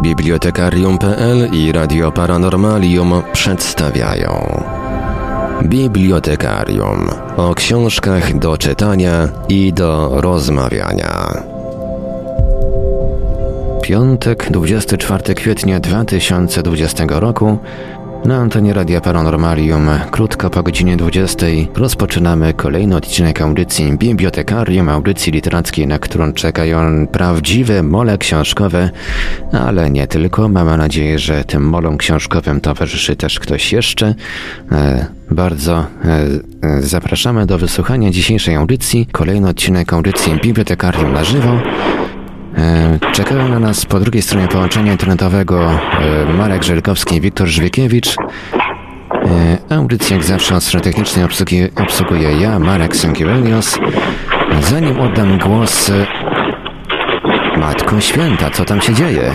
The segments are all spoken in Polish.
Bibliotekarium.pl i Radio Paranormalium przedstawiają Bibliotekarium. O książkach do czytania i do rozmawiania. Piątek, 24 kwietnia 2020 roku. Na antenie Radia Paranormalium, krótko po godzinie 20, rozpoczynamy kolejny odcinek audycji Bibliotekarium, audycji literackiej, na którą czekają prawdziwe mole książkowe, ale nie tylko. Mamy nadzieję, że tym molom książkowym towarzyszy też ktoś jeszcze. Bardzo zapraszamy do wysłuchania dzisiejszej audycji. Kolejny odcinek audycji Bibliotekarium na żywo. Czekają na nas po drugiej stronie połączenia internetowego Marek Żelkowski i Wiktor Żwiekiewicz. Audycję jak zawsze od strony technicznej obsługuję ja, Marek Sękiewelios. Zanim oddam głos... Matko Święta, co tam się dzieje?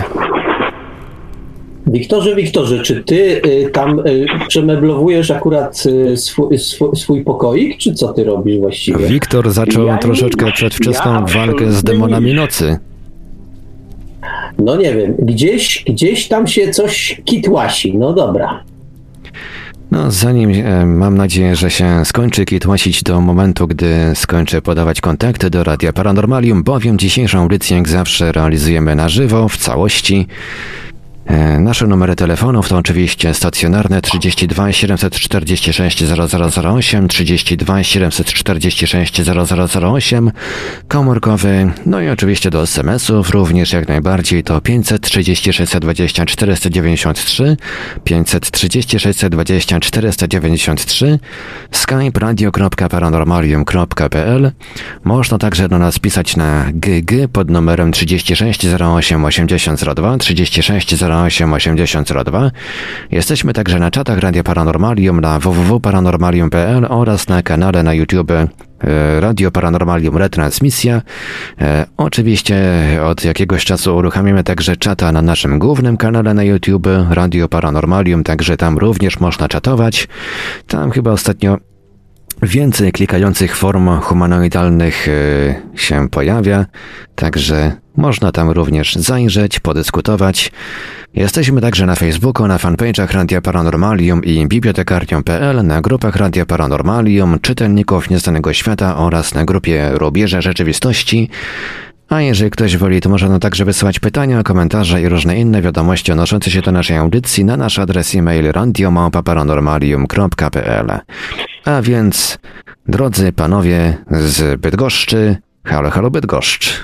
Wiktorze, czy ty tam przemeblowujesz akurat swój pokoik, czy co ty robisz właściwie? Wiktor zaczął troszeczkę przedwczesną walkę z demonami nocy. No nie wiem, gdzieś tam się coś kitłasi, no dobra. No zanim mam nadzieję, że się skończy kitłasić do momentu, gdy skończę podawać kontakty do Radia Paranormalium, bowiem dzisiejszą audycję jak zawsze realizujemy na żywo, w całości. Nasze numery telefonów to oczywiście stacjonarne 32 746 0008, 32 746 0008, komórkowy, no i oczywiście do SMS-ów również jak najbardziej to 530 620 493, 530 620 493, skype radio.paranormalium.pl. Można także do nas pisać na GG pod numerem 36 08 8002, 36 08 8002. Jesteśmy także na czatach Radia Paranormalium na www.paranormalium.pl oraz na kanale na YouTube Radio Paranormalium Retransmisja. Oczywiście od jakiegoś czasu uruchamiamy także czata na naszym głównym kanale na YouTube Radio Paranormalium, także tam również można czatować. Tam chyba ostatnio więcej klikających form humanoidalnych się pojawia, także można tam również zajrzeć, podyskutować. Jesteśmy także na Facebooku, na fanpage'ach Radia Paranormalium i Bibliotekarium.pl, na grupach Radia Paranormalium, Czytelników Nieznanego Świata oraz na grupie Rubieże Rzeczywistości. A jeżeli ktoś woli, to można także wysyłać pytania, komentarze i różne inne wiadomości odnoszące się do naszej audycji na nasz adres e-mail radio@paranormalium.pl. A więc, drodzy panowie z Bydgoszczy, halo Bydgoszcz.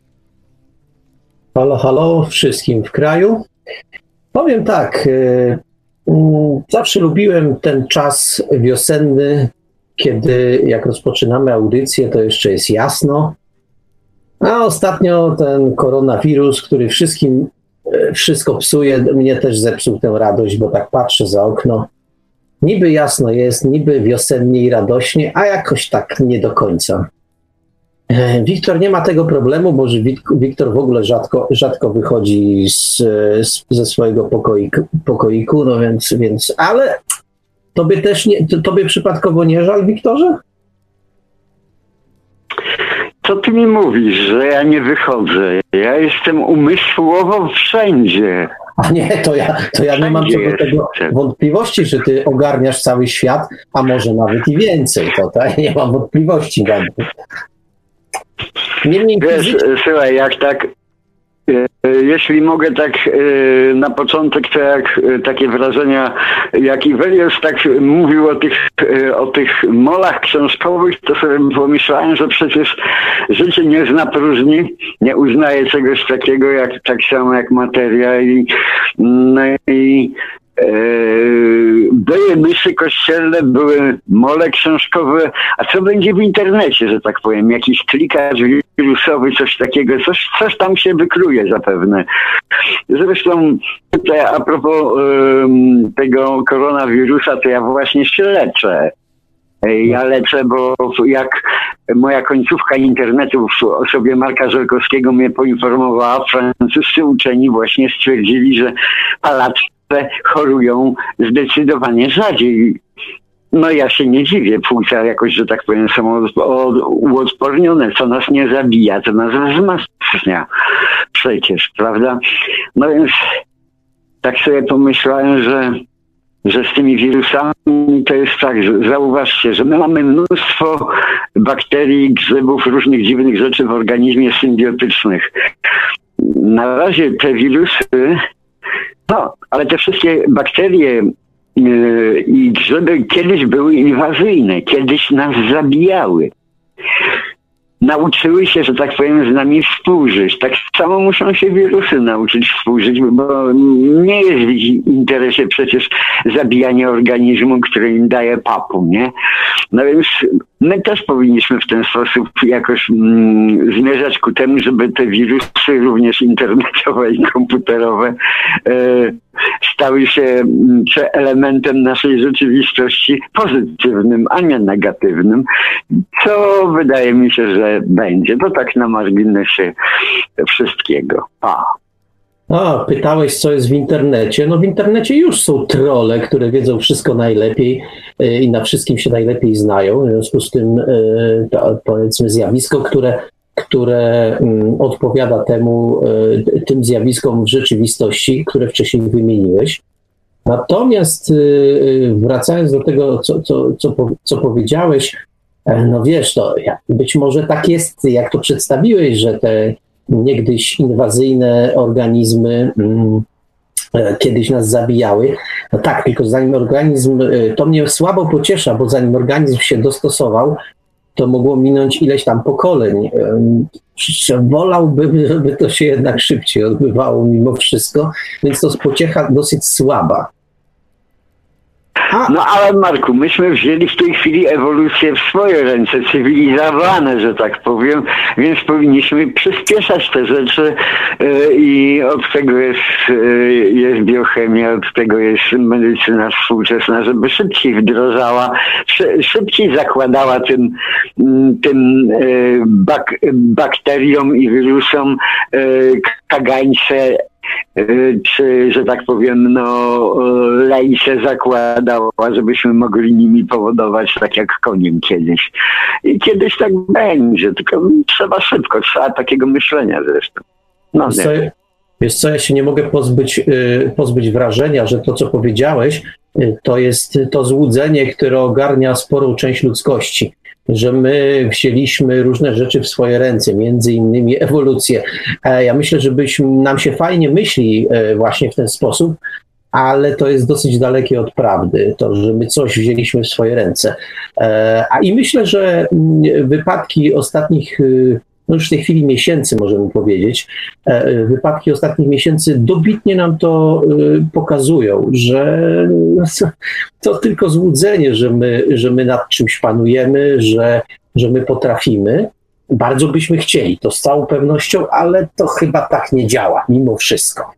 Halo wszystkim w kraju. Powiem tak, zawsze lubiłem ten czas wiosenny, kiedy jak rozpoczynamy audycję, to jeszcze jest jasno. A ostatnio ten koronawirus, który wszystko psuje, mnie też zepsuł tę radość, bo tak patrzę za okno. Niby jasno jest, niby wiosennie i radośnie, a jakoś tak nie do końca. Wiktor nie ma tego problemu, bo Wiktor w ogóle rzadko wychodzi ze swojego pokoiku, no więc ale tobie przypadkowo nie żal, Wiktorze? Co ty mi mówisz, że ja nie wychodzę? Ja jestem umysłowo wszędzie. A nie, to ja nie mam co do tego wątpliwości, że ty ogarniasz cały świat, a może nawet i więcej. To nie mam wątpliwości. Wiesz, słuchaj, jak tak, jeśli mogę tak na początek, to jak takie wrażenia, jak Iwelios tak mówił o tych molach książkowych, to sobie pomyślałem, że przecież życie nie zna próżni, nie uznaje czegoś takiego tak samo jak materia i były myszy kościelne, były mole książkowe, a co będzie w internecie, że tak powiem, jakiś klikacz wirusowy, coś takiego, coś tam się wykluje zapewne. Zresztą tutaj a propos tego koronawirusa, to ja właśnie się leczę. Ja leczę, bo jak moja końcówka internetu w osobie Marka Żelkowskiego mnie poinformowała, francuscy uczeni właśnie stwierdzili, że palacze chorują zdecydowanie rzadziej. No ja się nie dziwię, płuca jakoś, że tak powiem, są uodpornione, co nas nie zabija, to nas wzmacnia. przecież, prawda? No więc tak sobie pomyślałem, że z tymi wirusami to jest tak, że zauważcie, że my mamy mnóstwo bakterii, grzybów, różnych dziwnych rzeczy w organizmie symbiotycznych. Na razie te wirusy, no, ale te wszystkie bakterie i grzyby kiedyś były inwazyjne, kiedyś nas zabijały. Nauczyły się, że tak powiem, z nami współżyć. Tak samo muszą się wirusy nauczyć współżyć, bo nie jest w ich interesie przecież zabijanie organizmu, który im daje papu, nie? No więc my też powinniśmy w ten sposób jakoś zmierzać ku temu, żeby te wirusy, również internetowe i komputerowe, stały się elementem naszej rzeczywistości pozytywnym, a nie negatywnym, co wydaje mi się, że będzie. To tak na marginesie wszystkiego. Pytałeś, co jest w internecie. No w internecie już są trolle, które wiedzą wszystko najlepiej i na wszystkim się najlepiej znają. W związku z tym powiedzmy zjawisko, które odpowiada tym zjawiskom w rzeczywistości, które wcześniej wymieniłeś. Natomiast wracając do tego, co powiedziałeś, no wiesz, to być może tak jest, jak to przedstawiłeś, że te niegdyś inwazyjne organizmy kiedyś nas zabijały. No tak, tylko zanim organizm, to mnie słabo pociesza, bo zanim organizm się dostosował, to mogło minąć ileś tam pokoleń. Wolałbym, żeby to się jednak szybciej odbywało mimo wszystko, więc to jest pociecha dosyć słaba. No ale Marku, myśmy wzięli w tej chwili ewolucję w swoje ręce, cywilizowane, że tak powiem, więc powinniśmy przyspieszać te rzeczy i od tego jest biochemia, od tego jest medycyna współczesna, żeby szybciej wdrożała, szybciej zakładała tym bakteriom i wirusom kagańce, czy, że tak powiem, lejce zakładała, żebyśmy mogli nimi powodować tak jak koniem kiedyś. I kiedyś tak będzie, tylko trzeba szybko, trzeba takiego myślenia zresztą. No, wiesz co, ja się nie mogę pozbyć wrażenia, że to, co powiedziałeś, to jest to złudzenie, które ogarnia sporą część ludzkości. Że my wzięliśmy różne rzeczy w swoje ręce, między innymi ewolucję. Ja myślę, że nam się fajnie myśli właśnie w ten sposób, ale to jest dosyć dalekie od prawdy, to, że my coś wzięliśmy w swoje ręce. I myślę, że wypadki ostatnich, no już w tej chwili miesięcy możemy powiedzieć, wypadki ostatnich miesięcy dobitnie nam to pokazują, że to tylko złudzenie, że my nad czymś panujemy, że my potrafimy. Bardzo byśmy chcieli, to z całą pewnością, ale to chyba tak nie działa, mimo wszystko.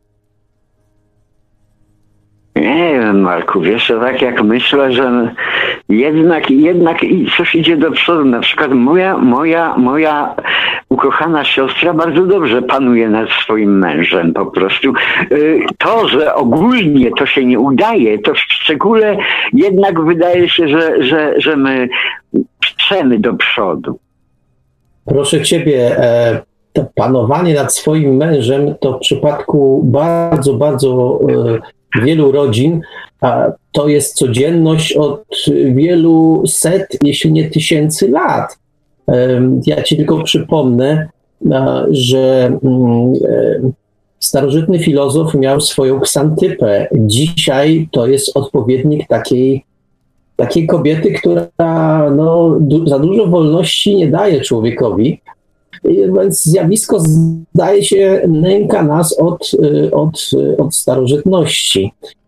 Nie wiem, Marku, wiesz, tak jak myślę, że jednak coś idzie do przodu. Na przykład moja ukochana siostra bardzo dobrze panuje nad swoim mężem po prostu. To, że ogólnie to się nie udaje, to w szczególe jednak wydaje się, że my przemy do przodu. Proszę ciebie, to panowanie nad swoim mężem to w przypadku bardzo, bardzo wielu rodzin to jest codzienność od wielu set, jeśli nie tysięcy lat. Ja ci tylko przypomnę, że starożytny filozof miał swoją ksantypę. Dzisiaj to jest odpowiednik takiej kobiety, która za dużo wolności nie daje człowiekowi. Więc zjawisko, zdaje się, nęka nas od starożytności.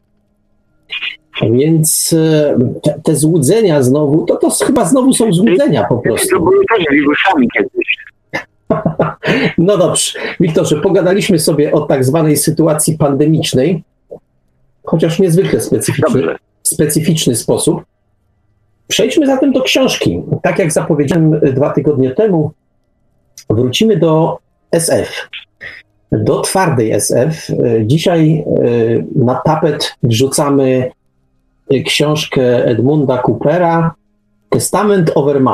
Więc te złudzenia znowu, to chyba znowu są złudzenia po prostu. To były też wirusami kiedyś. No dobrze. Wiktorze, pogadaliśmy sobie o tak zwanej sytuacji pandemicznej, chociaż niezwykle specyficzny sposób. Przejdźmy zatem do książki. Tak jak zapowiedziałem 2 tygodnie temu, wrócimy do SF, do twardej SF. Dzisiaj na tapet wrzucamy książkę Edmunda Coopera, Testament Overmana.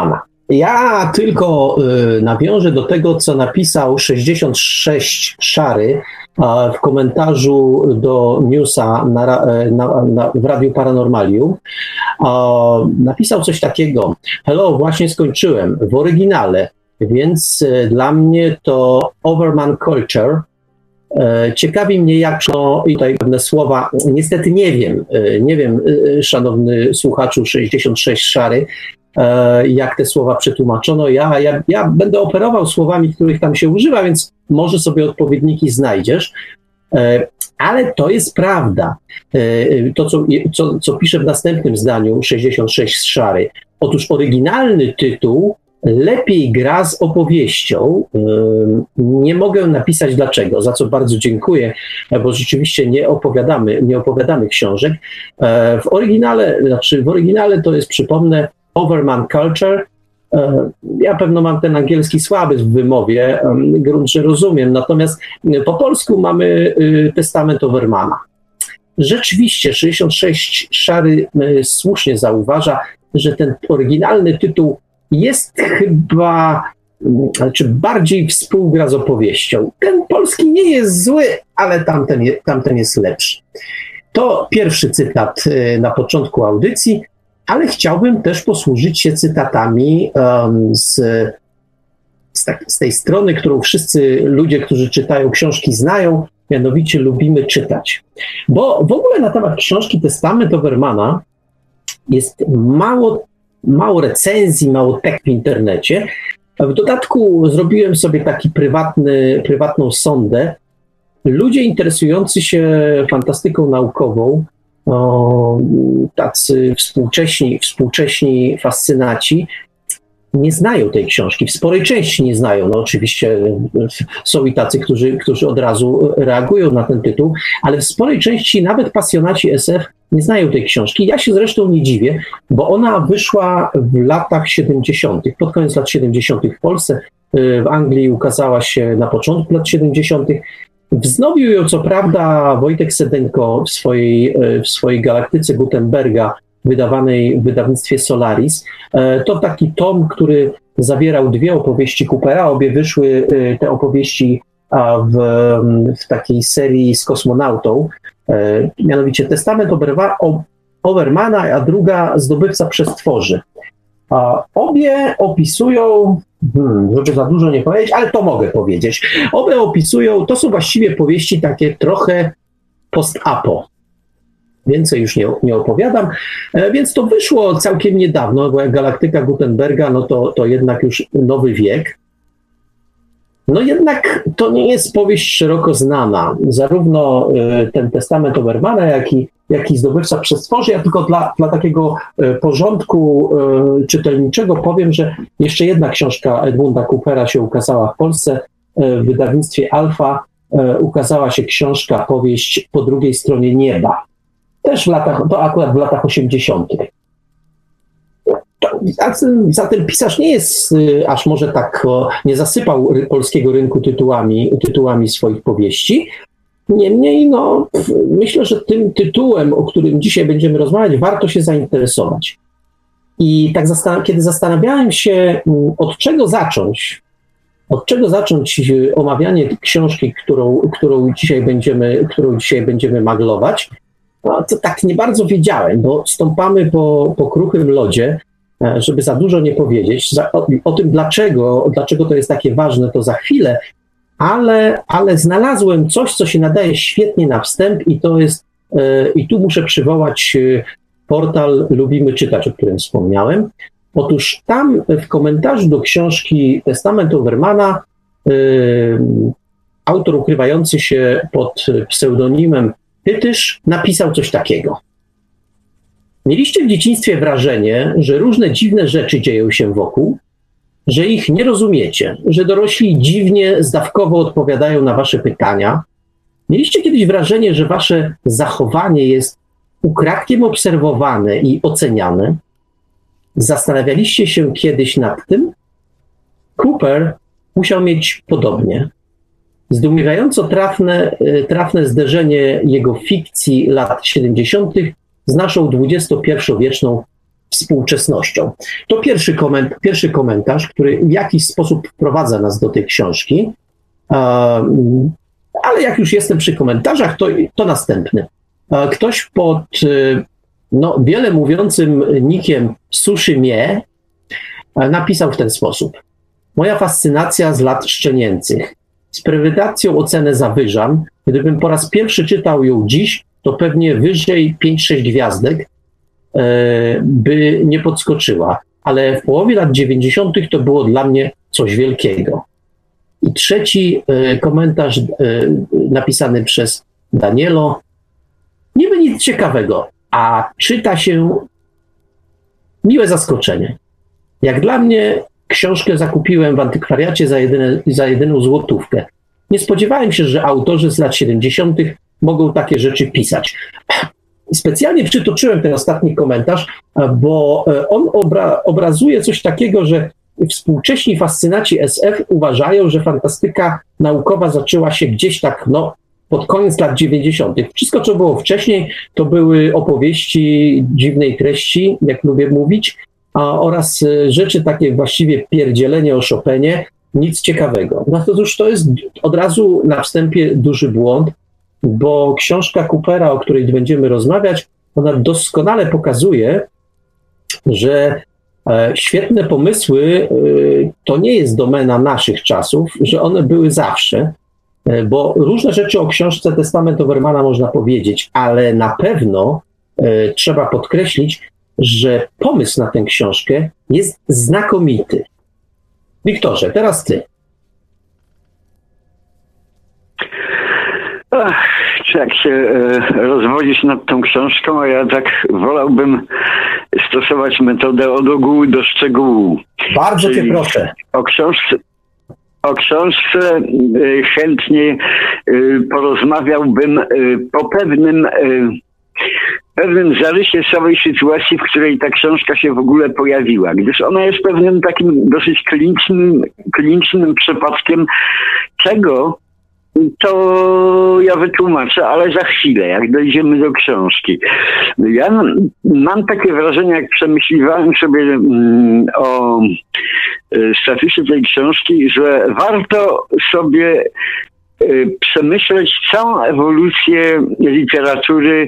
Ja tylko nawiążę do tego, co napisał 66 Szary w komentarzu do newsa w Radiu Paranormalium. Napisał coś takiego: hello, właśnie skończyłem w oryginale, więc dla mnie to Overman Culture. Ciekawi mnie, jak i tutaj pewne słowa, niestety nie wiem, szanowny słuchaczu 66 Szary, jak te słowa przetłumaczono. Ja będę operował słowami, których tam się używa, więc może sobie odpowiedniki znajdziesz. Ale to jest prawda. To, co pisze w następnym zdaniu 66 Szary. Otóż oryginalny tytuł lepiej gra z opowieścią. Nie mogę napisać dlaczego, za co bardzo dziękuję, bo rzeczywiście nie opowiadamy książek. W oryginale to jest, przypomnę, Overman Culture. Ja pewno mam ten angielski słaby w wymowie, grunt, że rozumiem, natomiast po polsku mamy Testament Overmana. Rzeczywiście 66 Szary słusznie zauważa, że ten oryginalny tytuł jest chyba, bardziej współgra z opowieścią. Ten polski nie jest zły, ale tamten jest lepszy. To pierwszy cytat na początku audycji, ale chciałbym też posłużyć się cytatami z tej strony, którą wszyscy ludzie, którzy czytają książki, znają, mianowicie lubimy czytać. Bo w ogóle na temat książki Testament Overmana jest mało recenzji, mało tekst w internecie. W dodatku zrobiłem sobie taki prywatną sondę. Ludzie interesujący się fantastyką naukową, tacy współcześni fascynaci, nie znają tej książki. W sporej części nie znają. No oczywiście są i tacy, którzy od razu reagują na ten tytuł, ale w sporej części nawet pasjonaci SF nie znają tej książki. Ja się zresztą nie dziwię, bo ona wyszła w latach 70., pod koniec lat 70. w Polsce. W Anglii ukazała się na początku lat 70. Wznowił ją co prawda Wojtek Sedenko w swojej Galaktyce Gutenberga, wydawanej w wydawnictwie Solaris. To taki tom, który zawierał dwie opowieści Coopera. Obie wyszły, te opowieści, w takiej serii z kosmonautą, mianowicie Testament Overmana, a druga Zdobywca Przestworzy. Obie opisują, żeby za dużo nie powiedzieć, ale to mogę powiedzieć. Obie opisują, to są właściwie powieści takie trochę post-apo. Więcej już nie opowiadam, więc to wyszło całkiem niedawno, bo jak Galaktyka Gutenberga, no to jednak już nowy wiek. No jednak to nie jest powieść szeroko znana. Zarówno ten Testament Overmana, jak i Zdobywca Przestworzy. Ja tylko dla takiego porządku czytelniczego powiem, że jeszcze jedna książka Edmunda Coopera się ukazała w Polsce. W wydawnictwie Alfa ukazała się powieść Po drugiej stronie nieba. Też to akurat w latach 80. Zatem pisarz nie jest, aż może tak, nie zasypał polskiego rynku tytułami swoich powieści. Niemniej, myślę, że tym tytułem, o którym dzisiaj będziemy rozmawiać, warto się zainteresować. I tak kiedy zastanawiałem się, od czego zacząć omawianie książki, którą dzisiaj będziemy maglować, to tak nie bardzo wiedziałem, bo stąpamy po kruchym lodzie, żeby za dużo nie powiedzieć. O tym, dlaczego to jest takie ważne, to za chwilę, ale znalazłem coś, co się nadaje świetnie na wstęp i tu muszę przywołać portal Lubimy Czytać, o którym wspomniałem. Otóż tam w komentarzu do książki Testament Overmana autor ukrywający się pod pseudonimem Tytysz napisał coś takiego. Mieliście w dzieciństwie wrażenie, że różne dziwne rzeczy dzieją się wokół, że ich nie rozumiecie, że dorośli dziwnie, zdawkowo odpowiadają na wasze pytania. Mieliście kiedyś wrażenie, że wasze zachowanie jest ukradkiem obserwowane i oceniane? Zastanawialiście się kiedyś nad tym? Cooper musiał mieć podobnie. Zdumiewająco trafne zderzenie jego fikcji lat 70. z naszą XXI-wieczną współczesnością. To pierwszy komentarz, który w jakiś sposób wprowadza nas do tej książki, ale jak już jestem przy komentarzach, to następny. Ktoś pod wiele mówiącym nickiem Sushi Mie napisał w ten sposób. Moja fascynacja z lat szczenięcych. Z premedytacją ocenę zawyżam. Gdybym po raz pierwszy czytał ją dziś, to pewnie wyżej 5-6 gwiazdek by nie podskoczyła. Ale w połowie lat 90. to było dla mnie coś wielkiego. I trzeci komentarz napisany przez Danielo. Niby nic ciekawego, a czyta się miłe zaskoczenie. Jak dla mnie książkę zakupiłem w antykwariacie za jedyną złotówkę. Nie spodziewałem się, że autorzy z lat 70. mogą takie rzeczy pisać. Specjalnie przytoczyłem ten ostatni komentarz, bo on obrazuje coś takiego, że współcześni fascynaci SF uważają, że fantastyka naukowa zaczęła się gdzieś tak, pod koniec lat 90. Wszystko, co było wcześniej, to były opowieści dziwnej treści, jak lubię mówić, oraz rzeczy takie właściwie pierdzielenie o Chopinie, nic ciekawego. No to już to jest od razu na wstępie duży błąd, bo książka Coopera, o której będziemy rozmawiać, ona doskonale pokazuje, że świetne pomysły to nie jest domena naszych czasów, że one były zawsze, bo różne rzeczy o książce Testament Overmana można powiedzieć, ale na pewno trzeba podkreślić, że pomysł na tę książkę jest znakomity. Wiktorze, teraz ty. Jak się rozwodzisz nad tą książką, a ja tak wolałbym stosować metodę od ogółu do szczegółu. Bardzo cię proszę. O książce chętnie porozmawiałbym po pewnym zarysie całej sytuacji, w której ta książka się w ogóle pojawiła, gdyż ona jest pewnym takim dosyć klinicznym przypadkiem, czego to ja wytłumaczę, ale za chwilę, jak dojdziemy do książki. Ja mam takie wrażenie, jak przemyśliwałem sobie o statusie tej książki, że warto sobie przemyśleć całą ewolucję literatury,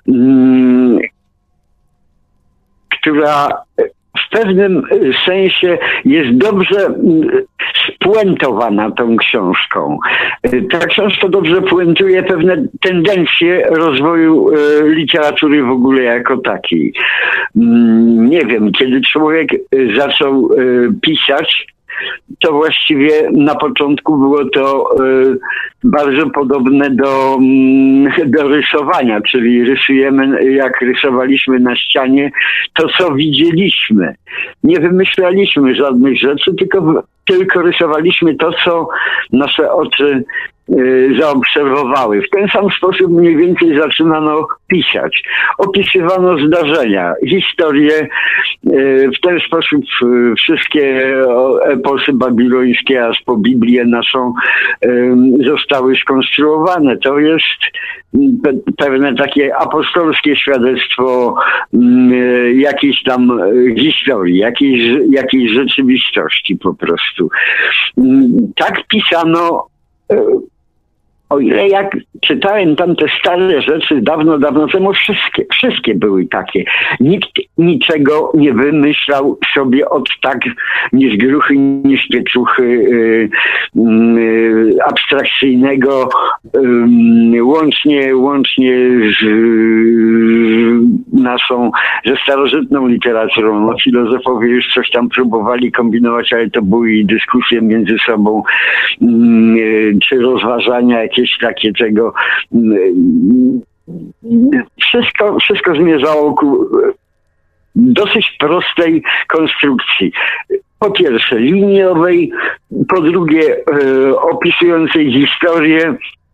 która w pewnym sensie jest dobrze spuentowana tą książką. Ta książka dobrze puentuje pewne tendencje rozwoju literatury w ogóle jako takiej. Nie wiem, kiedy człowiek zaczął pisać, to właściwie na początku było to bardzo podobne do rysowania, czyli rysujemy, jak rysowaliśmy na ścianie, to co widzieliśmy. Nie wymyślaliśmy żadnych rzeczy, tylko rysowaliśmy to, co nasze oczy zaobserwowały. W ten sam sposób mniej więcej zaczynano pisać. Opisywano zdarzenia, historie. W ten sposób wszystkie eposy babilońskie, aż po Biblię naszą, zostały skonstruowane. To jest pewne takie apostolskie świadectwo jakiejś tam historii, jakiejś rzeczywistości po prostu. Tak pisano. O ile jak czytałem tam te stare rzeczy dawno temu, wszystkie były takie. Nikt niczego nie wymyślał sobie od tak ni z gruchy, ni z piecuchy abstrakcyjnego, łącznie z naszą, ze starożytną literaturą. No, filozofowie już coś tam próbowali kombinować, ale to były dyskusje między sobą, czy rozważania jakieś takie tego. Wszystko zmierzało ku dosyć prostej konstrukcji. Po pierwsze liniowej, po drugie opisującej historię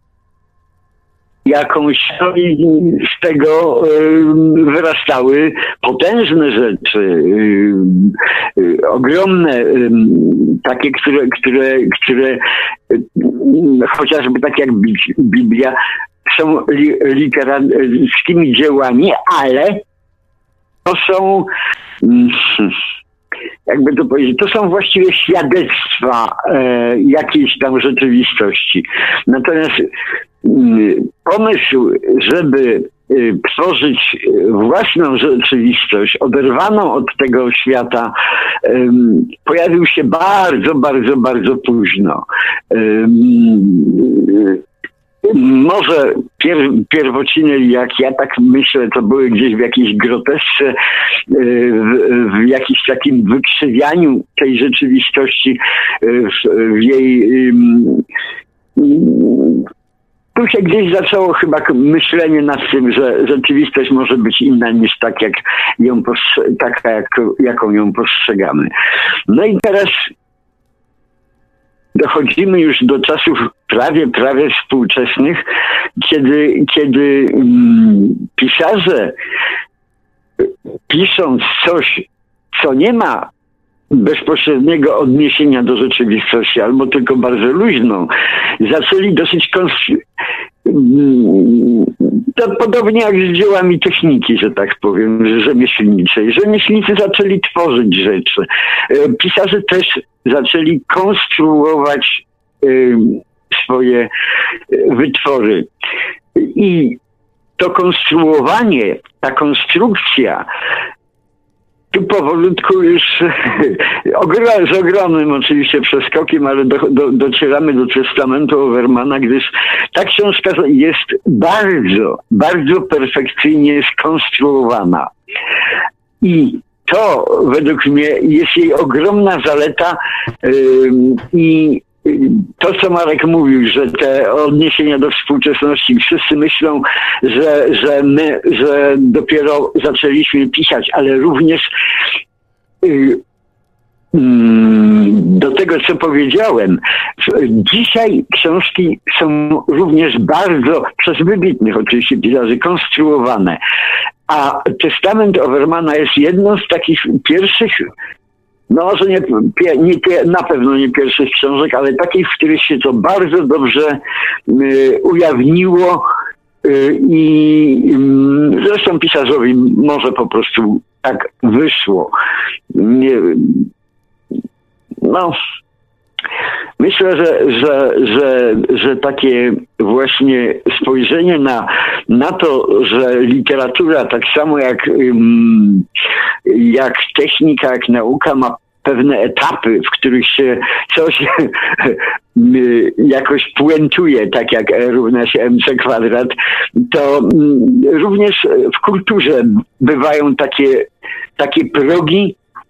jakąś, i z tego wyrastały potężne rzeczy, ogromne, takie, które chociażby tak jak Biblia są literackimi dziełami, ale to są jakby to powiedzieć, to są właściwie świadectwa jakiejś tam rzeczywistości. Natomiast pomysł, żeby tworzyć własną rzeczywistość, oderwaną od tego świata, pojawił się bardzo, bardzo, bardzo późno. Może pierwociny, jak ja tak myślę, to były gdzieś w jakiejś grotesce, w jakimś takim wykrzywianiu tej rzeczywistości, w jej... Tu się gdzieś zaczęło chyba myślenie nad tym, że rzeczywistość może być inna niż taka, jaką ją postrzegamy. No i teraz dochodzimy już do czasów prawie współczesnych, kiedy pisarze, pisząc coś, co nie ma bezpośredniego odniesienia do rzeczywistości, albo tylko bardzo luźną, zaczęli dosyć to podobnie jak z dziełami techniki, że tak powiem, rzemieślniczej. Rzemieślnicy zaczęli tworzyć rzeczy. Pisarze też zaczęli konstruować swoje wytwory. I to konstruowanie, ta konstrukcja tu powolutku już z ogromnym oczywiście przeskokiem, ale docieramy do testamentu Overmana, gdyż ta książka jest bardzo, bardzo perfekcyjnie skonstruowana. I to według mnie jest jej ogromna zaleta i to, co Marek mówił, że te odniesienia do współczesności, wszyscy myślą, że dopiero zaczęliśmy pisać, ale również do tego, co powiedziałem, dzisiaj książki są również bardzo, przez wybitnych oczywiście pisarzy, konstruowane. A testament Overmana jest jedną z takich pierwszych, no może na pewno nie pierwszych książek, ale takich, w których się to bardzo dobrze ujawniło i zresztą pisarzowi może po prostu tak wyszło. No, myślę, że takie właśnie spojrzenie na to, że literatura tak samo jak technika, jak nauka ma pewne etapy, w których się coś jakoś puentuje, tak jak E równa się mc², to również w kulturze bywają takie progi,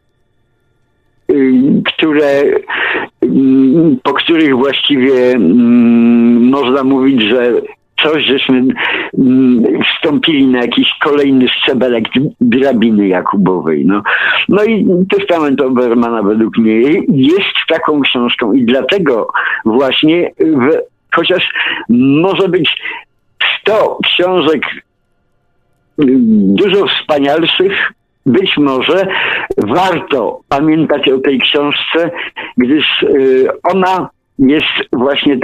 po których właściwie można mówić, że coś, żeśmy wstąpili na jakiś kolejny szczebelek drabiny jakubowej. No i testament Overmana według mnie jest taką książką i dlatego właśnie, chociaż może być 100 książek dużo wspanialszych, być może warto pamiętać o tej książce, gdyż ona jest właśnie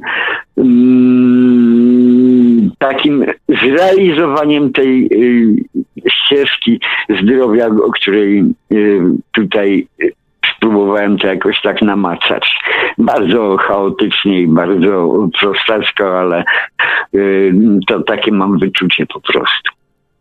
takim zrealizowaniem tej ścieżki zdrowia, o której tutaj spróbowałem to jakoś tak namacać. Bardzo chaotycznie i bardzo prostacko, ale to takie mam wyczucie po prostu.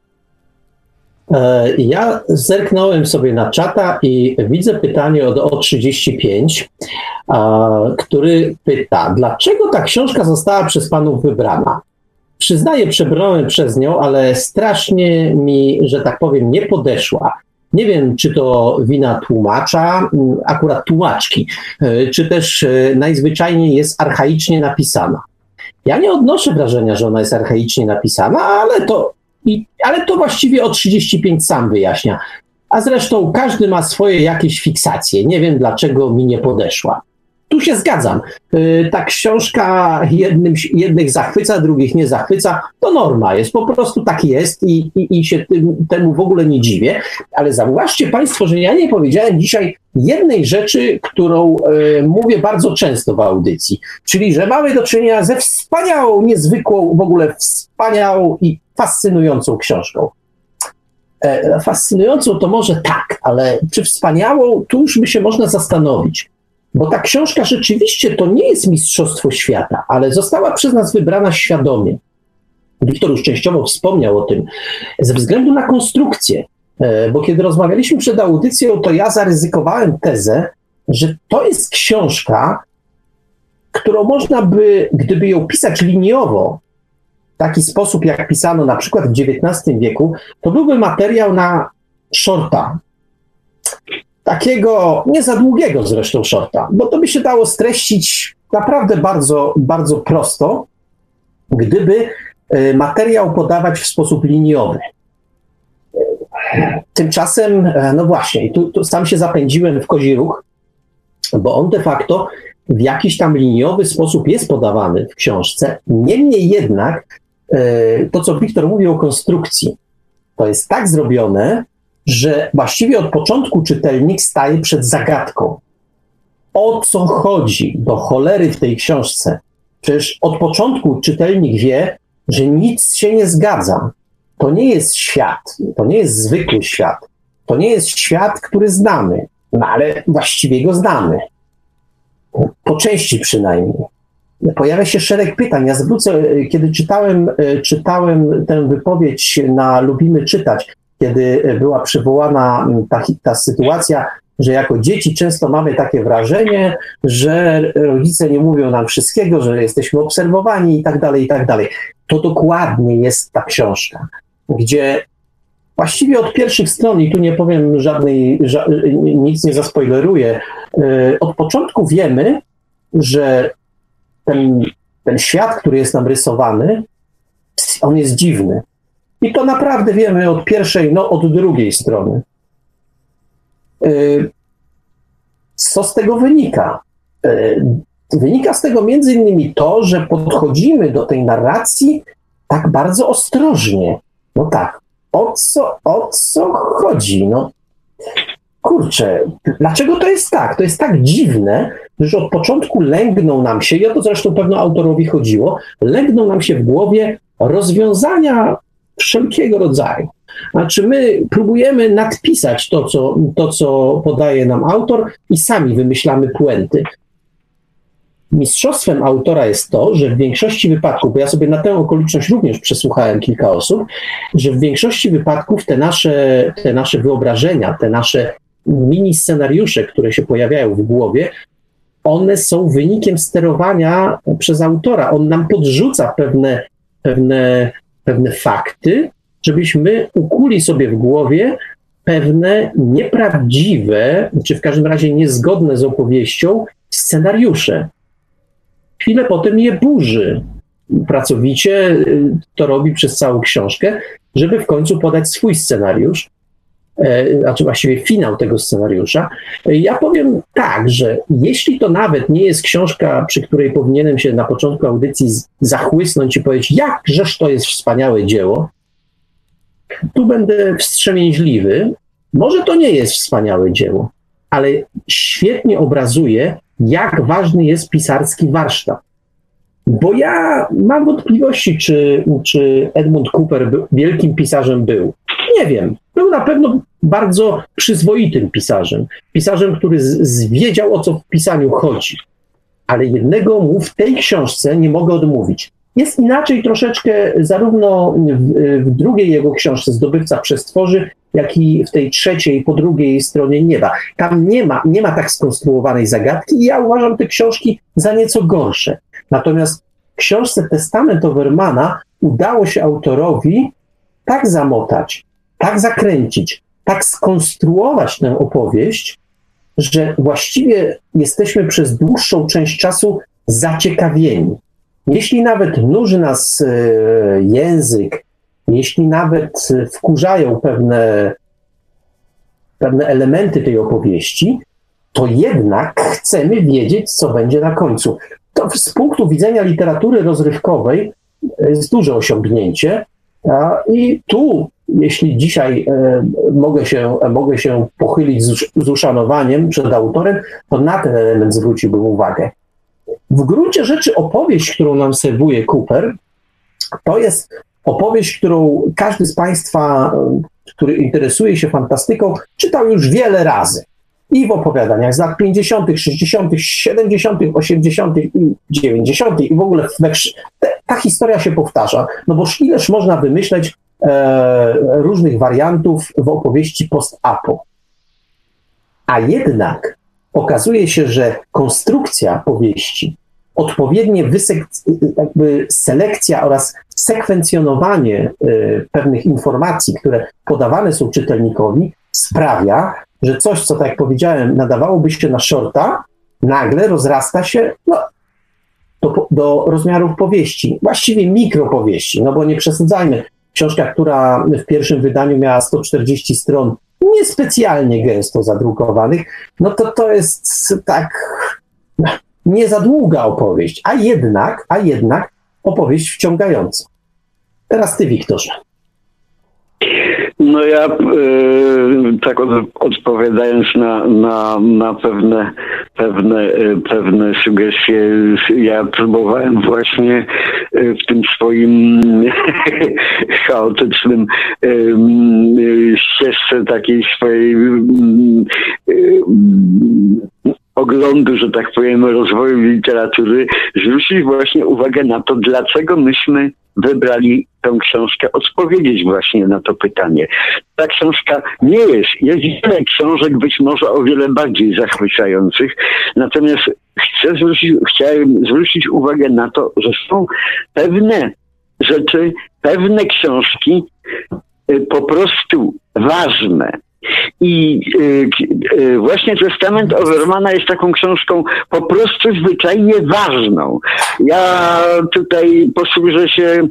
Ja zerknąłem sobie na czata i widzę pytanie od O35, który pyta, dlaczego ta książka została przez panów wybrana? Przyznaję, przebrnąłem przez nią, ale strasznie mi, że tak powiem, nie podeszła. Nie wiem, czy to wina tłumacza, akurat tłumaczki, czy też najzwyczajniej jest archaicznie napisana. Ja nie odnoszę wrażenia, że ona jest archaicznie napisana, ale to właściwie O35 sam wyjaśnia. A zresztą każdy ma swoje jakieś fiksacje. Nie wiem, dlaczego mi nie podeszła. Tu się zgadzam. Ta książka jednych zachwyca, drugich nie zachwyca. To norma jest, po prostu tak jest i się temu w ogóle nie dziwię. Ale zauważcie Państwo, że ja nie powiedziałem dzisiaj jednej rzeczy, którą mówię bardzo często w audycji. Czyli, że mamy do czynienia ze wspaniałą, niezwykłą, w ogóle wspaniałą i fascynującą książką. Fascynującą to może tak, ale czy wspaniałą, tu już by się można zastanowić. Bo ta książka rzeczywiście to nie jest Mistrzostwo Świata, ale została przez nas wybrana świadomie. Wiktor już częściowo wspomniał o tym, ze względu na konstrukcję. Bo kiedy rozmawialiśmy przed audycją, to ja zaryzykowałem tezę, że to jest książka, którą można by, gdyby ją pisać liniowo, w taki sposób, jak pisano na przykład w XIX wieku, to byłby materiał na shorta. Takiego, nie za długiego zresztą shorta, bo to by się dało streścić naprawdę bardzo, bardzo prosto, gdyby materiał podawać w sposób liniowy. Tymczasem, no właśnie, i tu sam się zapędziłem w kozi róg, bo on de facto w jakiś tam liniowy sposób jest podawany w książce. Niemniej jednak to, co Wiktor mówił o konstrukcji, to jest tak zrobione, że właściwie od początku czytelnik staje przed zagadką. O co chodzi do cholery w tej książce? Przecież od początku czytelnik wie, że nic się nie zgadza. To nie jest świat, to nie jest zwykły świat, to nie jest świat, który znamy, no ale właściwie go znamy. Po części przynajmniej. Pojawia się szereg pytań. Ja zwrócę, kiedy czytałem tę wypowiedź na Lubimy Czytać, kiedy była przywołana ta sytuacja, że jako dzieci często mamy takie wrażenie, że rodzice nie mówią nam wszystkiego, że jesteśmy obserwowani i tak dalej, i tak dalej. To dokładnie jest ta książka, gdzie właściwie od pierwszych stron, i tu nie powiem nic nie zaspoileruję, od początku wiemy, że ten świat, który jest nam rysowany, on jest dziwny. I to naprawdę wiemy od pierwszej, no od drugiej strony. Co z tego wynika? Wynika z tego między innymi to, że podchodzimy do tej narracji tak bardzo ostrożnie. No tak, o co chodzi? No kurczę, dlaczego to jest tak? To jest tak dziwne, że od początku lęgną nam się, i o to zresztą pewno autorowi chodziło, lęgną nam się w głowie rozwiązania wszelkiego rodzaju. Znaczy my próbujemy nadpisać to, co podaje nam autor i sami wymyślamy puenty. Mistrzostwem autora jest to, że w większości wypadków, bo ja sobie na tę okoliczność również przesłuchałem kilka osób, że w większości wypadków te nasze wyobrażenia, te nasze mini scenariusze, które się pojawiają w głowie, one są wynikiem sterowania przez autora. On nam podrzuca pewne fakty, żebyśmy ukuli sobie w głowie pewne nieprawdziwe, czy w każdym razie niezgodne z opowieścią scenariusze. Chwilę potem je burzy. Pracowicie to robi przez całą książkę, żeby w końcu podać swój scenariusz, znaczy właściwie finał tego scenariusza. Ja powiem tak, że jeśli to nawet nie jest książka, przy której powinienem się na początku audycji zachłysnąć i powiedzieć, jakżeż to jest wspaniałe dzieło, tu będę wstrzemięźliwy. Może to nie jest wspaniałe dzieło, ale świetnie obrazuje, jak ważny jest pisarski warsztat. Bo ja mam wątpliwości, czy Edmund Cooper wielkim pisarzem był. Nie wiem. Był na pewno bardzo przyzwoitym pisarzem. Pisarzem, który wiedział, o co w pisaniu chodzi. Ale jednego mu w tej książce nie mogę odmówić. Jest inaczej troszeczkę zarówno w drugiej jego książce Zdobywca Przestworzy, jak i w tej trzeciej, po drugiej stronie Nieba. Tam nie ma tak skonstruowanej zagadki i ja uważam te książki za nieco gorsze. Natomiast w książce Testament Overmana udało się autorowi tak zamotać, tak zakręcić, tak skonstruować tę opowieść, że właściwie jesteśmy przez dłuższą część czasu zaciekawieni. Jeśli nawet nuży nas język, jeśli nawet wkurzają pewne elementy tej opowieści, to jednak chcemy wiedzieć, co będzie na końcu. To z punktu widzenia literatury rozrywkowej jest duże osiągnięcie i tu, jeśli dzisiaj mogę się pochylić z uszanowaniem przed autorem, to na ten element zwróciłbym uwagę. W gruncie rzeczy opowieść, którą nam serwuje Cooper, to jest opowieść, którą każdy z Państwa który interesuje się fantastyką, czytał już wiele razy. I w opowiadaniach z lat 50., 60., 70., 80. i 90. i w ogóle ta historia się powtarza, no bo ileż można wymyśleć różnych wariantów w opowieści post-apo. A jednak okazuje się, że konstrukcja powieści, odpowiednie selekcja oraz sekwencjonowanie pewnych informacji, które podawane są czytelnikowi, sprawia, że coś, co tak jak powiedziałem, nadawałoby się na shorta, nagle rozrasta się do rozmiarów powieści, właściwie mikropowieści, no bo nie przesadzajmy. Książka, która w pierwszym wydaniu miała 140 stron, niespecjalnie gęsto zadrukowanych, no to jest tak nie za długa opowieść, a jednak opowieść wciągająca. Teraz ty, Wiktorze. No ja tak odpowiadając na pewne sugestie, ja próbowałem właśnie w tym swoim chaotycznym ścieżce takiej swojej oglądu, że tak powiem, rozwoju literatury, zwrócić właśnie uwagę na to, dlaczego myśmy wybrali tę książkę, odpowiedzieć właśnie na to pytanie. Ta książka nie jest wiele książek, być może o wiele bardziej zachwycających, natomiast chciałem zwrócić uwagę na to, że są pewne rzeczy, pewne książki po prostu ważne. I właśnie Testament Overmana jest taką książką po prostu zwyczajnie ważną. Ja tutaj posłużę się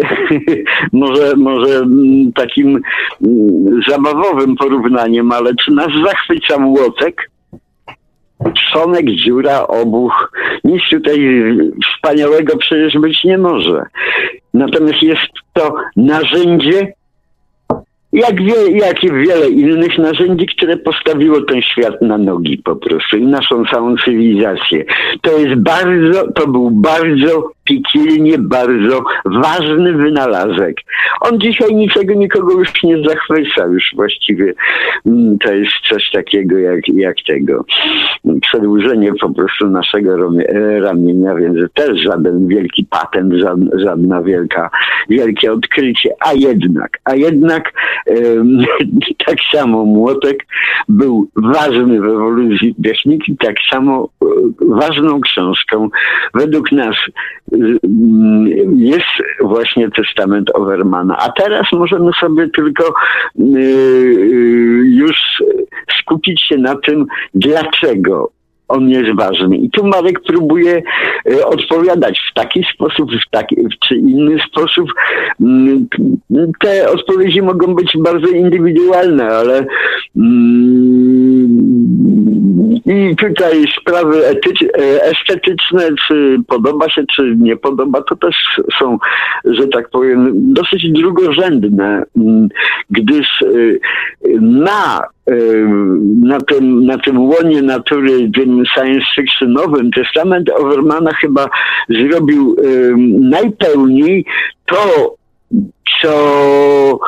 może takim zabawowym porównaniem, ale czy nas zachwyca młotek? Trzonek, dziura, obuch. Nic tutaj wspaniałego przecież być nie może. Natomiast jest to narzędzie, jak i wiele innych narzędzi, które postawiło ten świat na nogi po prostu i naszą całą cywilizację. To był bardzo piekielnie, bardzo ważny wynalazek. On dzisiaj nikogo już nie zachwyca, już właściwie to jest coś takiego jak tego przedłużenie po prostu naszego ramienia, więc też żaden wielki patent, żadna wielkie odkrycie, a jednak tak samo młotek był ważny w ewolucji techniki, tak samo ważną książką według nas jest właśnie Testament Overmana. A teraz możemy sobie tylko już skupić się na tym, dlaczego on jest ważny. I tu Marek próbuje odpowiadać w taki sposób, czy inny sposób. Te odpowiedzi mogą być bardzo indywidualne, ale i tutaj sprawy estetyczne, czy podoba się, czy nie podoba, to też są, że tak powiem, dosyć drugorzędne, gdyż na tym łonie natury, tym science fictionowym, Testament Overmana chyba zrobił najpełniej to, co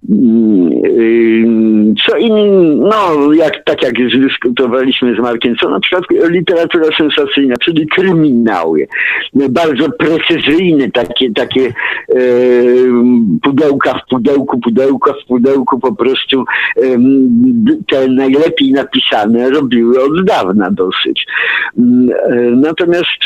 jak dyskutowaliśmy z Markiem, co na przykład literatura sensacyjna, czyli kryminały, bardzo precyzyjne, takie pudełka w pudełku, po prostu te najlepiej napisane robiły od dawna dosyć. Natomiast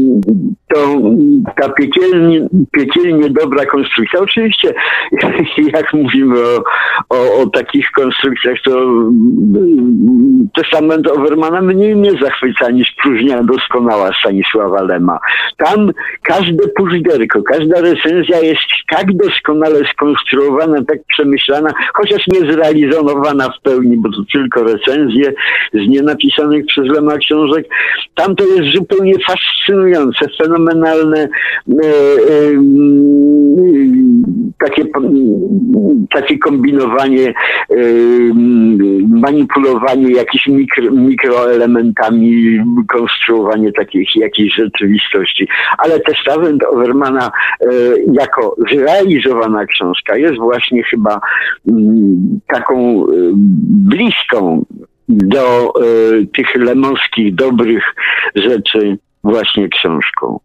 ta piekielnie dobra konstrukcja, oczywiście jak mówimy o takich konstrukcjach, to Testament Overmana mniej mnie zachwyca niż Próżnia doskonała Stanisława Lema. Tam każde pużderko, każda recenzja jest tak doskonale skonstruowana, tak przemyślana, chociaż nie zrealizowana w pełni, bo to tylko recenzje z nienapisanych przez Lema książek. Tam to jest zupełnie fascynujące, fenomenalne, takie kombinowanie, manipulowanie jakimiś mikroelementami, konstruowanie takich jakiejś rzeczywistości. Ale testament Overmana jako zrealizowana książka jest właśnie chyba taką bliską do tych lemonskich dobrych rzeczy właśnie książką.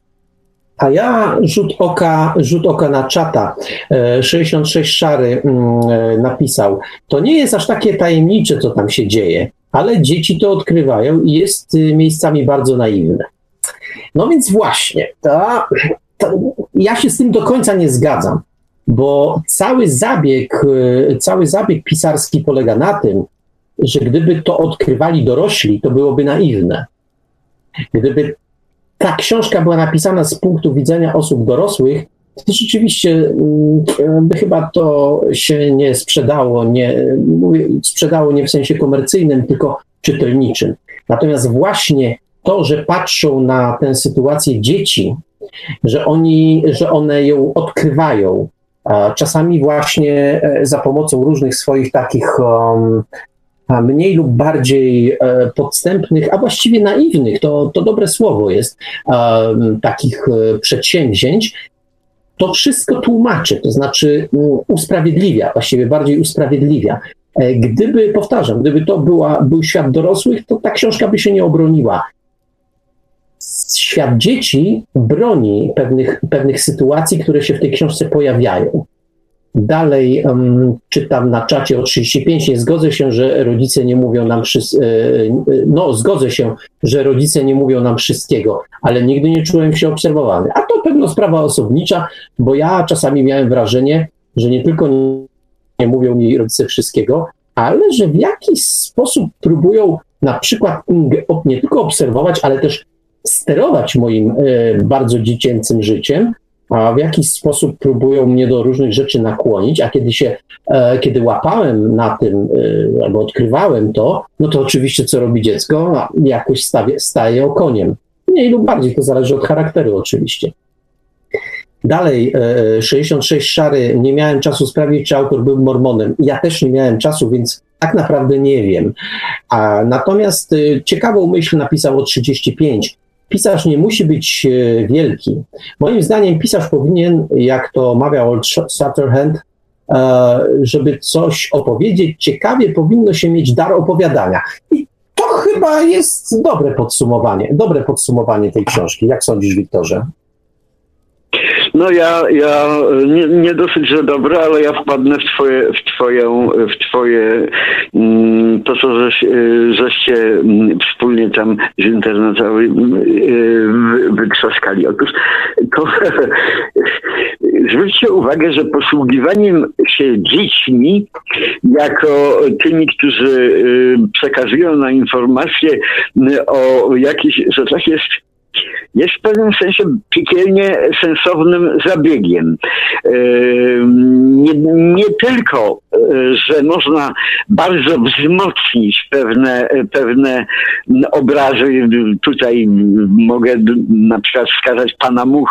A ja rzut oka na czata. 66 Szary napisał, to nie jest aż takie tajemnicze, co tam się dzieje, ale dzieci to odkrywają i jest miejscami bardzo naiwne. No więc właśnie, ja się z tym do końca nie zgadzam, bo cały zabieg pisarski polega na tym, że gdyby to odkrywali dorośli, to byłoby naiwne. Gdyby ta książka była napisana z punktu widzenia osób dorosłych, to rzeczywiście by chyba to się nie sprzedało, sprzedało nie w sensie komercyjnym, tylko czytelniczym. Natomiast właśnie to, że patrzą na tę sytuację dzieci, że one ją odkrywają, czasami właśnie za pomocą różnych swoich takich mniej lub bardziej podstępnych, a właściwie naiwnych, to dobre słowo jest, takich przedsięwzięć, to wszystko tłumaczy, to znaczy usprawiedliwia, właściwie bardziej usprawiedliwia. Gdyby to był świat dorosłych, to ta książka by się nie obroniła. Świat dzieci broni pewnych sytuacji, które się w tej książce pojawiają. Dalej czytam na czacie o 35, nie zgodzę się, że rodzice nie mówią nam zgodzę się, że rodzice nie mówią nam wszystkiego, ale nigdy nie czułem się obserwowany. A to pewno sprawa osobnicza, bo ja czasami miałem wrażenie, że nie tylko nie mówią mi rodzice wszystkiego, ale że w jakiś sposób próbują na przykład nie tylko obserwować, ale też sterować moim bardzo dziecięcym życiem, a w jakiś sposób próbują mnie do różnych rzeczy nakłonić, a kiedy łapałem na tym albo odkrywałem to, no to oczywiście co robi dziecko? Jakoś staje okoniem. Mniej lub bardziej, to zależy od charakteru oczywiście. Dalej, 66 Szary, nie miałem czasu sprawdzić, czy autor był mormonem. Ja też nie miałem czasu, więc tak naprawdę nie wiem. Natomiast ciekawą myśl napisał o 35. Pisarz nie musi być wielki. Moim zdaniem pisarz powinien, jak to mawiał Old Shatterhand, żeby coś opowiedzieć ciekawie, powinno się mieć dar opowiadania. I to chyba jest dobre podsumowanie tej książki. Jak sądzisz, Wiktorze? No ja nie dosyć, że dobre, ale ja wpadnę w twoje to, co żeście wspólnie tam z internetowi wytrzaskali. Otóż to zwróćcie uwagę, że posługiwaniem się dziećmi jako tymi, którzy przekazują nam informacje o jakichś rzeczach jest w pewnym sensie piekielnie sensownym zabiegiem. Nie tylko, że można bardzo wzmocnić pewne obrazy. Tutaj mogę na przykład wskazać Pana Much.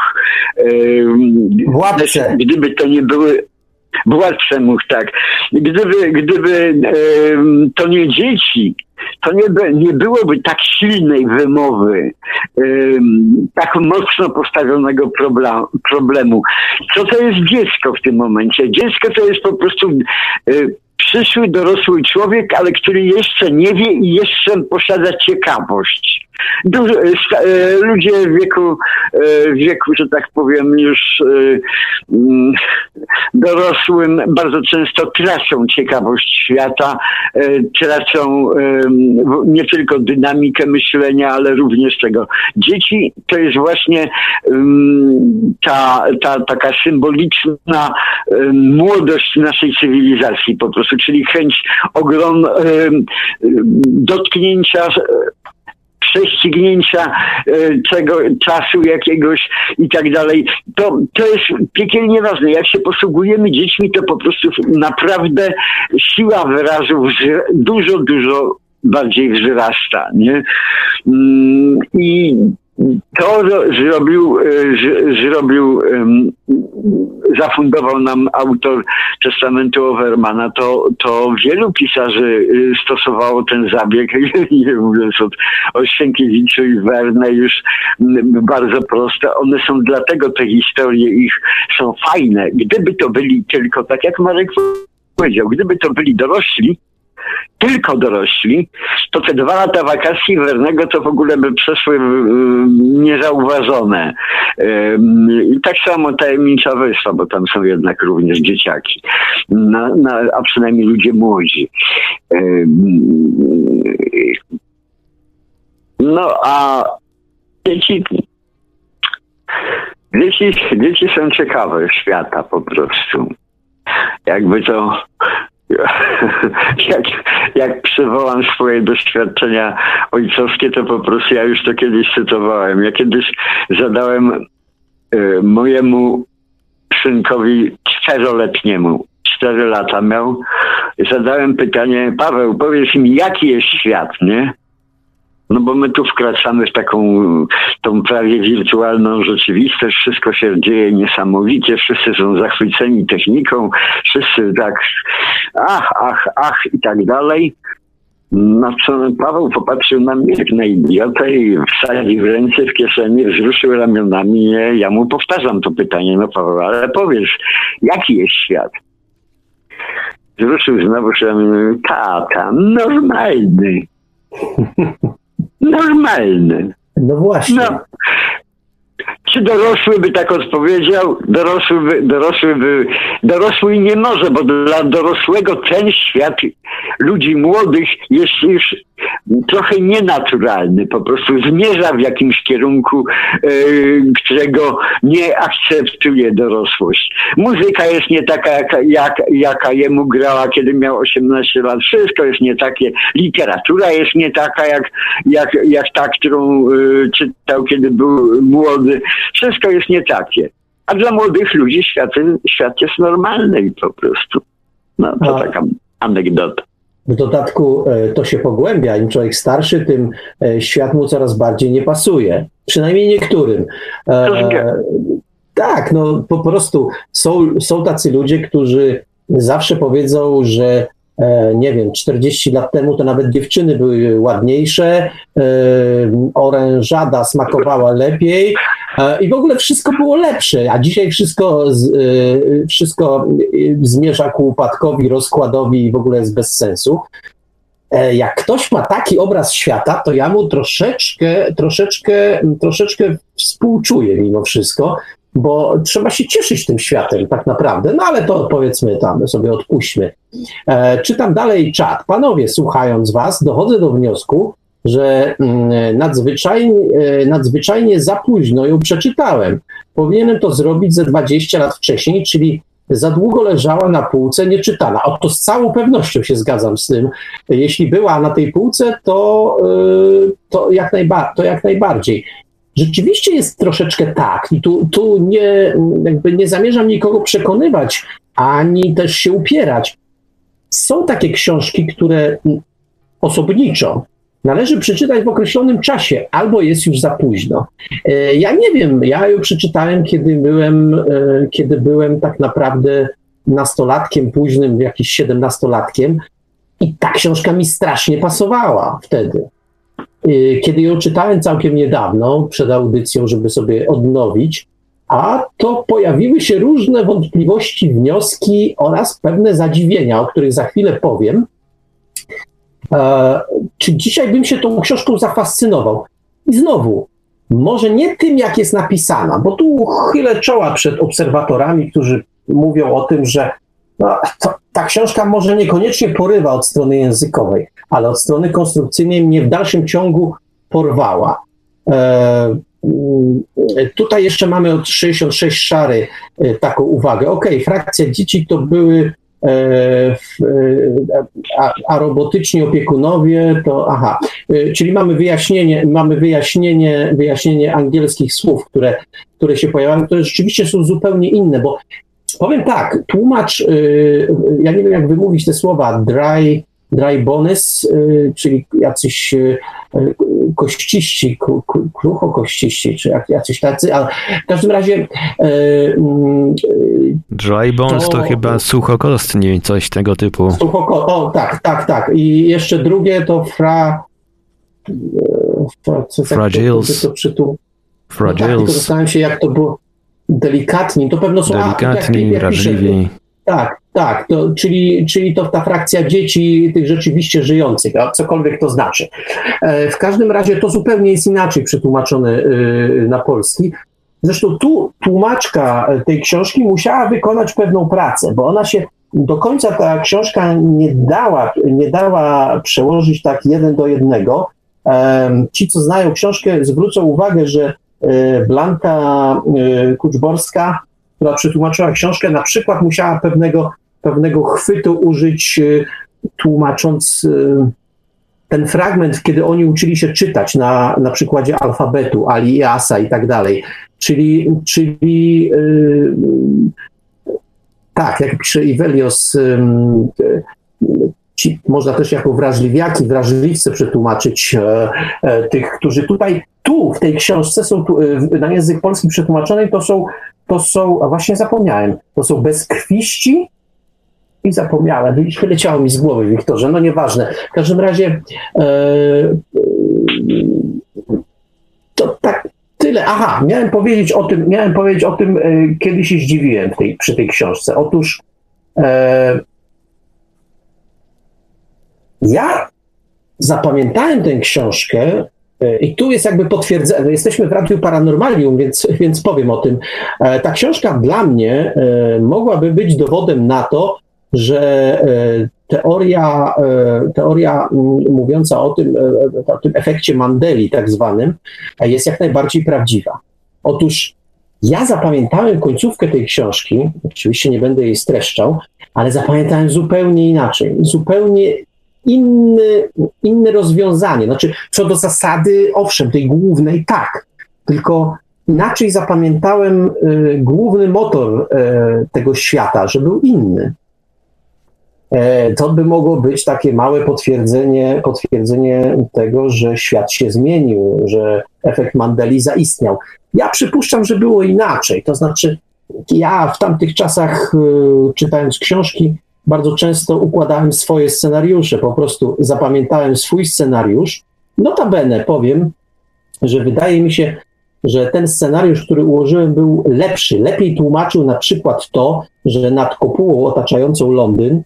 Gdyby to nie były Władcę Much, tak. Gdyby to nie dzieci, to nie byłoby tak silnej wymowy, tak mocno postawionego problemu. Co to jest dziecko w tym momencie? Dziecko to jest po prostu przyszły, dorosły człowiek, ale który jeszcze nie wie i jeszcze posiada ciekawość. Ludzie w wieku, że tak powiem, już dorosłym bardzo często tracą ciekawość świata, tracą nie tylko dynamikę myślenia, ale również tego. Dzieci to jest właśnie ta taka symboliczna młodość naszej cywilizacji po prostu, czyli chęć dotknięcia, prześcignięcia czasu jakiegoś i tak dalej. To jest piekielnie ważne. Jak się posługujemy dziećmi, to po prostu naprawdę siła wyrazów dużo bardziej wzrasta, nie? I to zrobił zafundował nam autor testamentu Overmana, to wielu pisarzy stosowało ten zabieg, nie mówiąc o Sienkiewiczu i Werne, już bardzo proste. One są dlatego, te historie ich są fajne. Gdyby to byli tylko, tak jak Marek powiedział, gdyby to byli dorośli, tylko dorośli, to te 2 lata wakacji Wernego to w ogóle by przeszły niezauważone. I tak samo Tajemnicza Wyspa, bo tam są jednak również dzieciaki, a przynajmniej ludzie młodzi. No a dzieci są ciekawe świata po prostu. Jakby to jak przywołam swoje doświadczenia ojcowskie, to po prostu ja już to kiedyś cytowałem. Ja kiedyś zadałem mojemu synkowi 4-letniemu, 4 lata miał, zadałem pytanie: Paweł, powiedz mi, jaki jest świat, nie? No bo my tu wkraczamy w tą prawie wirtualną rzeczywistość, wszystko się dzieje niesamowicie, wszyscy są zachwyceni techniką, wszyscy tak ach i tak dalej. Na co Paweł popatrzył na mnie jak na idiotę i wsadził ręce w kieszeni, wzruszył ramionami. Ja mu powtarzam to pytanie: no Paweł, ale powiedz, jaki jest świat? Wzruszył znowu ramionami: tata, normalny. Normalny. No właśnie. No. Czy dorosły by tak odpowiedział? Dorosły nie może, bo dla dorosłego ten świat ludzi młodych jest już trochę nienaturalny. Po prostu zmierza w jakimś kierunku, którego nie akceptuje dorosłość. Muzyka jest nie taka, jaka jemu grała, kiedy miał 18 lat. Wszystko jest nie takie. Literatura jest nie taka, jak ta, którą czytał, kiedy był młody. Wszystko jest nie takie. A dla młodych ludzi świat jest normalny i po prostu. No, to taka anegdota. W dodatku to się pogłębia. Im człowiek starszy, tym świat mu coraz bardziej nie pasuje. Przynajmniej niektórym. Tak, no po prostu są tacy ludzie, którzy zawsze powiedzą, że nie wiem, 40 lat temu to nawet dziewczyny były ładniejsze, orężada smakowała lepiej i w ogóle wszystko było lepsze, a dzisiaj wszystko zmierza ku upadkowi, rozkładowi i w ogóle jest bez sensu. Jak ktoś ma taki obraz świata, to ja mu troszeczkę współczuję mimo wszystko, bo trzeba się cieszyć tym światem tak naprawdę, no ale to powiedzmy tam sobie odpuśćmy. Czytam dalej czat. Panowie, słuchając was, dochodzę do wniosku, że nadzwyczajnie za późno ją przeczytałem. Powinienem to zrobić ze 20 lat wcześniej, czyli za długo leżała na półce nieczytana. Oto z całą pewnością się zgadzam z tym. Jeśli była na tej półce, to jak najbardziej. Rzeczywiście jest troszeczkę tak i tu nie zamierzam nikogo przekonywać, ani też się upierać. Są takie książki, które osobniczo należy przeczytać w określonym czasie, albo jest już za późno. Ja nie wiem, ja ją przeczytałem, kiedy byłem tak naprawdę nastolatkiem późnym, jakiś 17-latkiem i ta książka mi strasznie pasowała wtedy. Kiedy ją czytałem całkiem niedawno, przed audycją, żeby sobie odnowić, a to pojawiły się różne wątpliwości, wnioski oraz pewne zadziwienia, o których za chwilę powiem. Czy dzisiaj bym się tą książką zafascynował? I znowu, może nie tym, jak jest napisana, bo tu chylę czoła przed obserwatorami, którzy mówią o tym, że ta książka może niekoniecznie porywa od strony językowej, ale od strony konstrukcyjnej mnie w dalszym ciągu porwała. Tutaj jeszcze mamy od 66 szary taką uwagę. Okej, frakcja dzieci to były a robotyczni opiekunowie to czyli mamy wyjaśnienie angielskich słów, które się pojawiają, które rzeczywiście są zupełnie inne, bo powiem tak, tłumacz, ja nie wiem jak wymówić te słowa, dry bones, czyli jacyś kościści, kruchokościści, czy jacyś tacy, ale w każdym razie dry bones to chyba suchokostni, coś tego typu. O, tak. I jeszcze drugie to fragiles. Fragiles. Tylko zastanawiam się, jak to było. Delikatni, to pewno są... Delikatni, wrażliwi. Tak, czyli to ta frakcja dzieci, tych rzeczywiście żyjących, a cokolwiek to znaczy. W każdym razie to zupełnie jest inaczej przetłumaczone na polski. Zresztą tu tłumaczka tej książki musiała wykonać pewną pracę, bo ona się do końca, ta książka nie dała przełożyć tak 1:1. Ci, co znają książkę, zwrócą uwagę, że Blanka Kuczborska, która przetłumaczyła książkę, na przykład musiała pewnego chwytu użyć, tłumacząc ten fragment, kiedy oni uczyli się czytać na przykładzie alfabetu, Ali i Asa i tak dalej. Czyli tak, jak pisze Ivelios, można też jako wrażliwce przetłumaczyć tych, którzy tu w tej książce są na język polski przetłumaczonej, to są, a właśnie zapomniałem, to są bezkrwiści i zapomniałem, wyleciało mi z głowy, Wiktorze, no nieważne. W każdym razie to tak tyle. Aha, miałem powiedzieć o tym, kiedy się zdziwiłem przy tej książce. Otóż ja zapamiętałem tę książkę i tu jest jakby potwierdzenie. Jesteśmy w Radiu Paranormalium, więc powiem o tym. Ta książka dla mnie mogłaby być dowodem na to, że teoria mówiąca o tym efekcie Mandeli tak zwanym jest jak najbardziej prawdziwa. Otóż ja zapamiętałem końcówkę tej książki, oczywiście nie będę jej streszczał, ale zapamiętałem zupełnie inaczej, zupełnie inne rozwiązanie. Znaczy, co do zasady, owszem, tej głównej tak, tylko inaczej zapamiętałem główny motor tego świata, że był inny. To by mogło być takie małe potwierdzenie tego, że świat się zmienił, że efekt Mandeli zaistniał. Ja przypuszczam, że było inaczej. To znaczy, ja w tamtych czasach, czytając książki, bardzo często układałem swoje scenariusze. Po prostu zapamiętałem swój scenariusz. Notabene powiem, że wydaje mi się, że ten scenariusz, który ułożyłem, był lepszy. Lepiej tłumaczył na przykład to, że nad kopułą otaczającą Londyn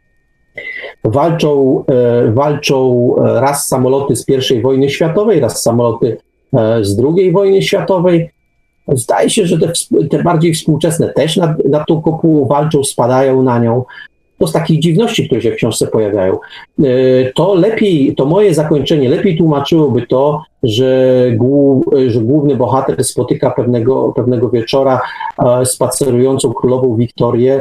walczą raz samoloty z I wojny światowej, raz samoloty z II wojny światowej. Zdaje się, że te bardziej współczesne też nad tą kopułą walczą, spadają na nią. To z takich dziwności, które się w książce pojawiają. To moje zakończenie lepiej tłumaczyłoby to, że główny bohater spotyka pewnego wieczora spacerującą królową Wiktorię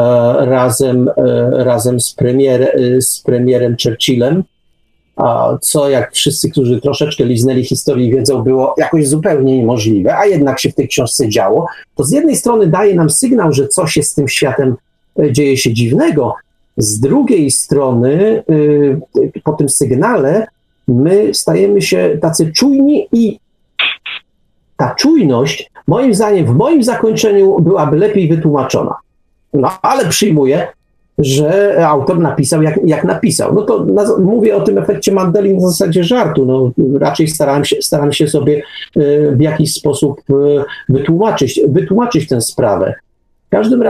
razem z premierem Churchillem, co jak wszyscy, którzy troszeczkę liznęli historii, wiedzą, było jakoś zupełnie niemożliwe, a jednak się w tej książce działo. To z jednej strony daje nam sygnał, że coś jest z tym światem, dzieje się dziwnego. Z drugiej strony po tym sygnale my stajemy się tacy czujni i ta czujność, moim zdaniem, w moim zakończeniu byłaby lepiej wytłumaczona. No ale przyjmuję, że autor napisał jak napisał. No to mówię o tym efekcie Mandeli na zasadzie żartu. No, raczej staram się sobie w jakiś sposób wytłumaczyć tę sprawę. W każdym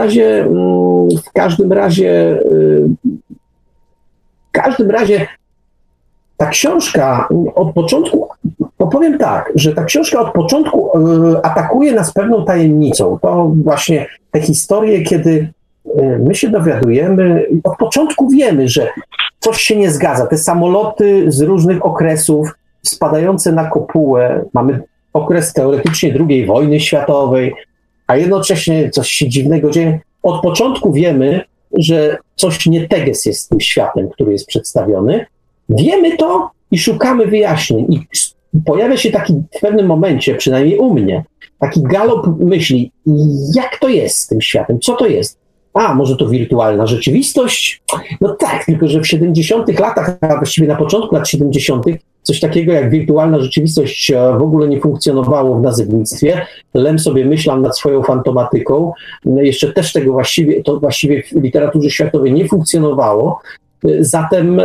razie ta książka od początku, powiem tak, że ta książka od początku atakuje nas pewną tajemnicą. To właśnie te historie, kiedy my się dowiadujemy, od początku wiemy, że coś się nie zgadza. Te samoloty z różnych okresów spadające na kopułę, mamy okres teoretycznie II wojny światowej, a jednocześnie coś się dziwnego dzieje. Od początku wiemy, że coś nie teges jest z tym światem, który jest przedstawiony. Wiemy to i szukamy wyjaśnień. I pojawia się taki w pewnym momencie, przynajmniej u mnie, taki galop myśli, jak to jest z tym światem, co to jest. może to wirtualna rzeczywistość? No tak, tylko że w 70 latach, a właściwie na początku lat 70. coś takiego jak wirtualna rzeczywistość w ogóle nie funkcjonowało w nazewnictwie. Lem sobie myślał nad swoją fantomatyką. Jeszcze też to właściwie w literaturze światowej nie funkcjonowało. Zatem,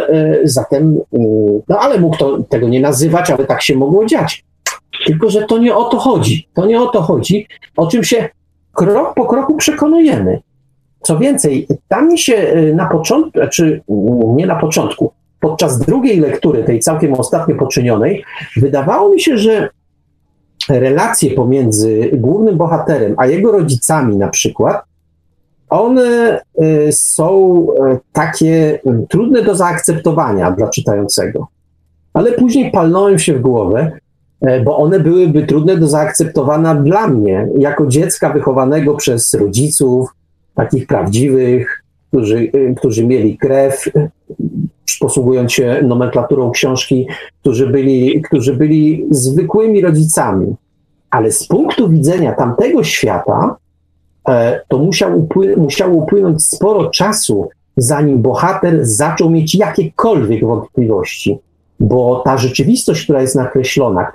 no ale mógł tego nie nazywać, ale tak się mogło dziać. Tylko że to nie o to chodzi. To nie o to chodzi, o czym się krok po kroku przekonujemy. Co więcej, tam mi się na początku, czy nie na początku, podczas drugiej lektury, tej całkiem ostatnio poczynionej, wydawało mi się, że relacje pomiędzy głównym bohaterem a jego rodzicami na przykład, one są takie trudne do zaakceptowania dla czytającego. Ale później palnąłem się w głowę, bo one byłyby trudne do zaakceptowania dla mnie, jako dziecka wychowanego przez rodziców, takich prawdziwych, którzy mieli krew, posługując się nomenklaturą książki, którzy byli zwykłymi rodzicami. Ale z punktu widzenia tamtego świata, to musiało upłynąć sporo czasu, zanim bohater zaczął mieć jakiekolwiek wątpliwości. Bo ta rzeczywistość, która jest nakreślona,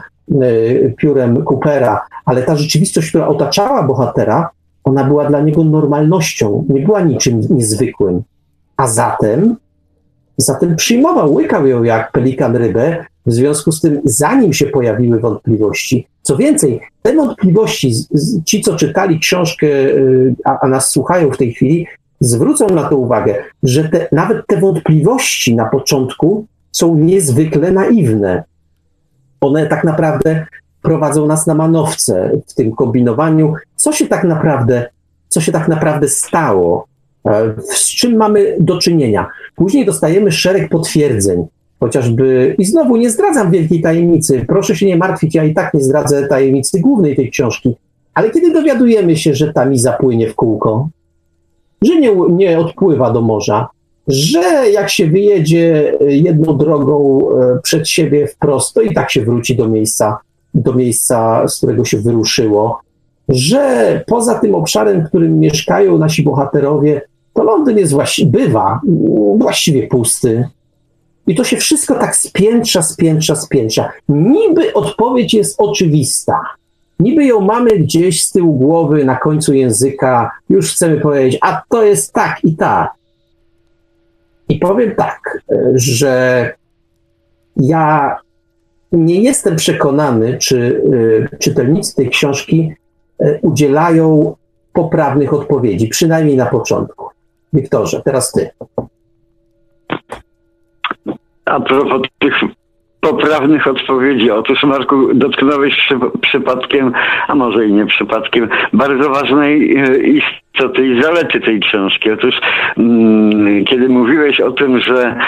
piórem Coopera, ale ta rzeczywistość, która otaczała bohatera, ona była dla niego normalnością, nie była niczym niezwykłym. A zatem przyjmował, łykał ją jak pelikan rybę, w związku z tym, zanim się pojawiły wątpliwości. Co więcej, te wątpliwości, ci, co czytali książkę, a nas słuchają w tej chwili, zwrócą na to uwagę, że nawet te wątpliwości na początku są niezwykle naiwne. One tak naprawdę prowadzą nas na manowce w tym kombinowaniu, co się tak naprawdę stało, z czym mamy do czynienia. Później dostajemy szereg potwierdzeń, chociażby, i znowu nie zdradzam wielkiej tajemnicy, proszę się nie martwić, ja i tak nie zdradzę tajemnicy głównej tej książki, ale kiedy dowiadujemy się, że ta miza płynie w kółko, że nie odpływa do morza, że jak się wyjedzie jedną drogą przed siebie wprost, to i tak się wróci do miejsca, z którego się wyruszyło, że poza tym obszarem, w którym mieszkają nasi bohaterowie, to Londyn jest bywa właściwie pusty. I to się wszystko tak spiętrza. Niby odpowiedź jest oczywista. Niby ją mamy gdzieś z tyłu głowy, na końcu języka, już chcemy powiedzieć, a to jest tak i tak. I powiem tak, że ja nie jestem przekonany, czy czytelnicy tej książki udzielają poprawnych odpowiedzi, przynajmniej na początku. Wiktorze, teraz ty. A propos tych poprawnych odpowiedzi. Otóż, Marku, dotknąłeś przypadkiem, a może i nie przypadkiem, bardzo ważnej istoty i zalety tej książki. Otóż, kiedy mówiłeś o tym, że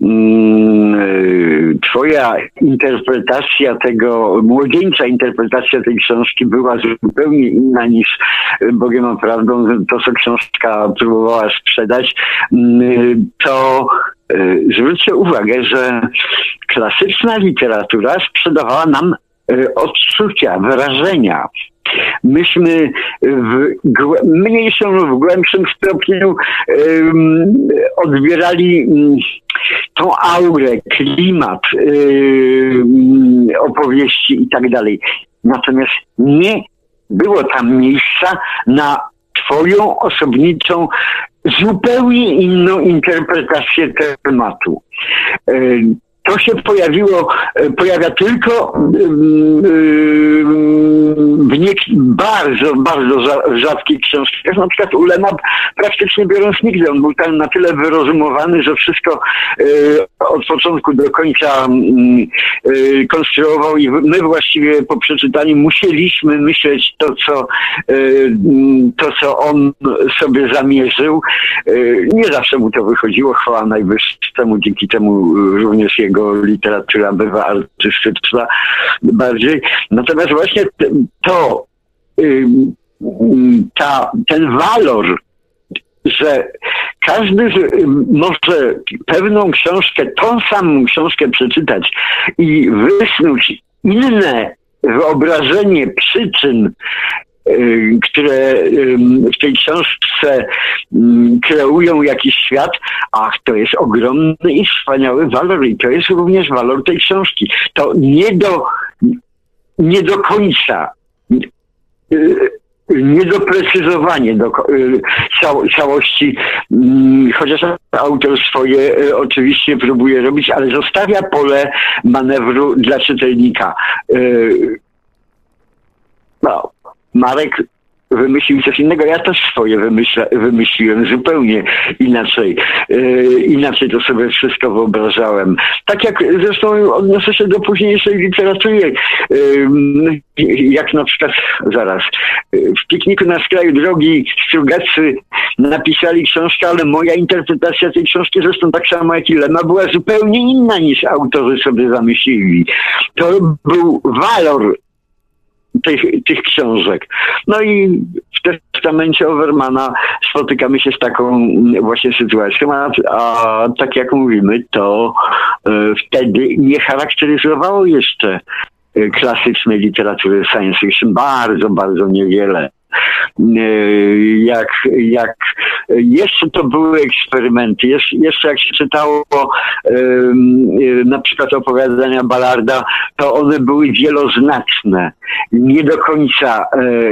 twoja interpretacja tego, młodzieńcza interpretacja tej książki była zupełnie inna niż Bogiem a prawdą, to, co książka próbowała sprzedać, to zwróćcie uwagę, że klasyczna literatura sprzedawała nam odczucia, wrażenia. Myśmy w mniejszym lub głębszym stopniu odbierali tą aurę, klimat opowieści i tak dalej. Natomiast nie było tam miejsca na twoją osobniczą, zupełnie inną interpretację tematu. To się pojawia tylko w bardzo, bardzo rzadkich książkach. Na przykład u Lema praktycznie biorąc nigdy. On był tam na tyle wyrozumowany, że wszystko od początku do końca konstruował i my właściwie po przeczytaniu musieliśmy myśleć to, co on sobie zamierzył. Nie zawsze mu to wychodziło, chwała Najwyższemu, dzięki temu również jego literatura bywa artystyczna bardziej. Natomiast właśnie ten walor, że każdy może pewną książkę, tą samą książkę przeczytać i wysnuć inne wyobrażenie przyczyn które w tej książce kreują jakiś świat, ach, to jest ogromny i wspaniały walor i to jest również walor tej książki. To nie do końca niedoprecyzowanie całości, chociaż autor swoje oczywiście próbuje robić, ale zostawia pole manewru dla czytelnika. No, Marek wymyślił coś innego, ja też swoje wymyśliłem zupełnie inaczej. Inaczej to sobie wszystko wyobrażałem. Tak jak zresztą odnoszę się do późniejszej literatury, jak na przykład, w Pikniku na skraju drogi Strugacy napisali książkę, ale moja interpretacja tej książki, zresztą tak samo jak i Lema, była zupełnie inna niż autorzy sobie zamyślili. To był walor tych książek. No i w testamencie Overmana spotykamy się z taką właśnie sytuacją, a tak jak mówimy, to wtedy nie charakteryzowało jeszcze klasycznej literatury science fiction bardzo, bardzo niewiele. Jak jeszcze to były eksperymenty, jeszcze jak się czytało na przykład opowiadania Ballarda, to one były wieloznaczne. Nie do końca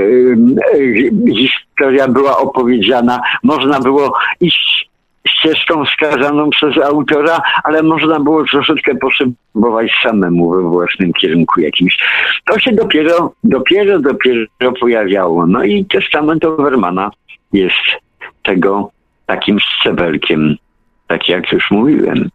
historia była opowiedziana. Można było iść ścieżką wskazaną przez autora, ale można było troszeczkę poszybować samemu we własnym kierunku jakimś. To się dopiero pojawiało. No i testament Overmana jest tego takim szczebelkiem, tak jak już mówiłem.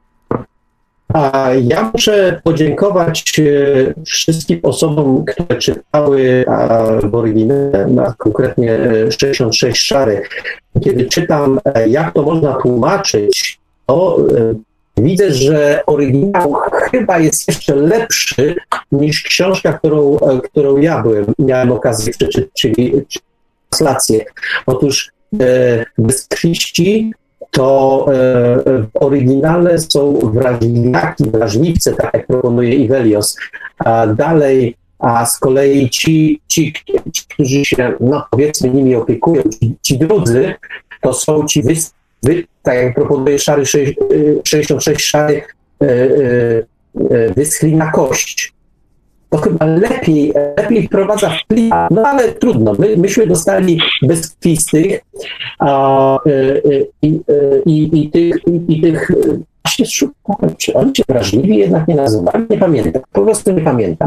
A ja muszę podziękować wszystkim osobom, które czytały w oryginale, konkretnie 66 Szary. Kiedy czytam, jak to można tłumaczyć, to widzę, że oryginał chyba jest jeszcze lepszy niż książka, którą ja miałem okazję przeczytać, czyli translację. Otóż bezkrwiści to w oryginale są wrażliwce, tak jak proponuje Ivelios. A dalej, a z kolei ci, którzy się, no powiedzmy, nimi opiekują, ci drudzy, to są ci tak jak proponuje 66 Szary, wyschli na kość. To chyba lepiej wprowadza w plik, no ale trudno. Myśmy dostali bezkwistych i tych właśnie szukałem, czy oni się wrażliwi jednak nie nazywali, nie pamiętam, po prostu nie pamiętam.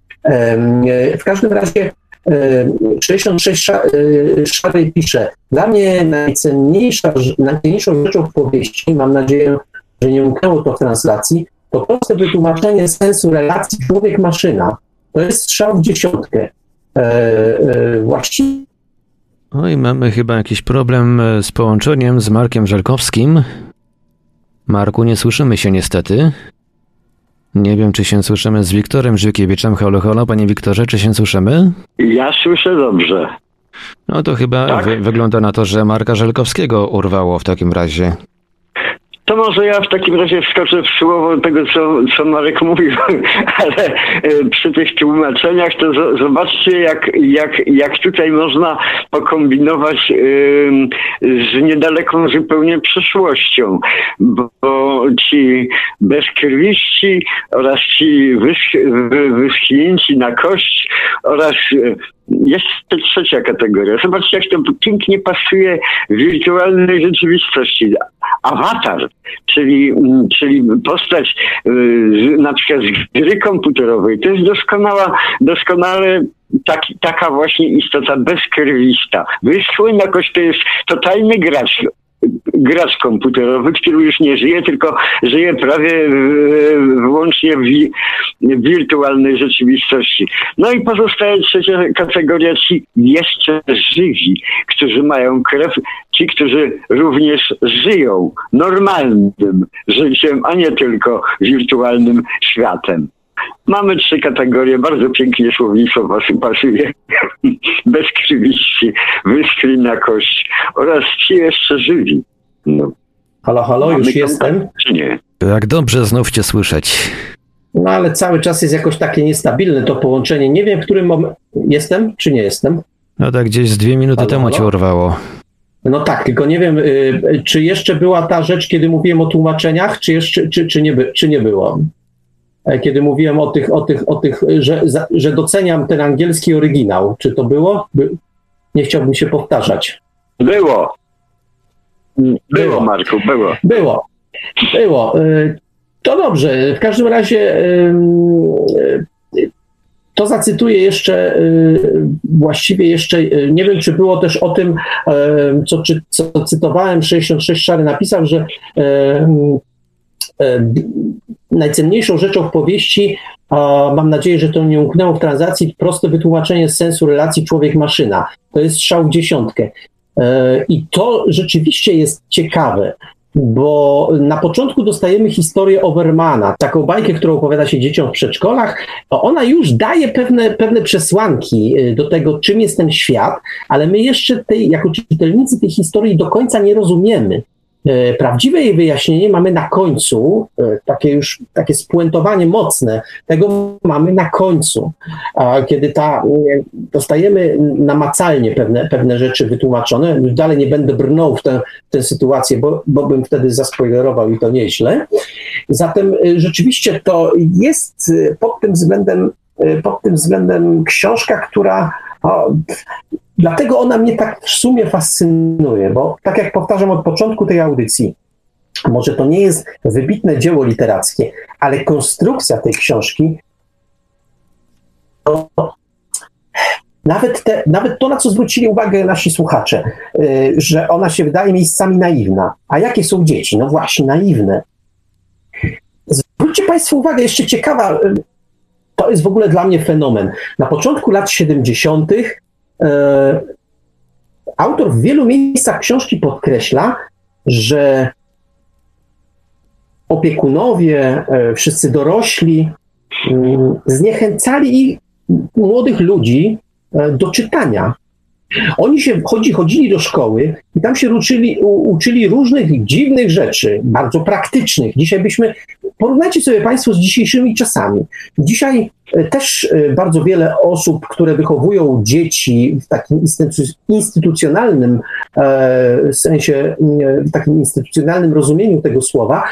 W każdym razie 66 Szary pisze: dla mnie najcenniejszą rzeczą w powieści, mam nadzieję, że nie umknęło to w translacji, to proste wytłumaczenie sensu relacji człowiek-maszyna. To jest strzał w dziesiątkę. Właściwie. Oj, mamy chyba jakiś problem z połączeniem z Markiem Żelkowskim. Marku, nie słyszymy się niestety. Nie wiem, czy się słyszymy z Wiktorem Żywkiewiczem. Halo, halo, panie Wiktorze, czy się słyszymy? Ja słyszę dobrze. No to chyba tak? Wygląda na to, że Marka Żelkowskiego urwało w takim razie. To może ja w takim razie wskoczę w słowo tego, co Marek mówił, ale przy tych tłumaczeniach to zobaczcie, jak tutaj można pokombinować z niedaleką zupełnie przyszłością, bo ci bezkrwiści oraz ci wyschnięci na kość oraz jeszcze trzecia kategoria. Zobaczcie, jak to pięknie pasuje wirtualnej rzeczywistości. Awatar, czyli postać na przykład z gry komputerowej, to jest doskonale taka właśnie istota bezkrwista. Wyschły na kość to jest totalny gracz komputerowy, który już nie żyje, tylko żyje prawie wyłącznie w wirtualnej rzeczywistości. No i pozostaje trzecia kategoria, ci jeszcze żywi, którzy mają krew, ci, którzy również żyją normalnym życiem, a nie tylko wirtualnym światem. Mamy 3 kategorie, bardzo pięknie słownictwo pasuje. Bezkrwiści, wyschli na kość oraz ci jeszcze żywi. No. Halo, halo, już jestem? Czy nie? Jak dobrze znów cię słyszeć. No ale cały czas jest jakoś takie niestabilne to połączenie. Nie wiem, w którym momencie... Jestem, czy nie jestem? No tak, gdzieś z 2 minuty temu cię urwało. No tak, tylko nie wiem, czy jeszcze była ta rzecz, kiedy mówiłem o tłumaczeniach, czy nie było? Kiedy mówiłem o tych, że doceniam ten angielski oryginał. Czy to było? Nie chciałbym się powtarzać. Było, Marku, było. Było. To dobrze. W każdym razie to zacytuję jeszcze, właściwie jeszcze, nie wiem, czy było też o tym, co cytowałem, 66 Szary napisał, że najcenniejszą rzeczą w powieści, mam nadzieję, że to nie umknęło w translacji, proste wytłumaczenie sensu relacji człowiek-maszyna. To jest strzał w dziesiątkę. I to rzeczywiście jest ciekawe, bo na początku dostajemy historię Overmana, taką bajkę, którą opowiada się dzieciom w przedszkolach. Ona już daje pewne przesłanki do tego, czym jest ten świat, ale my jeszcze jako czytelnicy tej historii do końca nie rozumiemy. Prawdziwe jej wyjaśnienie mamy na końcu, takie spuentowanie mocne, tego mamy na końcu, kiedy dostajemy namacalnie pewne rzeczy wytłumaczone. Dalej nie będę brnął w tę sytuację, bo bym wtedy zaspoilerował i to nieźle. Zatem rzeczywiście to jest pod tym względem książka, która... Dlatego ona mnie tak w sumie fascynuje, bo tak jak powtarzam od początku tej audycji, może to nie jest wybitne dzieło literackie, ale konstrukcja tej książki, nawet to, na co zwrócili uwagę nasi słuchacze, że ona się wydaje miejscami naiwna. A jakie są dzieci? No właśnie, naiwne. Zwróćcie Państwo uwagę, jeszcze ciekawa, to jest w ogóle dla mnie fenomen. Na początku lat 70. Autor w wielu miejscach książki podkreśla, że opiekunowie, wszyscy dorośli zniechęcali młodych ludzi do czytania. Oni chodzili do szkoły i tam się uczyli różnych dziwnych rzeczy, bardzo praktycznych. Porównajcie sobie Państwo z dzisiejszymi czasami. Dzisiaj też bardzo wiele osób, które wychowują dzieci w takim instytucjonalnym sensie, w takim instytucjonalnym rozumieniu tego słowa,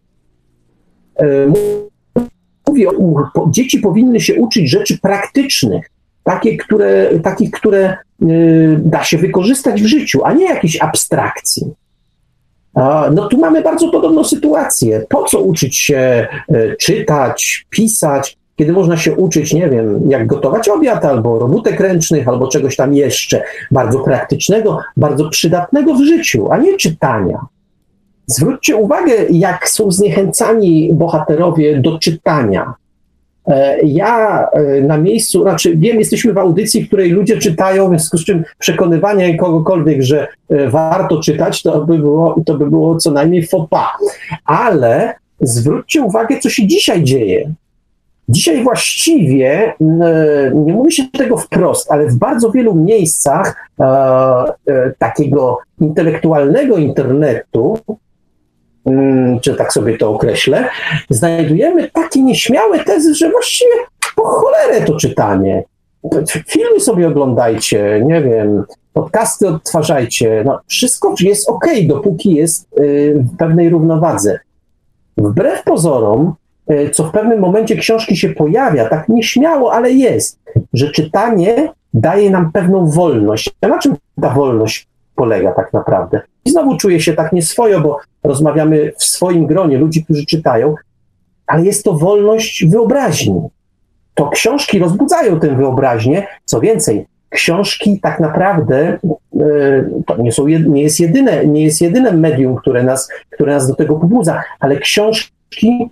mówi, dzieci powinny się uczyć rzeczy praktycznych, takich, które da się wykorzystać w życiu, a nie jakiejś abstrakcji. No tu mamy bardzo podobną sytuację. Po co uczyć się czytać, pisać, kiedy można się uczyć, nie wiem, jak gotować obiad, albo robótek ręcznych, albo czegoś tam jeszcze bardzo praktycznego, bardzo przydatnego w życiu, a nie czytania. Zwróćcie uwagę, jak są zniechęcani bohaterowie do czytania. Ja na miejscu, wiem, jesteśmy w audycji, w której ludzie czytają, w związku z czym przekonywanie kogokolwiek, że warto czytać, to by było co najmniej faux pas. Ale zwróćcie uwagę, co się dzisiaj dzieje. Dzisiaj właściwie, nie mówi się tego wprost, ale w bardzo wielu miejscach takiego intelektualnego internetu, czy tak sobie to określę, znajdujemy takie nieśmiałe tezy, że właściwie po cholerę to czytanie. Filmy sobie oglądajcie, nie wiem, podcasty odtwarzajcie. No, wszystko jest okej, dopóki jest w pewnej równowadze. Wbrew pozorom, co w pewnym momencie książki się pojawia, tak nieśmiało, ale jest, że czytanie daje nam pewną wolność. A na czym ta wolność polega tak naprawdę? I znowu czuję się tak nieswojo, bo rozmawiamy w swoim gronie ludzi, którzy czytają, ale jest to wolność wyobraźni. To książki rozbudzają tę wyobraźnię. Co więcej, książki tak naprawdę to nie jest jedyne medium, które nas do tego pobudza, ale książki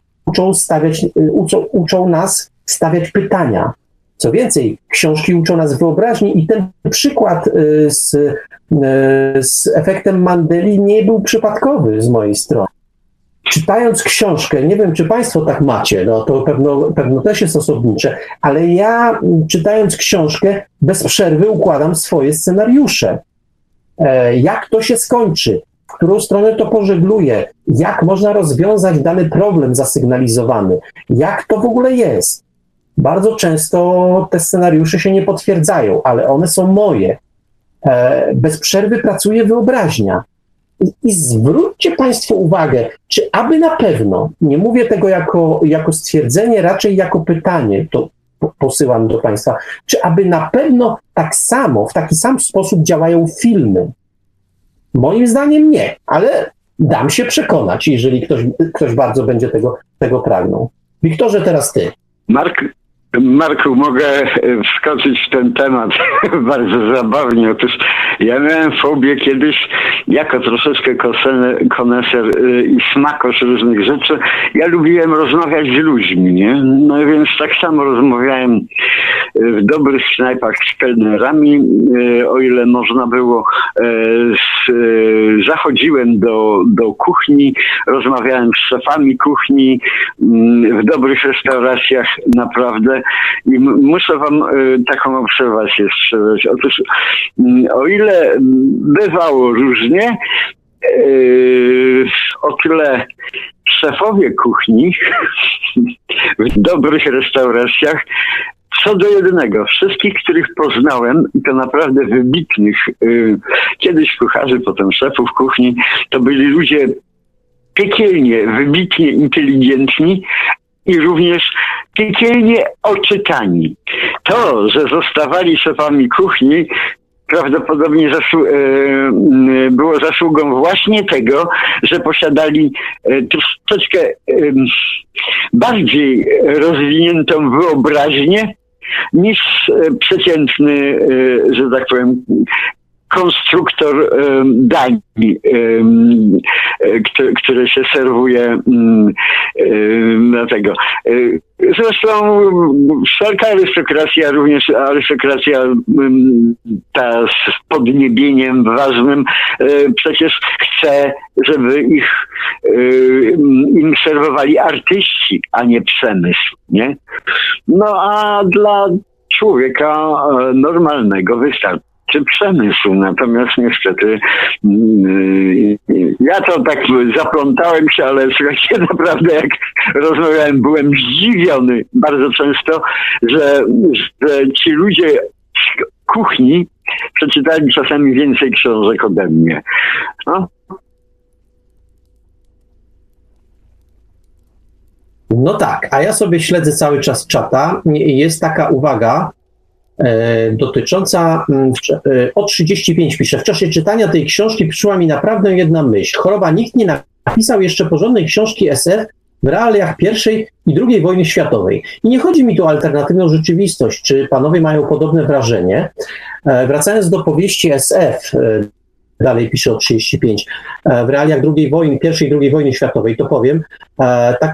uczą nas stawiać pytania. Co więcej, książki uczą nas wyobraźni i ten przykład z efektem Mandeli nie był przypadkowy z mojej strony. Czytając książkę, nie wiem, czy Państwo tak macie, no to pewno też jest osobnicze, ale ja czytając książkę bez przerwy układam swoje scenariusze. Jak to się skończy? W którą stronę to pożegluje? Jak można rozwiązać dany problem zasygnalizowany? Jak to w ogóle jest? Bardzo często te scenariusze się nie potwierdzają, ale one są moje. bez przerwy pracuje wyobraźnia. I zwróćcie Państwo uwagę, czy aby na pewno, nie mówię tego jako stwierdzenie, raczej jako pytanie, to posyłam do Państwa, czy aby na pewno tak samo, w taki sam sposób działają filmy? Moim zdaniem nie, ale dam się przekonać, jeżeli ktoś bardzo będzie tego pragnął. Wiktorze, teraz ty. Marku, mogę wskoczyć w ten temat bardzo zabawnie. Otóż ja miałem fobię kiedyś, jako troszeczkę koneser i smakosz różnych rzeczy. Ja lubiłem rozmawiać z ludźmi, nie? No więc tak samo rozmawiałem w dobrych knajpach z kelnerami, o ile można było. Zachodziłem do kuchni, rozmawiałem z szefami kuchni w dobrych restauracjach, naprawdę. I muszę wam taką obserwację strzelać. Otóż o ile bywało różnie, o tyle szefowie kuchni w dobrych restauracjach co do jednego, wszystkich, których poznałem, i to naprawdę wybitnych, kiedyś kucharzy, potem szefów kuchni, to byli ludzie piekielnie, wybitnie inteligentni i również piekielnie oczytani. To, że zostawali szefami kuchni, prawdopodobnie było zasługą właśnie tego, że posiadali troszeczkę bardziej rozwiniętą wyobraźnię niż przeciętny, że tak powiem, konstruktor dań, które się serwuje na tego. Zresztą wszelka arystokracja, również arystokracja ta z podniebieniem ważnym, przecież chce, żeby im serwowali artyści, a nie przemysł, nie? No a dla człowieka normalnego wystarczy czy przemysł. Natomiast niestety ja to tak zaplątałem się, ale słuchajcie, naprawdę jak rozmawiałem, byłem zdziwiony bardzo często, że ci ludzie z kuchni przeczytali czasami więcej książek ode mnie. No. No tak, a ja sobie śledzę cały czas czata. Jest taka uwaga dotycząca, o 35 pisze, w czasie czytania tej książki przyszła mi naprawdę jedna myśl. Choroba, nikt nie napisał jeszcze porządnej książki SF w realiach I i II wojny światowej. I nie chodzi mi tu o alternatywną rzeczywistość. Czy panowie mają podobne wrażenie? Wracając do powieści SF, dalej pisze o 35, w realiach I i II wojny światowej, to powiem, tak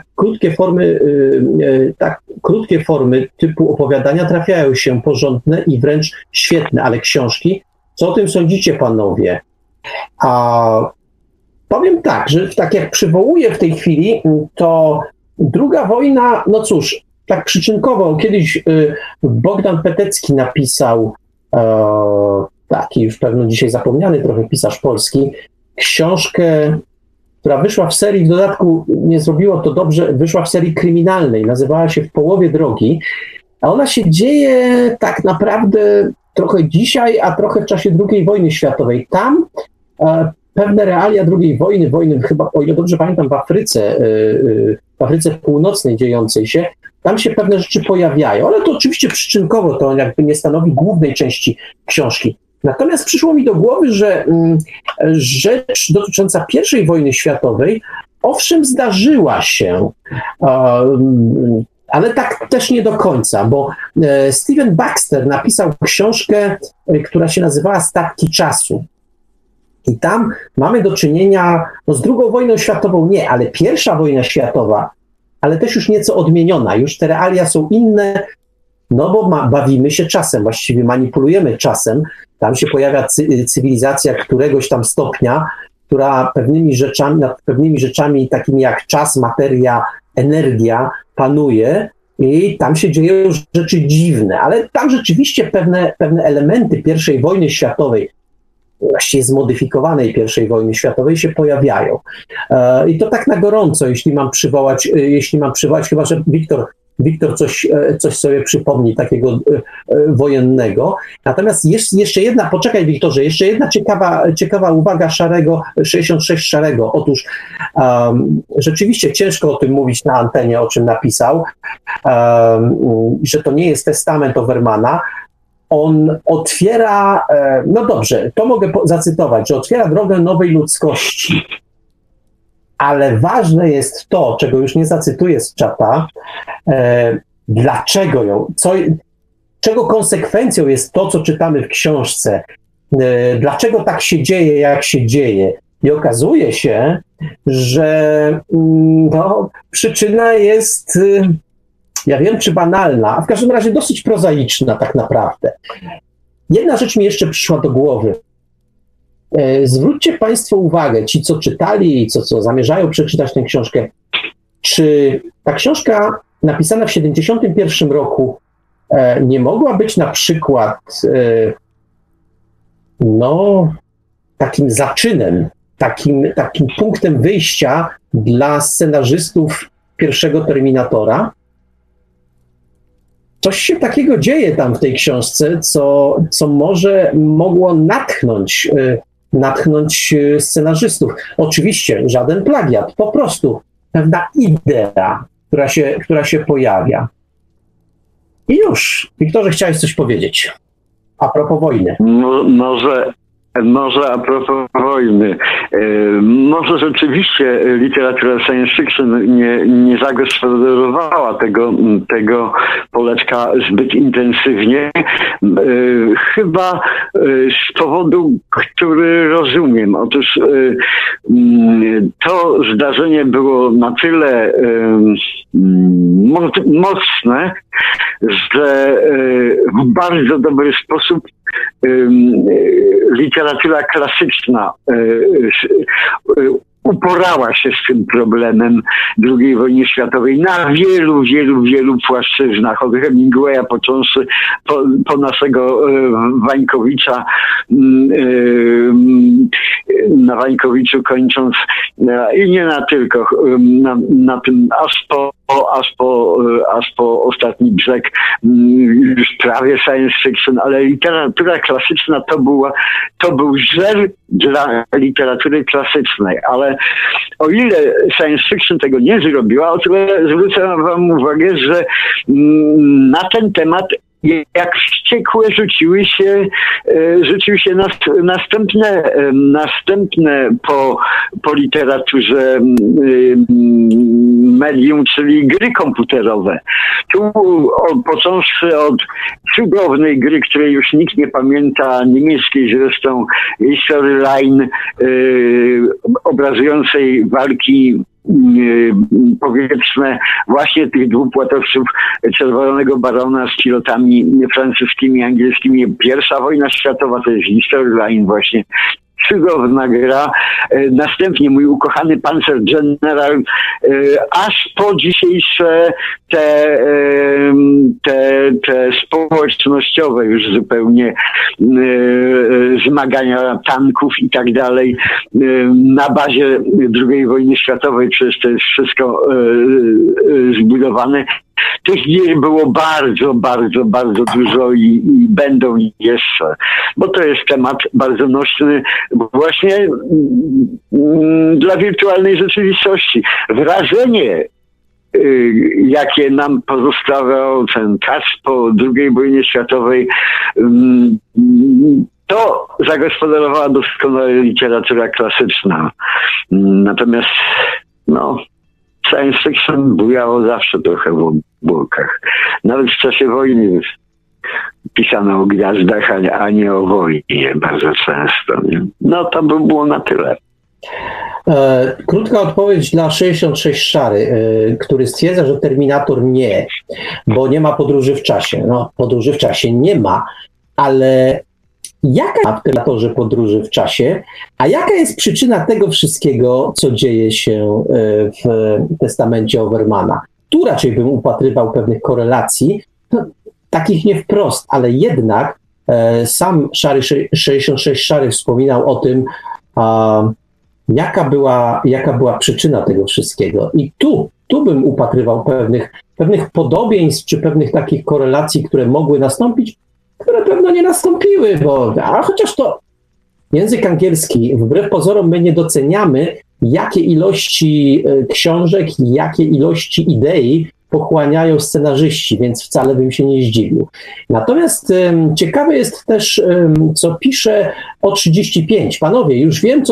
krótkie formy typu opowiadania trafiają się porządne i wręcz świetne, ale książki, co o tym sądzicie, panowie? Powiem tak, że tak jak przywołuję w tej chwili, to II wojna, no cóż, tak przyczynkowo, kiedyś Bogdan Petecki napisał, taki już pewno dzisiaj zapomniany trochę pisarz polski, książkę, która wyszła w serii, w dodatku nie zrobiło to dobrze, wyszła w serii kryminalnej, nazywała się W połowie drogi, a ona się dzieje tak naprawdę trochę dzisiaj, a trochę w czasie II wojny światowej. Tam pewne realia II wojny, chyba, o ile dobrze pamiętam, w Afryce Północnej dziejącej się, tam się pewne rzeczy pojawiają, ale to oczywiście przyczynkowo, to jakby nie stanowi głównej części książki. Natomiast przyszło mi do głowy, że rzecz dotycząca I wojny światowej, owszem, zdarzyła się, ale tak też nie do końca, bo Stephen Baxter napisał książkę, która się nazywała Statki czasu. I tam mamy do czynienia z II wojną światową, nie, ale I wojna światowa, ale też już nieco odmieniona. Już te realia są inne, no bo bawimy się czasem, właściwie manipulujemy czasem. Tam się pojawia cywilizacja któregoś tam stopnia, która nad pewnymi rzeczami takimi jak czas, materia, energia panuje i tam się dzieją rzeczy dziwne, ale tam rzeczywiście pewne elementy I wojny światowej, właściwie zmodyfikowanej I wojny światowej się pojawiają. I to tak na gorąco, jeśli mam przywołać, chyba że Wiktor Wiktor coś sobie przypomni takiego wojennego. Natomiast jest jeszcze jedna, poczekaj Wiktorze, jeszcze jedna ciekawa uwaga 66 Szarego. Otóż rzeczywiście ciężko o tym mówić na antenie, o czym napisał, że to nie jest testament Overmana. On otwiera, no dobrze, to mogę zacytować, że otwiera drogę nowej ludzkości. Ale ważne jest to, czego już nie zacytuję z czata, dlaczego czego konsekwencją jest to, co czytamy w książce, dlaczego tak się dzieje, jak się dzieje. I okazuje się, że przyczyna jest, ja wiem, czy banalna, a w każdym razie dosyć prozaiczna tak naprawdę. Jedna rzecz mi jeszcze przyszła do głowy. Zwróćcie Państwo uwagę, ci co czytali i co zamierzają przeczytać tę książkę, czy ta książka napisana w 1971 roku nie mogła być na przykład takim zaczynem, takim punktem wyjścia dla scenarzystów pierwszego Terminatora? Coś się takiego dzieje tam w tej książce, co mogło natchnąć scenarzystów. Oczywiście żaden plagiat, po prostu pewna idea, która się pojawia. I już. Wiktorze, chciałeś coś powiedzieć a propos wojny. Może a propos wojny. Może rzeczywiście literatura science fiction nie zagospodarowała tego poleczka zbyt intensywnie. Chyba z powodu, który rozumiem. Otóż to zdarzenie było na tyle mocne, że w bardzo dobry sposób literatura klasyczna uporała się z tym problemem II wojny światowej na wielu płaszczyznach. Od Hemingwaya począwszy po naszego Wańkowicza, na Wańkowiczu kończąc i nie na tylko, na tym aż po Ostatni Brzeg, już prawie science fiction, ale literatura klasyczna to był żer dla literatury klasycznej, ale o ile science fiction tego nie zrobiła, o tyle zwrócę wam uwagę, że na ten temat jak wściekłe rzuciły się następne po literaturze medium, czyli gry komputerowe. Tu począwszy od cudownej gry, której już nikt nie pamięta, niemieckiej zresztą, Storyline, obrazującej walki powietrzne właśnie tych dwupłatowców Czerwonego Barona z pilotami francuskimi, angielskimi. Pierwsza wojna światowa to jest Storyline właśnie. Cudowna gra. Następnie mój ukochany Panzer General, aż po dzisiejsze te społecznościowe już zupełnie zmagania tanków i tak dalej na bazie II wojny światowej, przecież to jest wszystko zbudowane. Tych gier było bardzo dużo i będą jeszcze, bo to jest temat bardzo nośny właśnie dla wirtualnej rzeczywistości. Wrażenie, jakie nam pozostawiał ten czas po II wojnie światowej, to zagospodarowała doskonale literatura klasyczna. Natomiast science fiction bujało zawsze trochę w obłokach. Nawet w czasie wojny pisano o gwiazdach, a nie o wojnie bardzo często. Nie? To by było na tyle. Krótka odpowiedź dla 66 Szary, który stwierdza, że Terminator nie, bo nie ma podróży w czasie. Podróży w czasie nie ma, ale jaka ma w Terminatorze podróży w czasie, a jaka jest przyczyna tego wszystkiego, co dzieje się w testamencie Overmana? Tu raczej bym upatrywał pewnych korelacji, takich nie wprost, ale jednak sam 66 Szary wspominał o tym, jaka była przyczyna tego wszystkiego. I tu bym upatrywał pewnych podobieństw, czy pewnych takich korelacji, które mogły nastąpić, które pewno nie nastąpiły, a chociaż to język angielski, wbrew pozorom my nie doceniamy, jakie ilości książek, jakie ilości idei pochłaniają scenarzyści, więc wcale bym się nie zdziwił. Natomiast ciekawe jest też, co pisze o 35. Panowie, już wiem,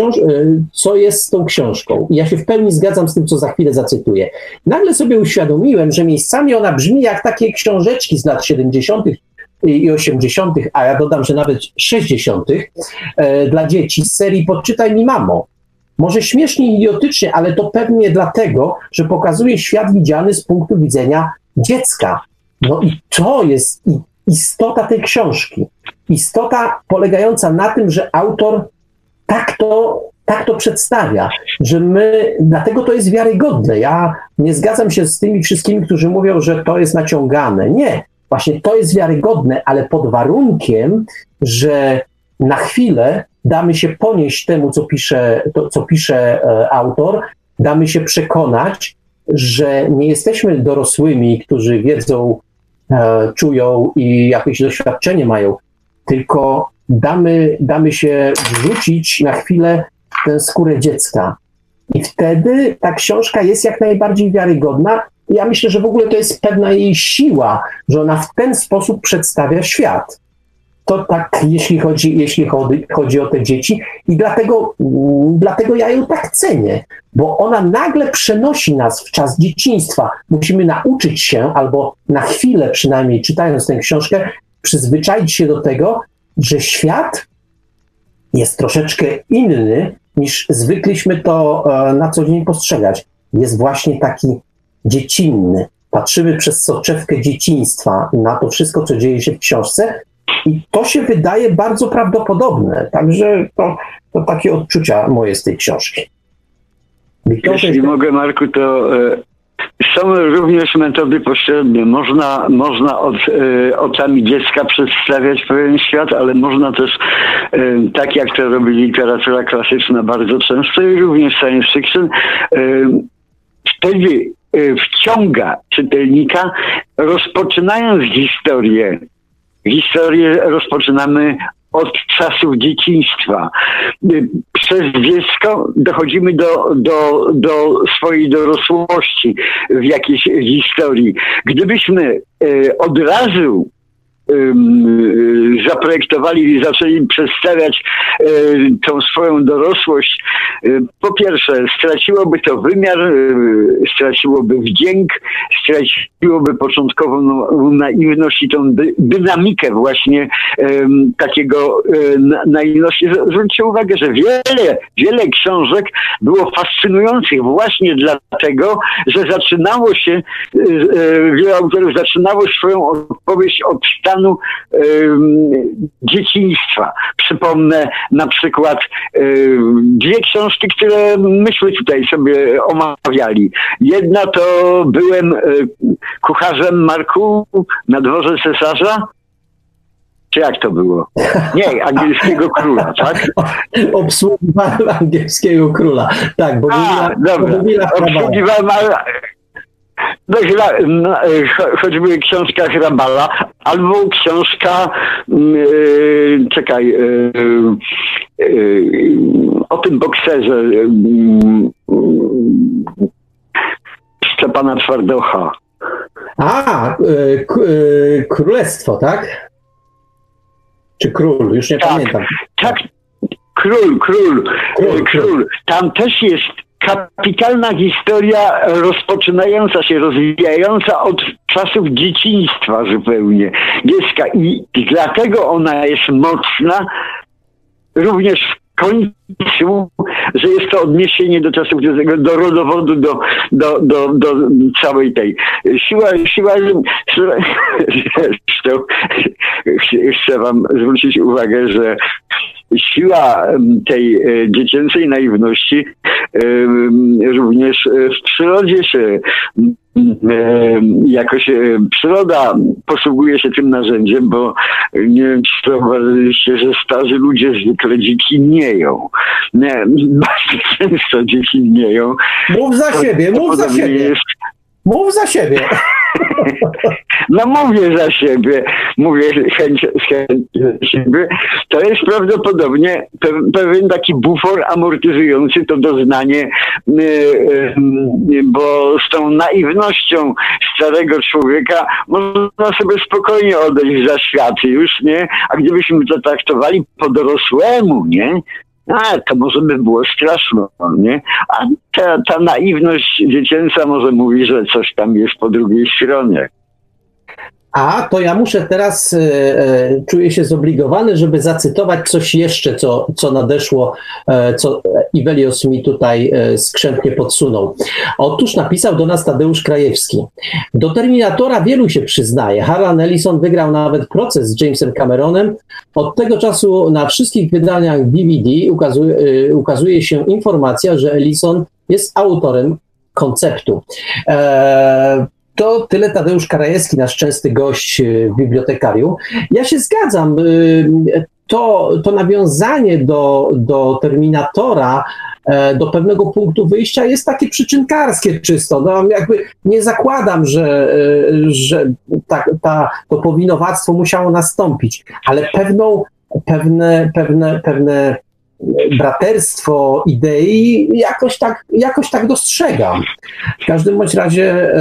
co jest z tą książką. I ja się w pełni zgadzam z tym, co za chwilę zacytuję. Nagle sobie uświadomiłem, że miejscami ona brzmi jak takie książeczki z lat 70. i 80., a ja dodam, że nawet 60. Dla dzieci z serii Poczytaj mi, mamo. Może śmiesznie i idiotycznie, ale to pewnie dlatego, że pokazuje świat widziany z punktu widzenia dziecka. No i to jest istota tej książki. Istota polegająca na tym, że autor tak to przedstawia, że dlatego to jest wiarygodne. Ja nie zgadzam się z tymi wszystkimi, którzy mówią, że to jest naciągane. Nie, właśnie to jest wiarygodne, ale pod warunkiem, że na chwilę damy się ponieść temu, co pisze autor, damy się przekonać, że nie jesteśmy dorosłymi, którzy wiedzą, czują i jakieś doświadczenie mają, tylko damy się wrzucić na chwilę w tę skórę dziecka. I wtedy ta książka jest jak najbardziej wiarygodna. Ja myślę, że w ogóle to jest pewna jej siła, że ona w ten sposób przedstawia świat. To tak, jeśli chodzi o te dzieci i dlatego ja ją tak cenię, bo ona nagle przenosi nas w czas dzieciństwa. Musimy nauczyć się, albo na chwilę przynajmniej czytając tę książkę, przyzwyczaić się do tego, że świat jest troszeczkę inny, niż zwykliśmy to na co dzień postrzegać. Jest właśnie taki dziecinny. Patrzymy przez soczewkę dzieciństwa na to wszystko, co dzieje się w książce, i to się wydaje bardzo prawdopodobne. Także to takie odczucia moje z tej książki. Jeśli mogę, Marku, to są również metody pośrednie. Można oczami dziecka przedstawiać pewien świat, ale można też, tak jak to robi literatura klasyczna bardzo często i również science fiction, wtedy wciąga czytelnika, rozpoczynając historię rozpoczynamy od czasów dzieciństwa. Przez dziecko dochodzimy do swojej dorosłości w jakiejś historii. Gdybyśmy od razu zaprojektowali i zaczęli przedstawiać tą swoją dorosłość, po pierwsze straciłoby to wymiar, straciłoby wdzięk, straciłoby początkową naiwność i tą dynamikę właśnie takiego naiwności. Zwróćcie uwagę, że wiele książek było fascynujących właśnie dlatego, że wiele autorów zaczynało swoją opowieść od stanu dzieciństwa. Przypomnę na przykład dwie książki, które myśmy tutaj sobie omawiali. Jedna to Byłem kucharzem, Marku, na dworze cesarza. Czy jak to było? Nie, angielskiego króla, tak? Obsługiwałem angielskiego króla. Tak, bo obsługiwałem choćby książka Hrabala, albo książka o tym bokserze Szczepana Twardocha. Królestwo, tak? Czy Król? Już nie pamiętam. Tak, Król. Tam też jest kapitalna historia rozpoczynająca się, rozwijająca od czasów dzieciństwa zupełnie dziecka i dlatego ona jest mocna również w końcu, że jest to odniesienie do czasów do rodowodu, do całej tej siła. Zresztą chcę wam zwrócić uwagę, że siła tej dziecięcej naiwności również w przyrodzie się jakoś przyroda posługuje się tym narzędziem, bo nie wiem, czy zauważyliście, że starzy ludzie zwykle dziecinnieją. Bardzo często dziecinnieją. Mów za siebie. Mów za siebie. No mówię za siebie, mówię chęć za siebie. To jest prawdopodobnie pewien taki bufor amortyzujący to doznanie, bo z tą naiwnością starego człowieka można sobie spokojnie odejść za świat już, nie? A gdybyśmy to traktowali po dorosłemu, nie? To może by było straszno, nie? A ta naiwność dziecięca może mówi, że coś tam jest po drugiej stronie. A to ja muszę teraz, czuję się zobligowany, żeby zacytować coś jeszcze, co nadeszło, co Ivelios mi tutaj skrzętnie podsunął. Otóż napisał do nas Tadeusz Krajewski. Do Terminatora wielu się przyznaje. Harlan Ellison wygrał nawet proces z Jamesem Cameronem. Od tego czasu na wszystkich wydaniach DVD ukazuje się informacja, że Ellison jest autorem konceptu. To tyle Tadeusz Krajewski, nasz częsty gość w bibliotekarium. Ja się zgadzam. To nawiązanie do Terminatora, do pewnego punktu wyjścia jest takie przyczynkarskie czysto. No, jakby nie zakładam, że to powinowactwo musiało nastąpić, ale pewne braterstwo idei jakoś tak dostrzegam. W każdym bądź razie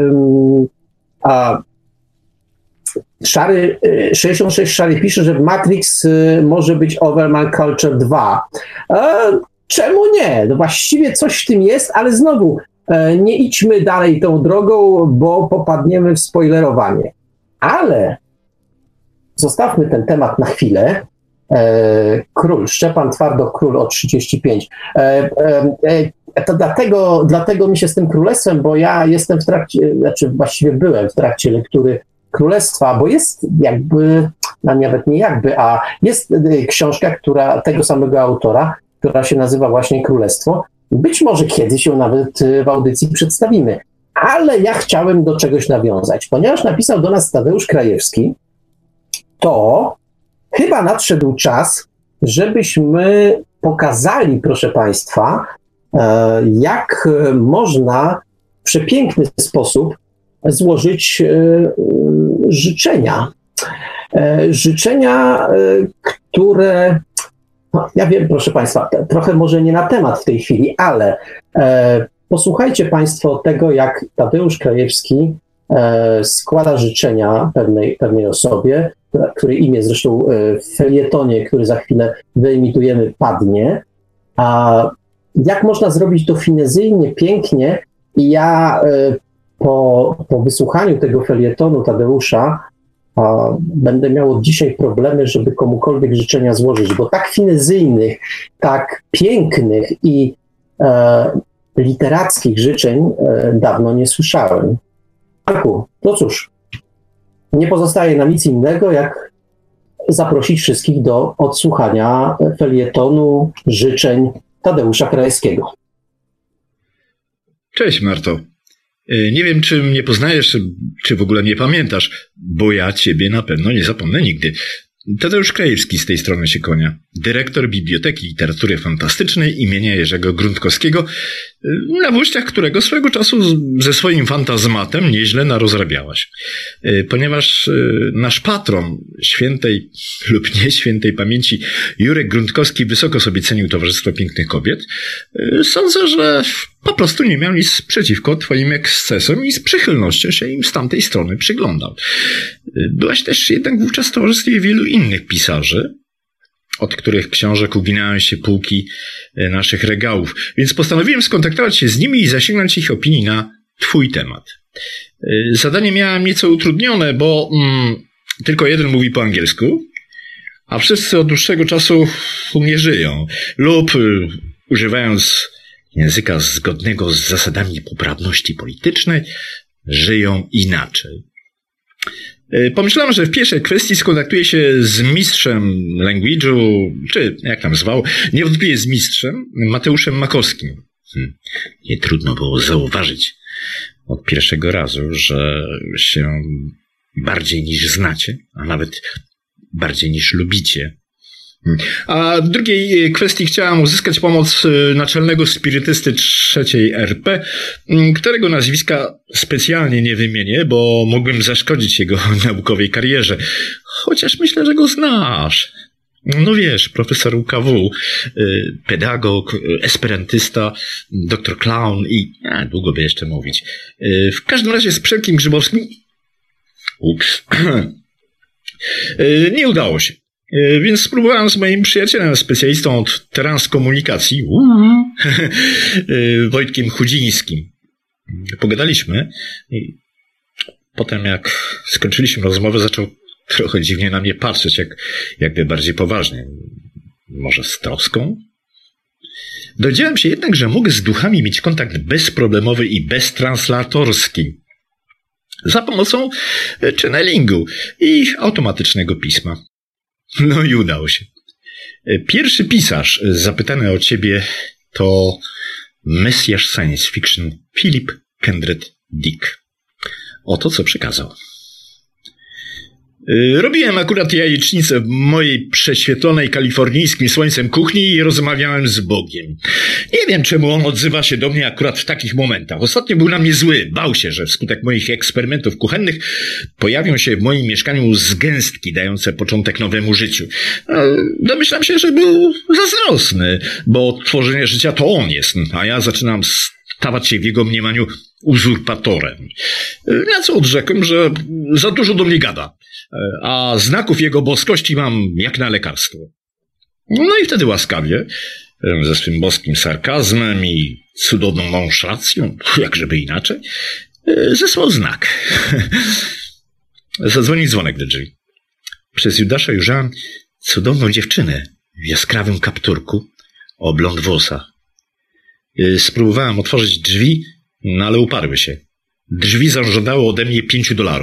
66 Szary pisze, że Matrix może być Overman Culture 2. Czemu nie? No właściwie coś w tym jest, ale znowu nie idźmy dalej tą drogą, bo popadniemy w spoilerowanie. Ale zostawmy ten temat na chwilę. Król, Szczepan Twardo, Król o 35. To dlatego mi się z tym królestwem, bo ja jestem w trakcie, właściwie byłem w trakcie lektury Królestwa, bo jest nawet nie a jest książka, tego samego autora, która się nazywa właśnie Królestwo. Być może kiedyś ją nawet w audycji przedstawimy. Ale ja chciałem do czegoś nawiązać. Ponieważ napisał do nas Tadeusz Krajewski, to chyba nadszedł czas, żebyśmy pokazali, proszę Państwa, jak można w przepiękny sposób złożyć życzenia. Życzenia, które, ja wiem, proszę Państwa, trochę może nie na temat w tej chwili, ale posłuchajcie Państwo tego, jak Tadeusz Krajewski składa życzenia pewnej osobie, której imię zresztą w felietonie, który za chwilę wyemitujemy, padnie. A jak można zrobić to finezyjnie, pięknie, i ja po wysłuchaniu tego felietonu Tadeusza będę miał od dzisiaj problemy, żeby komukolwiek życzenia złożyć, bo tak finezyjnych, tak pięknych i literackich życzeń dawno nie słyszałem. Marku, no cóż, nie pozostaje nam nic innego, jak zaprosić wszystkich do odsłuchania felietonu życzeń Tadeusza Krajewskiego. Cześć, Marto. Nie wiem, czy mnie poznajesz, czy w ogóle mnie pamiętasz, bo ja ciebie na pewno nie zapomnę nigdy. Tadeusz Krajewski z tej strony się kłania. Dyrektor Biblioteki Literatury Fantastycznej imienia Jerzego Gruntkowskiego, na włościach którego swego czasu ze swoim fantazmatem nieźle narozrabiałaś. Ponieważ nasz patron świętej lub nieświętej pamięci Jurek Gruntkowski wysoko sobie cenił Towarzystwo Pięknych Kobiet, sądzę, że po prostu nie miał nic przeciwko twoim ekscesom i z przychylnością się im z tamtej strony przyglądał. Byłaś też jednak wówczas w towarzystwie wielu innych pisarzy, od których książek uginają się półki naszych regałów, więc postanowiłem skontaktować się z nimi i zasięgnąć ich opinii na twój temat. Zadanie miałem nieco utrudnione, bo tylko jeden mówi po angielsku, a wszyscy od dłuższego czasu nie żyją lub używając języka zgodnego z zasadami poprawności politycznej, żyją inaczej. Pomyślałem, że w pierwszej kwestii skontaktuję się z mistrzem language'u, czy jak tam zwał, niewątpliwie z mistrzem Mateuszem Makowskim. Nie trudno było zauważyć od pierwszego razu, że się bardziej niż znacie, a nawet bardziej niż lubicie A w drugiej kwestii chciałem uzyskać pomoc naczelnego spirytysty III RP, którego nazwiska specjalnie nie wymienię, bo mógłbym zaszkodzić jego naukowej karierze. Chociaż myślę, że go znasz. No wiesz, profesor UKW, pedagog, esperantysta, doktor Clown i długo by jeszcze mówić. W każdym razie z Przemkiem Grzybowskim nie udało się. Więc spróbowałem z moim przyjacielem, specjalistą od transkomunikacji, Wojtkiem Chudzińskim. Pogadaliśmy i potem jak skończyliśmy rozmowę, zaczął trochę dziwnie na mnie patrzeć, jakby bardziej poważnie. Może z troską? Dowiedziałem się jednak, że mogę z duchami mieć kontakt bezproblemowy i beztranslatorski za pomocą channelingu i automatycznego pisma. No i udało się. Pierwszy pisarz zapytany o ciebie to mesjasz science fiction Philip Kendrick Dick. Oto co przekazał. Robiłem akurat jajecznicę w mojej prześwietlonej kalifornijskim słońcem kuchni i rozmawiałem z Bogiem. Nie wiem, czemu on odzywa się do mnie akurat w takich momentach. Ostatnio był na mnie zły. Bał się, że wskutek moich eksperymentów kuchennych pojawią się w moim mieszkaniu zgęstki dające początek nowemu życiu. Domyślam się, że był zazdrosny, bo tworzenie życia to on jest, a ja zaczynam stawać się w jego mniemaniu uzurpatorem. Na co odrzekłem, że za dużo do mnie gada, a znaków jego boskości mam jak na lekarstwo. No i wtedy łaskawie, ze swym boskim sarkazmem i cudowną nonszalacją, jakżeby inaczej, zesłał znak. Zadzwonił dzwonek do drzwi. Przez Judasza ujrzałem cudowną dziewczynę w jaskrawym kapturku o blond włosach. Spróbowałem otworzyć drzwi, no ale uparły się. Drzwi zażądały ode mnie $5.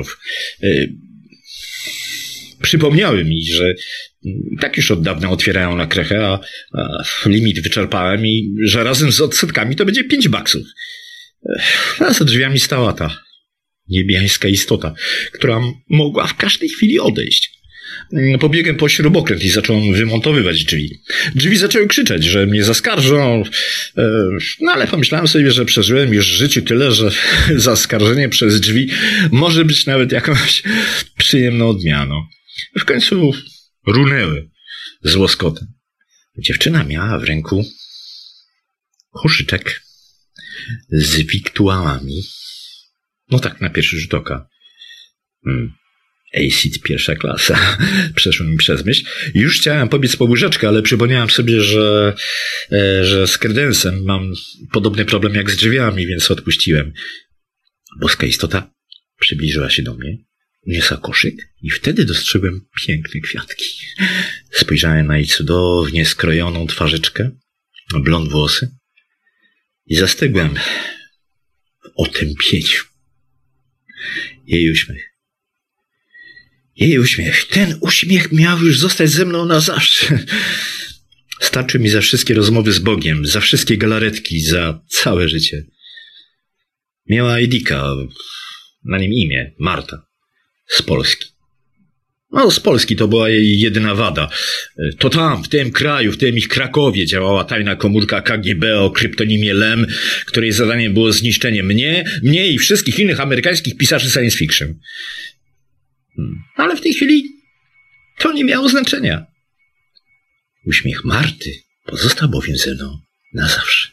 Przypomniały mi, że tak już od dawna otwierają na krechę, a limit wyczerpałem i że razem z odsetkami to będzie $5. A za drzwiami stała ta niebiańska istota, która mogła w każdej chwili odejść. Pobiegłem po śrubokręt i zacząłem wymontowywać drzwi. Drzwi zaczęły krzyczeć, że mnie zaskarżą, no ale pomyślałem sobie, że przeżyłem już w życiu tyle, że zaskarżenie przez drzwi może być nawet jakąś przyjemną odmianą. W końcu runęły z łoskotem. Dziewczyna miała w ręku koszyczek z wiktuałami. No tak, na pierwszy rzut oka. Acid pierwsza klasa. Przeszło mi przez myśl. Już chciałem pobiec po łyżeczkę, ale przypomniałem sobie, że z kredensem mam podobny problem jak z drzwiami, więc odpuściłem. Boska istota przybliżyła się do mnie, uniosła koszyk i wtedy dostrzegłem piękne kwiatki. Spojrzałem na jej cudownie skrojoną twarzyczkę, blond włosy i zastygłem w otępieniu. Jej uśmiech. Jej uśmiech. Ten uśmiech miał już zostać ze mną na zawsze. Starczy mi za wszystkie rozmowy z Bogiem, za wszystkie galaretki, za całe życie. Miała Edika, na nim imię, Marta, z Polski. No, z Polski to była jej jedyna wada. To tam, w tym kraju, w tym ich Krakowie działała tajna komórka KGB o kryptonimie Lem, której zadaniem było zniszczenie mnie i wszystkich innych amerykańskich pisarzy science fiction. Ale w tej chwili to nie miało znaczenia. Uśmiech Marty pozostał bowiem ze mną na zawsze.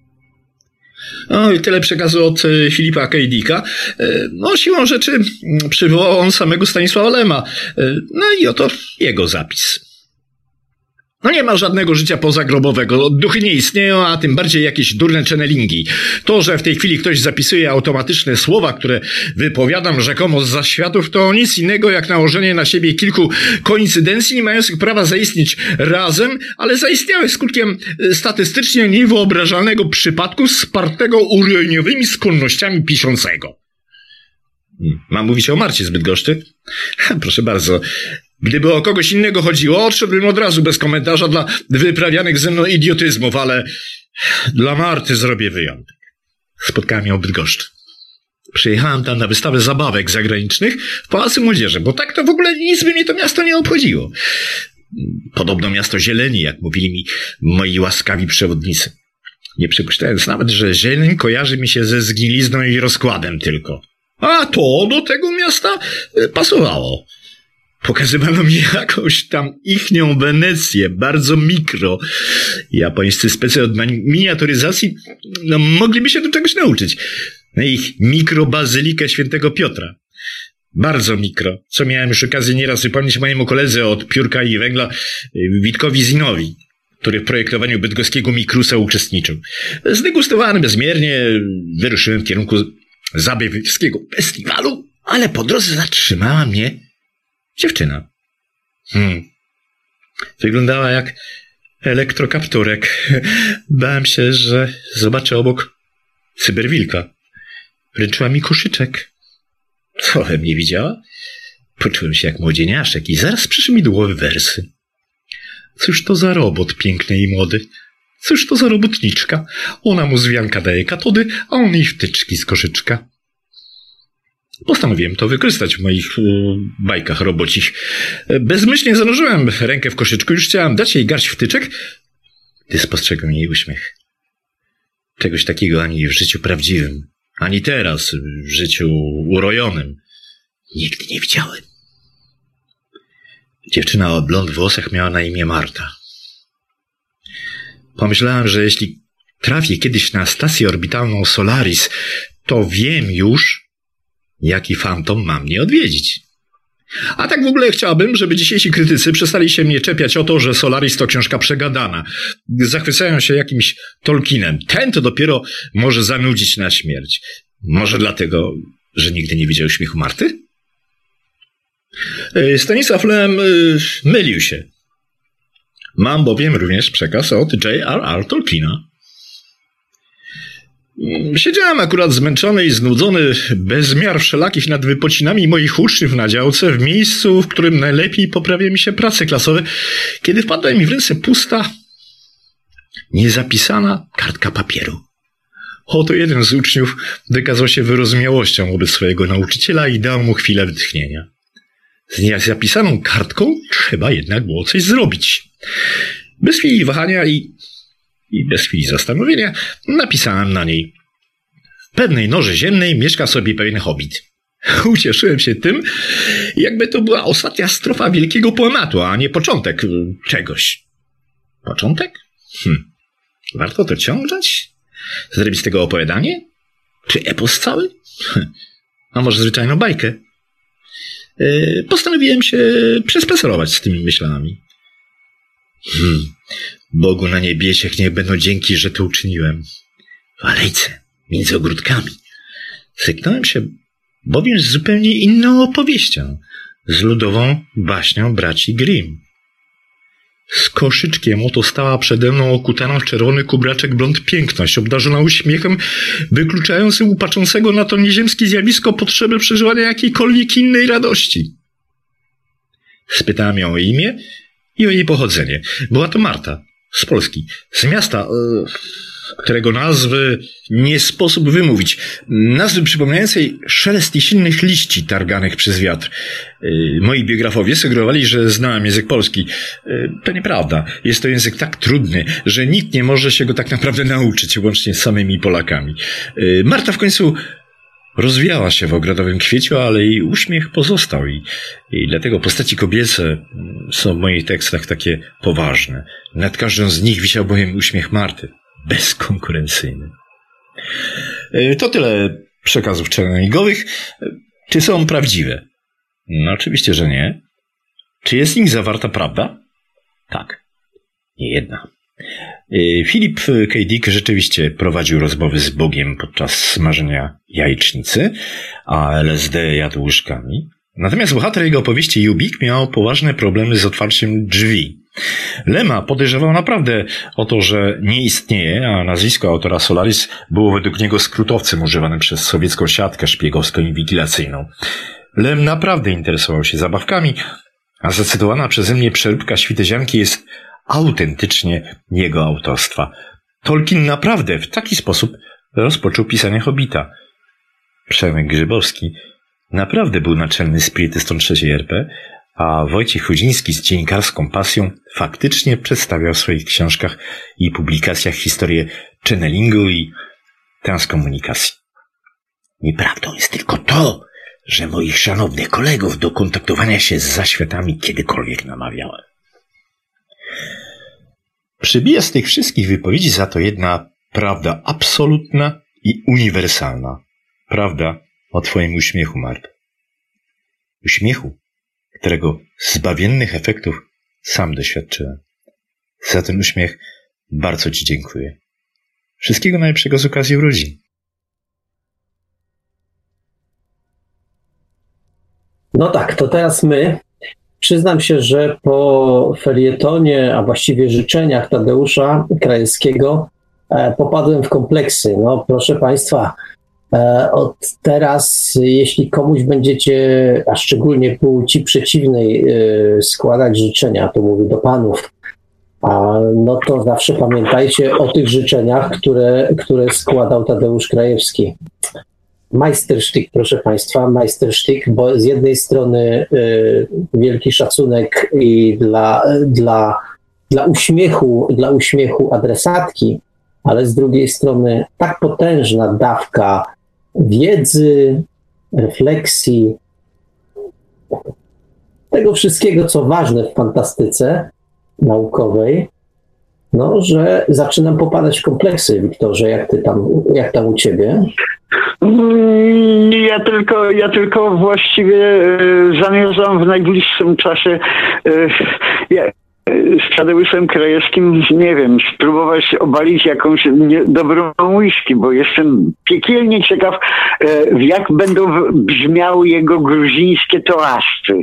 No i tyle przekazu od Filipa K. Dicka. No siłą rzeczy przywołał on samego Stanisława Lema. No i oto jego zapis. No nie ma żadnego życia pozagrobowego. Duchy nie istnieją, a tym bardziej jakieś durne channelingi. To, że w tej chwili ktoś zapisuje automatyczne słowa, które wypowiadam rzekomo z zaświatów, to nic innego jak nałożenie na siebie kilku koincydencji nie mających prawa zaistnieć razem, ale zaistniałych skutkiem statystycznie niewyobrażalnego przypadku spartego urojeniowymi skłonnościami piszącego. Mam mówić o Marcie z Bydgoszczy? Proszę bardzo. Gdyby o kogoś innego chodziło, odszedłbym od razu bez komentarza dla wyprawianych ze mną idiotyzmów, ale dla Marty zrobię wyjątek. Spotkałem ją w Bydgoszczy. Przyjechałem tam na wystawę zabawek zagranicznych w Pałacu Młodzieży, bo tak to w ogóle nic by mnie to miasto nie obchodziło. Podobno miasto zieleni, jak mówili mi moi łaskawi przewodnicy. Nie przypuszczając nawet, że zieleń kojarzy mi się ze zgnilizną i rozkładem tylko. A to do tego miasta pasowało. Pokazywano mi jakąś tam ichnią Wenecję, bardzo mikro. Japońscy specy od miniaturyzacji mogliby się do czegoś nauczyć. Na ich mikrobazylikę świętego Piotra. Bardzo mikro, co miałem już okazję nieraz wypomnieć mojemu koledze od piórka i węgla, Witkowi Zinowi, który w projektowaniu bydgoskiego Mikrusa uczestniczył. Zdegustowany bezmiernie, wyruszyłem w kierunku zabawskiego festiwalu, ale po drodze zatrzymała mnie dziewczyna. Wyglądała jak elektrokapturek. Bałem się, że zobaczę obok cyberwilka. Wręczyła mi koszyczek. Co we mnie widziała? Poczułem się jak młodzieniaszek i zaraz przyszły mi do głowy wersy. Cóż to za robot piękny i młody? Cóż to za robotniczka? Ona mu z wianka daje katody, a on jej wtyczki z koszyczka. Postanowiłem to wykorzystać w moich bajkach robocich. Bezmyślnie zanurzyłem rękę w koszyczku, już chciałem dać jej garść wtyczek, gdy spostrzegłem jej uśmiech. Czegoś takiego ani w życiu prawdziwym, ani teraz w życiu urojonym nigdy nie widziałem. Dziewczyna o blond włosach miała na imię Marta. Pomyślałem, że jeśli trafię kiedyś na stację orbitalną Solaris, to wiem już, jaki fantom ma mnie odwiedzić. A tak w ogóle chciałbym, żeby dzisiejsi krytycy przestali się mnie czepiać o to, że Solaris to książka przegadana. Zachwycają się jakimś Tolkienem. Ten to dopiero może zanudzić na śmierć. Może dlatego, że nigdy nie widział śmiechu Marty? Stanisław Lem mylił się. Mam bowiem również przekaz od J.R.R. Tolkiena. Siedziałem akurat zmęczony i znudzony bez miar wszelakich nad wypocinami moich uczniów na działce w miejscu, w którym najlepiej poprawia mi się prace klasowe, kiedy wpadła mi w ręce pusta, niezapisana kartka papieru. Oto jeden z uczniów wykazał się wyrozumiałością wobec swojego nauczyciela i dał mu chwilę wytchnienia. Z niezapisaną kartką trzeba jednak było coś zrobić. Bez chwili wahania i bez chwili zastanowienia napisałem na niej: w pewnej norze ziemnej mieszka sobie pewien hobbit. Ucieszyłem się tym, jakby to była ostatnia strofa wielkiego poematu, a nie początek czegoś. Początek? Warto to ciągnąć? Zrobić z tego opowiadanie? Czy epos cały? A może zwyczajną bajkę? Postanowiłem się przespacerować z tymi myślami. Bogu na niebiesiech niech będą dzięki, że to uczyniłem. W alejce, między ogródkami. Styknąłem się bowiem z zupełnie inną opowieścią, z ludową baśnią braci Grimm. Z koszyczkiem oto stała przede mną okutana w czerwony kubraczek blond piękność, obdarzona uśmiechem wykluczającym u patrzącego na to nieziemskie zjawisko potrzebę przeżywania jakiejkolwiek innej radości. Spytałem ją o imię i o jej pochodzenie. Była to Marta, z Polski, z miasta, którego nazwy nie sposób wymówić. Nazwy przypominającej szelest jesiennych liści targanych przez wiatr. Moi biografowie sugerowali, że znałem język polski. To nieprawda. Jest to język tak trudny, że nikt nie może się go tak naprawdę nauczyć, łącznie z samymi Polakami. Marta w końcu rozwijała się w ogrodowym kwieciu, ale jej uśmiech pozostał i dlatego postaci kobiece są w moich tekstach takie poważne. Nad każdą z nich wisiał bowiem uśmiech Marty. Bezkonkurencyjny. To tyle przekazów czytelnikowych. Czy są prawdziwe? No oczywiście, że nie. Czy jest w nich zawarta prawda? Tak. Nie jedna. Philip K. Dick rzeczywiście prowadził rozmowy z Bogiem podczas smażenia jajecznicy, a LSD jadł łyżkami. Natomiast bohater jego opowieści Jubik miał poważne problemy z otwarciem drzwi. Lema podejrzewał naprawdę o to, że nie istnieje, a nazwisko autora Solaris było według niego skrótowcem używanym przez sowiecką siatkę szpiegowską i wigilacyjną. Lem naprawdę interesował się zabawkami, a zacytowana przeze mnie przeróbka Świtezianki jest autentycznie jego autorstwa. Tolkien naprawdę w taki sposób rozpoczął pisanie Hobbita. Przemek Grzybowski naprawdę był naczelny spirytystą III RP, a Wojciech Chudziński z dziennikarską pasją faktycznie przedstawiał w swoich książkach i publikacjach historię channelingu i transkomunikacji. Nieprawdą jest tylko to, że moich szanownych kolegów do kontaktowania się z zaświatami kiedykolwiek namawiałem. Przybija z tych wszystkich wypowiedzi za to jedna prawda absolutna i uniwersalna. Prawda o twoim uśmiechu, Marto. Uśmiechu, którego zbawiennych efektów sam doświadczyłem. Za ten uśmiech bardzo ci dziękuję. Wszystkiego najlepszego z okazji urodzin. No tak, to teraz my. Przyznam się, że po felietonie, a właściwie życzeniach Tadeusza Krajewskiego popadłem w kompleksy. No proszę Państwa, od teraz, jeśli komuś będziecie, a szczególnie płci przeciwnej, składać życzenia, to mówię do panów, no to zawsze pamiętajcie o tych życzeniach, które składał Tadeusz Krajewski. Majstersztyk, proszę Państwa, majstersztyk, bo z jednej strony wielki szacunek i dla uśmiechu adresatki, ale z drugiej strony tak potężna dawka wiedzy, refleksji, tego wszystkiego, co ważne w fantastyce naukowej, no, że zaczynam popadać w kompleksy. Wiktorze, jak tam u ciebie? Ja tylko właściwie zamierzam w najbliższym czasie z Tadeuszem Krajewskim, nie wiem, spróbować obalić jakąś dobrą whisky, bo jestem piekielnie ciekaw, jak będą brzmiały jego gruzińskie toasty.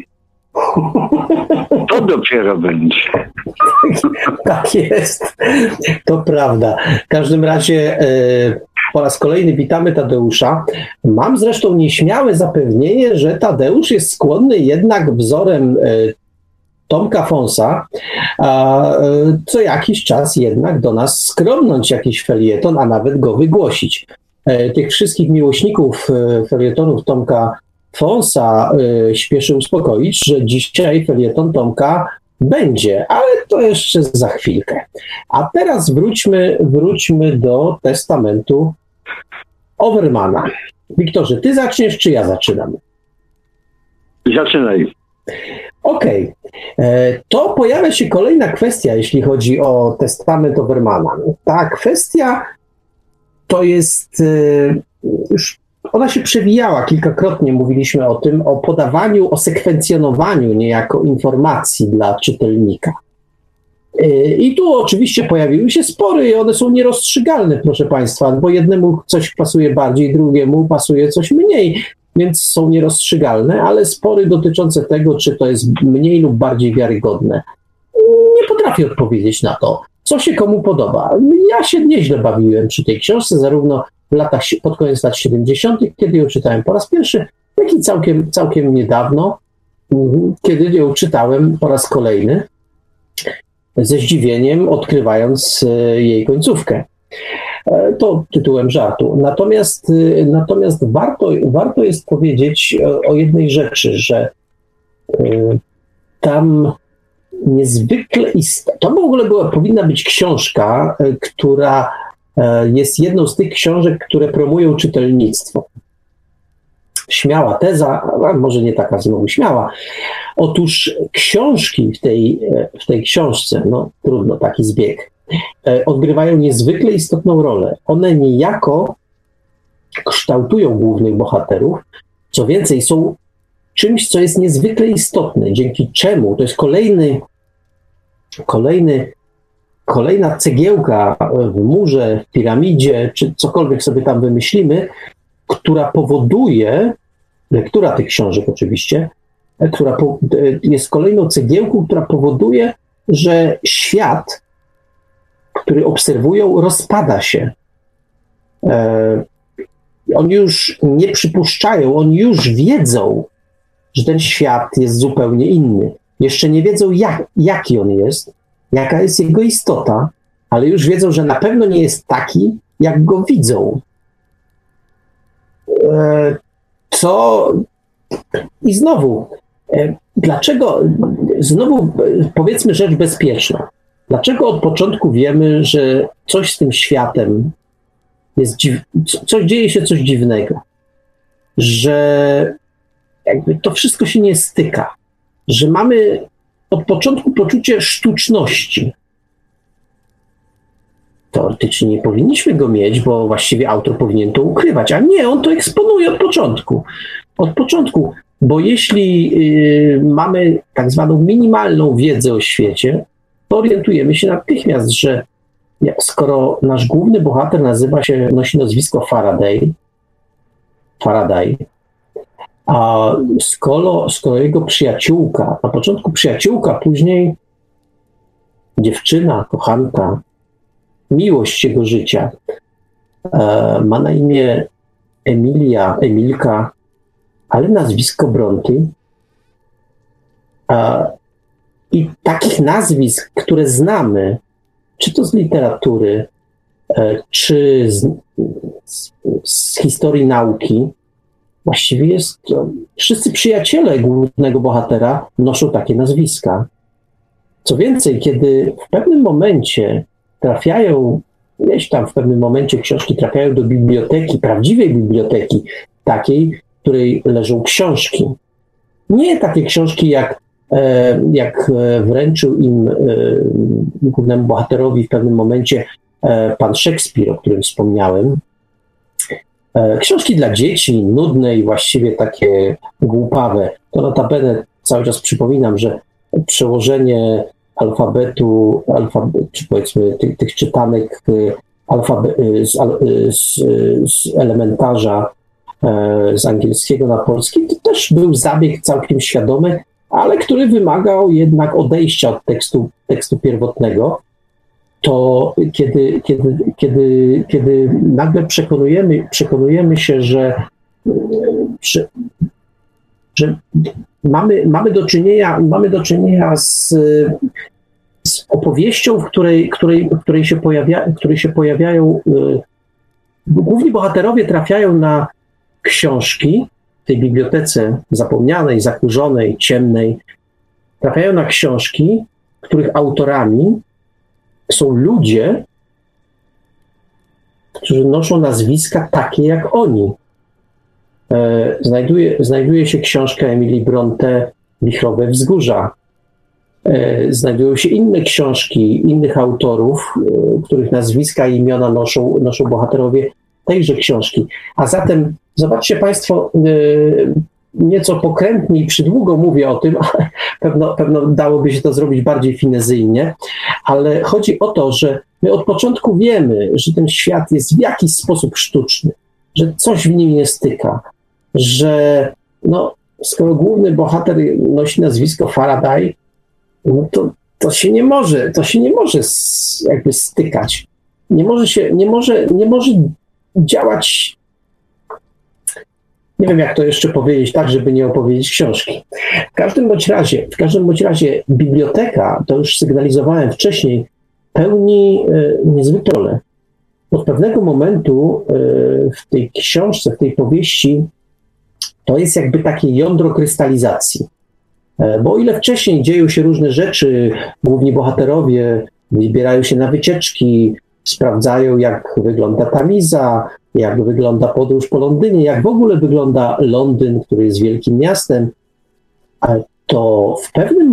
To dopiero będzie. Tak jest, to prawda. W każdym razie po raz kolejny witamy Tadeusza. Mam zresztą nieśmiałe zapewnienie, że Tadeusz jest skłonny jednak wzorem Tomka Fonsa co jakiś czas jednak do nas skromnąć jakiś felieton, a nawet go wygłosić. Tych wszystkich miłośników felietonów Tomka Fonsa śpieszę uspokoić, że dzisiaj felieton Tomka będzie, ale to jeszcze za chwilkę. A teraz wróćmy do testamentu Overmana. Wiktorze, ty zaczniesz, czy ja zaczynam? Zaczynaj. Okej. To pojawia się kolejna kwestia, jeśli chodzi o testament Overmana. Ta kwestia to jest już ona się przewijała kilkakrotnie, mówiliśmy o tym, o podawaniu, o sekwencjonowaniu niejako informacji dla czytelnika. I tu oczywiście pojawiły się spory i one są nierozstrzygalne, proszę Państwa, bo jednemu coś pasuje bardziej, drugiemu pasuje coś mniej, więc są nierozstrzygalne, ale spory dotyczące tego, czy to jest mniej lub bardziej wiarygodne. Nie potrafię odpowiedzieć na to, co się komu podoba. Ja się nieźle bawiłem przy tej książce, zarówno pod koniec lat 70., kiedy ją czytałem po raz pierwszy, jak i całkiem niedawno, kiedy ją czytałem po raz kolejny, ze zdziwieniem odkrywając jej końcówkę. To tytułem żartu. Natomiast warto jest powiedzieć o jednej rzeczy, że tam niezwykle to w ogóle powinna być książka, która jest jedną z tych książek, które promują czytelnictwo. Śmiała teza, a może nie taka znowu śmiała. Otóż książki w tej książce, no trudno, taki zbieg, odgrywają niezwykle istotną rolę. One niejako kształtują głównych bohaterów, co więcej, są czymś, co jest niezwykle istotne, dzięki czemu to jest kolejna cegiełka w murze, w piramidzie, czy cokolwiek sobie tam wymyślimy, która powoduje, lektura tych książek oczywiście, jest kolejną cegiełką, która powoduje, że świat, który obserwują, rozpada się. Oni już nie przypuszczają, oni już wiedzą, że ten świat jest zupełnie inny. Jeszcze nie wiedzą, jaki on jest, jaka jest jego istota, ale już wiedzą, że na pewno nie jest taki, jak go widzą. I znowu, Dlaczego, znowu powiedzmy rzecz bezpieczna, dlaczego od początku wiemy, że coś z tym światem jest dzieje się coś dziwnego, że jakby to wszystko się nie styka, że mamy od początku poczucie sztuczności. Teoretycznie nie powinniśmy go mieć, bo właściwie autor powinien to ukrywać, a nie, on to eksponuje od początku. Od początku, bo jeśli mamy tak zwaną minimalną wiedzę o świecie, to orientujemy się natychmiast, że skoro nasz główny bohater nosi nazwisko Faraday, a skoro jego przyjaciółka, na początku przyjaciółka, później dziewczyna, kochanka, miłość jego życia, ma na imię Emilka, ale nazwisko Brontë. I takich nazwisk, które znamy, czy to z literatury, czy z historii nauki, właściwie jest to, wszyscy przyjaciele głównego bohatera noszą takie nazwiska. Co więcej, kiedy w pewnym momencie książki trafiają do biblioteki, prawdziwej biblioteki, takiej, w której leżą książki. Nie takie książki, jak wręczył im głównemu bohaterowi w pewnym momencie pan Szekspir, o którym wspomniałem. Książki dla dzieci, nudne i właściwie takie głupawe. To notabene cały czas przypominam, że przełożenie alfabetu czy powiedzmy tych czytanek z elementarza z angielskiego na polski, to też był zabieg całkiem świadomy, ale który wymagał jednak odejścia od tekstu pierwotnego. To kiedy nagle przekonujemy się, że mamy do czynienia z opowieścią, w której się pojawiają główni bohaterowie trafiają na książki w tej bibliotece zapomnianej, zakurzonej, ciemnej. Trafiają na książki, których autorami są ludzie, którzy noszą nazwiska takie jak oni. Znajduje się książka Emilii Brontë Wichrowe Wzgórza. Znajdują się inne książki innych autorów, których nazwiska i imiona noszą bohaterowie tejże książki. A zatem zobaczcie Państwo, nieco pokrętnie i przydługo mówię o tym, ale pewno dałoby się to zrobić bardziej finezyjnie, ale chodzi o to, że my od początku wiemy, że ten świat jest w jakiś sposób sztuczny, że coś w nim nie styka, że skoro główny bohater nosi nazwisko Faraday, no to się nie może jakby stykać. Nie może działać. Nie wiem, jak to jeszcze powiedzieć, tak, żeby nie opowiedzieć książki. W każdym bądź razie biblioteka, to już sygnalizowałem wcześniej, pełni niezwykłą rolę. Od pewnego momentu w tej książce, w tej powieści, to jest jakby takie jądro krystalizacji. Bo o ile wcześniej dzieją się różne rzeczy, główni bohaterowie wybierają się na wycieczki, sprawdzają, jak wygląda Tamiza, jak wygląda podróż po Londynie, jak w ogóle wygląda Londyn, który jest wielkim miastem, to w pewnym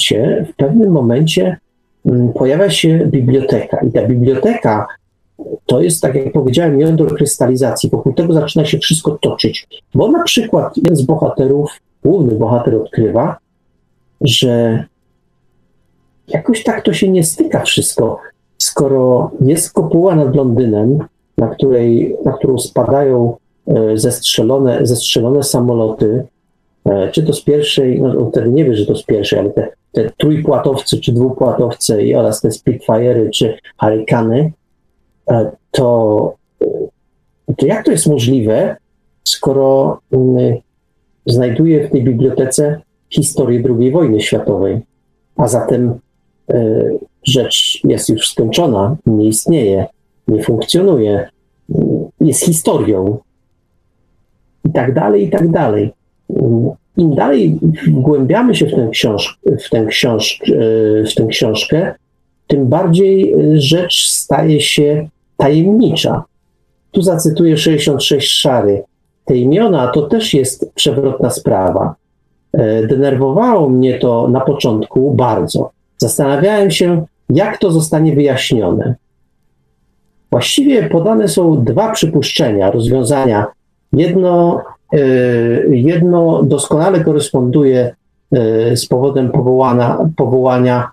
momencie pojawia się biblioteka. I ta biblioteka to jest, tak jak powiedziałem, jądro krystalizacji. Wokół tego zaczyna się wszystko toczyć. Bo na przykład jeden z bohaterów, główny bohater odkrywa, że jakoś tak to się nie styka wszystko, skoro jest kopuła nad Londynem, na którą spadają zestrzelone samoloty, czy to z pierwszej, wtedy nie wiesz, że to z pierwszej, ale te trójpłatowce, czy dwupłatowce oraz te Spitfire'y, czy Hurricany, to jak to jest możliwe, skoro znajduje w tej bibliotece historię II wojny światowej, a zatem rzecz jest już skończona, nie istnieje, nie funkcjonuje, jest historią i tak dalej, i tak dalej. im dalej wgłębiamy się w tę książkę, tym bardziej rzecz staje się tajemnicza. Tu zacytuję 66 Szary. Te imiona to też jest przewrotna sprawa. Denerwowało mnie to na początku bardzo. Zastanawiałem się, jak to zostanie wyjaśnione. Właściwie podane są dwa przypuszczenia, rozwiązania. Jedno doskonale koresponduje z powodem powołania.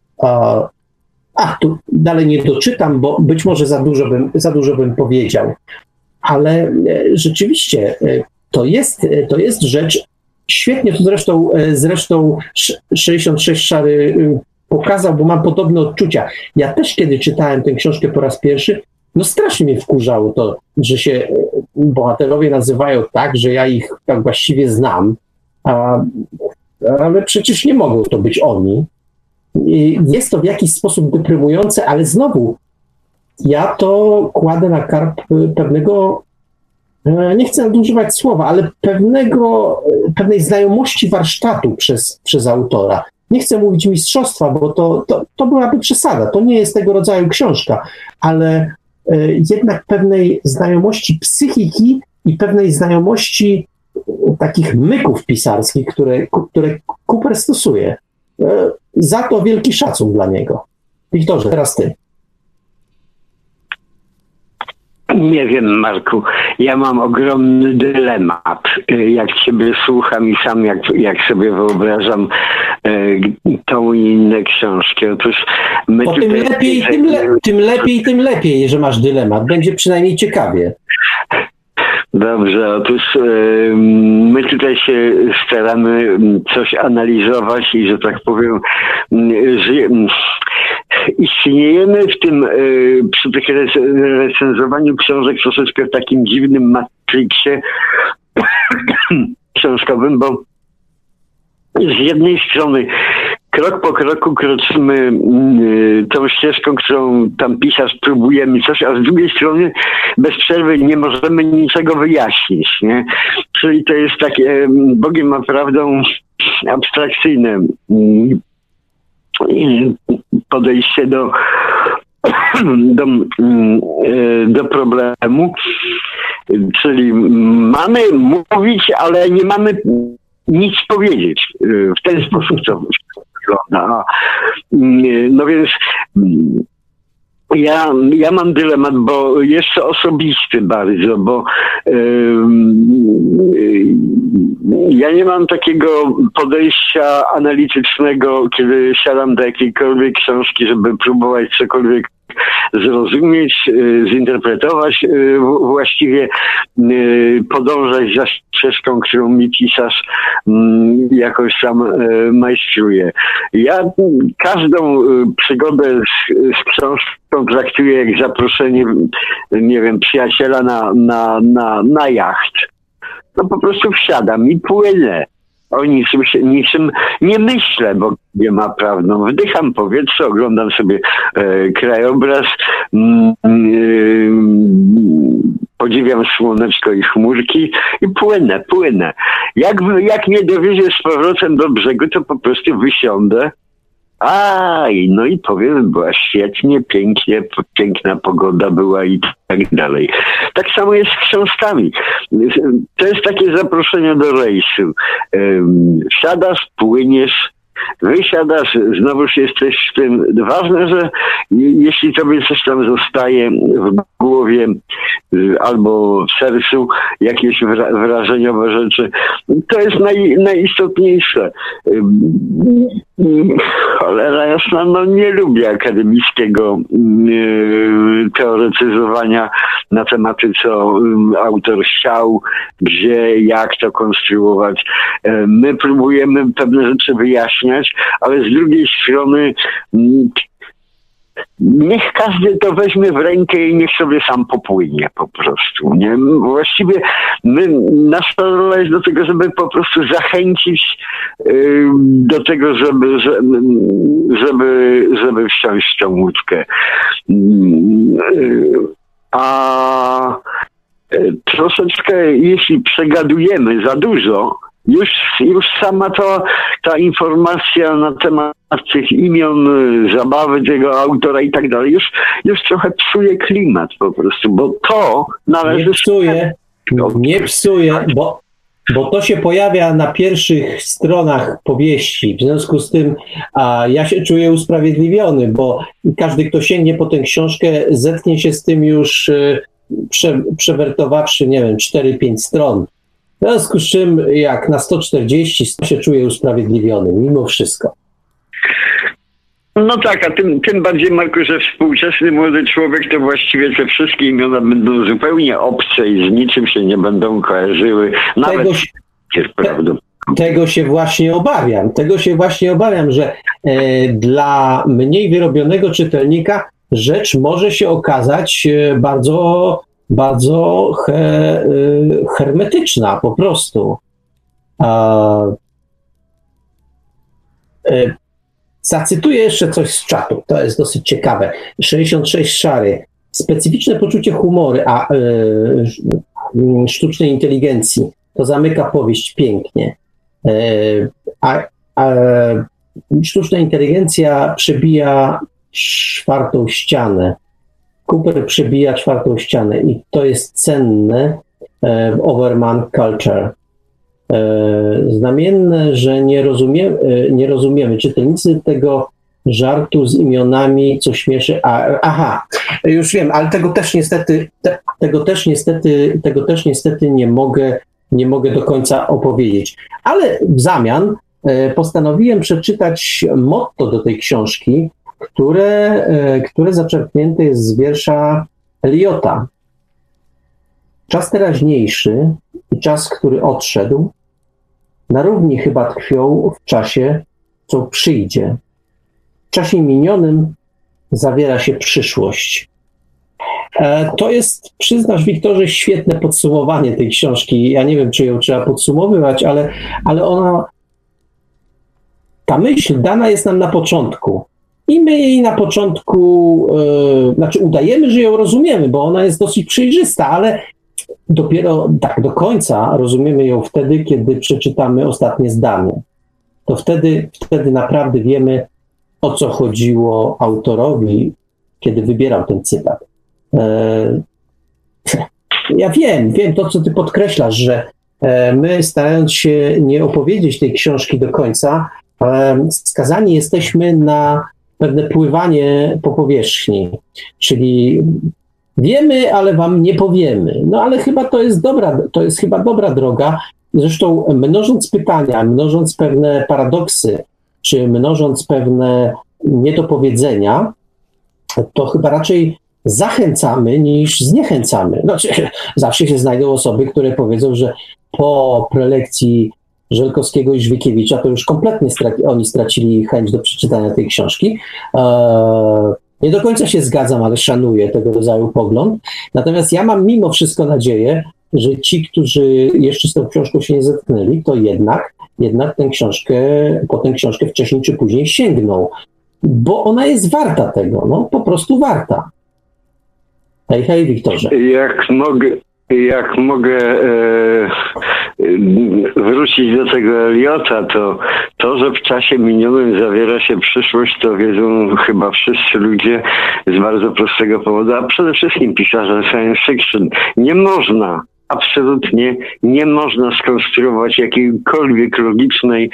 Tu dalej nie doczytam, bo być może za dużo bym powiedział. Ale rzeczywiście to jest rzecz, świetnie to zresztą 66 Szary pokazał, bo mam podobne odczucia. Ja też, kiedy czytałem tę książkę po raz pierwszy, strasznie mnie wkurzało to, że się bohaterowie nazywają tak, że ja ich tak właściwie znam, ale przecież nie mogą to być oni. Jest to w jakiś sposób deprymujące, ale znowu ja to kładę na karp pewnego, nie chcę nadużywać słowa, ale pewnej znajomości warsztatu przez autora. Nie chcę mówić mistrzostwa, bo to byłaby przesada. To nie jest tego rodzaju książka, ale jednak pewnej znajomości psychiki i pewnej znajomości takich myków pisarskich, które Cooper stosuje. Za to wielki szacun dla niego. Wiktorze, teraz ty. Nie wiem, Marku, ja mam ogromny dylemat, jak ciebie słucham i sam jak sobie wyobrażam tą i inne książki. Otóż my tym lepiej, że masz dylemat. Będzie przynajmniej ciekawie. Dobrze, otóż my tutaj się staramy coś analizować i, że tak powiem, istniejemy przy tych recenzowaniu książek troszeczkę w takim dziwnym matriksie książkowym, bo z jednej strony krok po kroku kroczymy tą ścieżką, którą tam pisarz próbujemy coś, a z drugiej strony bez przerwy nie możemy niczego wyjaśnić, nie? Czyli to jest takie Bogiem a prawdą abstrakcyjne podejście do problemu. Czyli mamy mówić, ale nie mamy nic powiedzieć. W ten sposób to wygląda. No więc ja mam dylemat, bo jest to osobisty bardzo, bo ja nie mam takiego podejścia analitycznego, kiedy siadam do jakiejkolwiek książki, żeby próbować cokolwiek zrozumieć, zinterpretować, właściwie podążać za ścieżką, którą mi pisarz jakoś tam majstruje. Ja każdą przygodę z książką traktuję jak zaproszenie, nie wiem, przyjaciela na jacht. No po prostu wsiadam i płynę. O niczym nie myślę, bo nie ma prawdą. Wdycham powietrze, oglądam sobie krajobraz, podziwiam słoneczko i chmurki i płynę. Jak mnie dowiezie z powrotem do brzegu, to po prostu wysiądę. No i powiem, była świetnie, pięknie, piękna pogoda była i tak dalej. Tak samo jest z książkami. To jest takie zaproszenie do rejsu. Wsiadasz, płyniesz, wysiadasz, znowuż jesteś w tym. Ważne, że jeśli tobie coś tam zostaje w głowie albo w sercu, jakieś wrażeniowe rzeczy, to jest najistotniejsze. Cholera jasna, nie lubię akademickiego teoretyzowania na tematy, co autor chciał, gdzie, jak to konstruować. My próbujemy pewne rzeczy wyjaśniać, ale z drugiej strony niech każdy to weźmie w rękę i niech sobie sam popłynie po prostu. Nie? Właściwie nasza rola jest do tego, żeby po prostu zachęcić do tego, żeby wsiąść w tą łódkę. A troszeczkę, jeśli przegadujemy za dużo, Już sama ta informacja na temat tych imion, zabawy tego autora i tak dalej, już trochę psuje klimat po prostu, bo to należy... Nie psuje, bo to się pojawia na pierwszych stronach powieści. W związku z tym ja się czuję usprawiedliwiony, bo każdy, kto sięgnie po tę książkę, zetknie się z tym już przewertowawszy, nie wiem, 4-5 stron. W związku z czym, jak na 140 się czuję usprawiedliwiony, mimo wszystko. No tak, a tym bardziej, Marku, że współczesny młody człowiek to właściwie te wszystkie imiona będą zupełnie obce i z niczym się nie będą kojarzyły. Nawet tego się właśnie obawiam, że dla mniej wyrobionego czytelnika rzecz może się okazać bardzo, bardzo hermetyczna po prostu. Zacytuję jeszcze coś z czatu, to jest dosyć ciekawe. 66 szary. Specyficzne poczucie humoru, sztucznej inteligencji. To zamyka powieść pięknie. Sztuczna inteligencja przebija 4. ścianę. Cooper przebija 4. ścianę i to jest cenne w Overman Culture. Znamienne, że nie rozumiemy. Czytelnicy tego żartu z imionami, co śmieszy. Już wiem, ale tego też niestety nie mogę do końca opowiedzieć. Ale w zamian postanowiłem przeczytać motto do tej książki, które zaczerpnięte jest z wiersza Eliota. Czas teraźniejszy i czas, który odszedł, na równi chyba tkwią w czasie, co przyjdzie. W czasie minionym zawiera się przyszłość. To jest, przyznasz, Wiktorze, świetne podsumowanie tej książki. Ja nie wiem, czy ją trzeba podsumowywać, ale ona, ta myśl dana jest nam na początku. I my jej na początku, udajemy, że ją rozumiemy, bo ona jest dosyć przejrzysta, ale dopiero tak do końca rozumiemy ją wtedy, kiedy przeczytamy ostatnie zdanie. To wtedy naprawdę wiemy, o co chodziło autorowi, kiedy wybierał ten cytat. Ja wiem to, co ty podkreślasz, że my, starając się nie opowiedzieć tej książki do końca, skazani jesteśmy na pewne pływanie po powierzchni, wiemy, ale wam nie powiemy. No ale chyba to jest chyba dobra droga. Zresztą mnożąc pytania, mnożąc pewne paradoksy, czy mnożąc pewne niedopowiedzenia, to chyba raczej zachęcamy niż zniechęcamy. Znaczy, zawsze się znajdą osoby, które powiedzą, że po prelekcji Żelkowskiego i Żwikiewicza to już kompletnie oni stracili chęć do przeczytania tej książki. Nie do końca się zgadzam, ale szanuję tego rodzaju pogląd. Natomiast ja mam mimo wszystko nadzieję, że ci, którzy jeszcze z tą książką się nie zetknęli, to jednak po tę książkę wcześniej czy później sięgną, bo ona jest warta tego, po prostu warta. Hej, Wiktorze. Jak mogę wrócić do tego Eliota, to, że w czasie minionym zawiera się przyszłość, to wiedzą chyba wszyscy ludzie z bardzo prostego powodu, a przede wszystkim pisarze science fiction. Absolutnie nie można skonstruować jakiejkolwiek logicznej,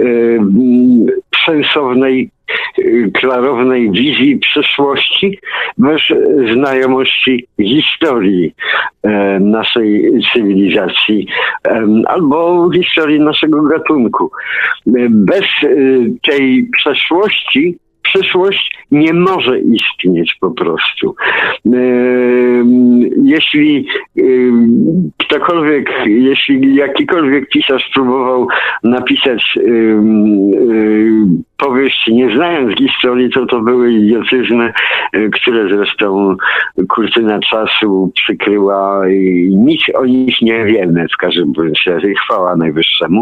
sensownej, klarownej wizji przyszłości bez znajomości historii naszej cywilizacji albo historii naszego gatunku. Bez tej przeszłości przyszłość nie może istnieć po prostu. Jeśli jakikolwiek pisarz próbował napisać powieść nie znając historii, to były idiotyzmy, które zresztą kurtyna czasu przykryła i nic o nich nie wiemy w każdym razie. Chwała Najwyższemu,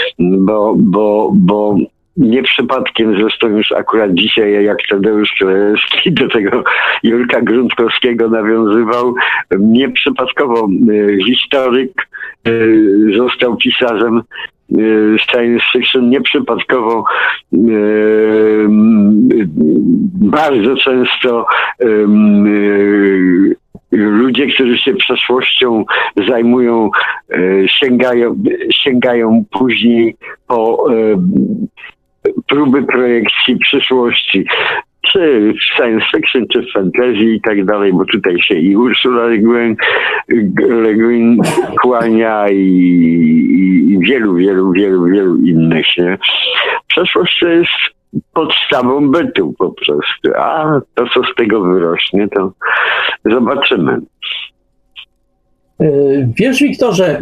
bo nie przypadkiem, zresztą już akurat dzisiaj, jak Tadeusz Krajewski do tego Jurka Gruntkowskiego nawiązywał, nieprzypadkowo historyk został pisarzem science fiction nieprzypadkowo bardzo często ludzie, którzy się przeszłością zajmują, sięgają później po próby projekcji przyszłości. Czy w science fiction, czy w fantasy i tak dalej, bo tutaj się i Ursula Le Guin kłania i wielu innych, nie? Przeszłość to jest podstawą bytu po prostu, a to, co z tego wyrośnie, to zobaczymy. Wiesz, Wiktorze,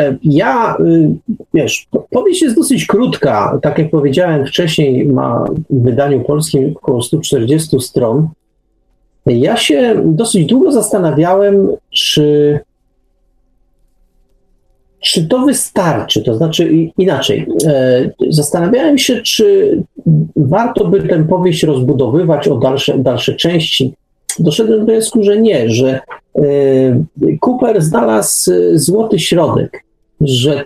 powieść jest dosyć krótka. Tak jak powiedziałem wcześniej, ma w wydaniu polskim około 140 stron. Ja się dosyć długo zastanawiałem, czy to wystarczy. To znaczy inaczej. Zastanawiałem się, czy warto by tę powieść rozbudowywać o dalsze części. Doszedłem do wniosku, że nie, że Cooper znalazł złoty środek, że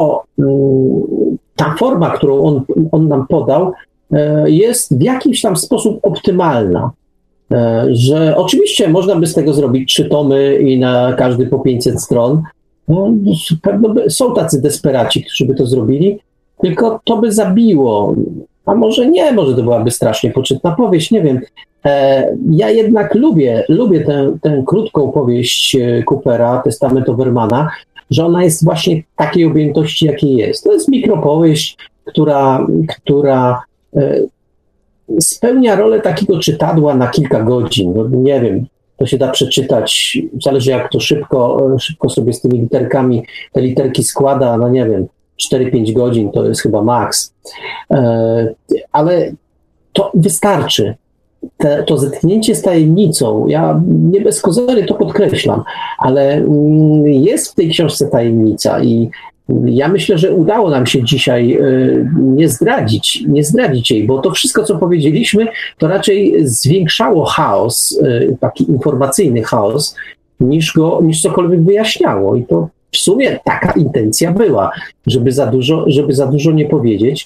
ta forma, którą on nam podał, jest w jakiś tam sposób optymalna. Że oczywiście można by z tego zrobić 3 tomy i na każdy po 500 stron. Pewno są tacy desperaci, którzy by to zrobili, tylko to by zabiło. A może nie, może to byłaby strasznie poczytna powieść, nie wiem. Ja jednak lubię tę krótką powieść Coopera, Testament Overmana, że ona jest właśnie takiej objętości, jakiej jest. To jest mikropowieść, która spełnia rolę takiego czytadła na kilka godzin. No, nie wiem, to się da przeczytać, zależy jak to szybko sobie z tymi literkami, te literki składa, no nie wiem, 4-5 godzin to jest chyba maks. Ale to wystarczy. To zetknięcie z tajemnicą, ja nie bez kozery to podkreślam, ale jest w tej książce tajemnica i ja myślę, że udało nam się dzisiaj nie zdradzić jej, bo to wszystko, co powiedzieliśmy, to raczej zwiększało chaos, taki informacyjny chaos, niż cokolwiek wyjaśniało. I to w sumie taka intencja była, żeby za dużo nie powiedzieć.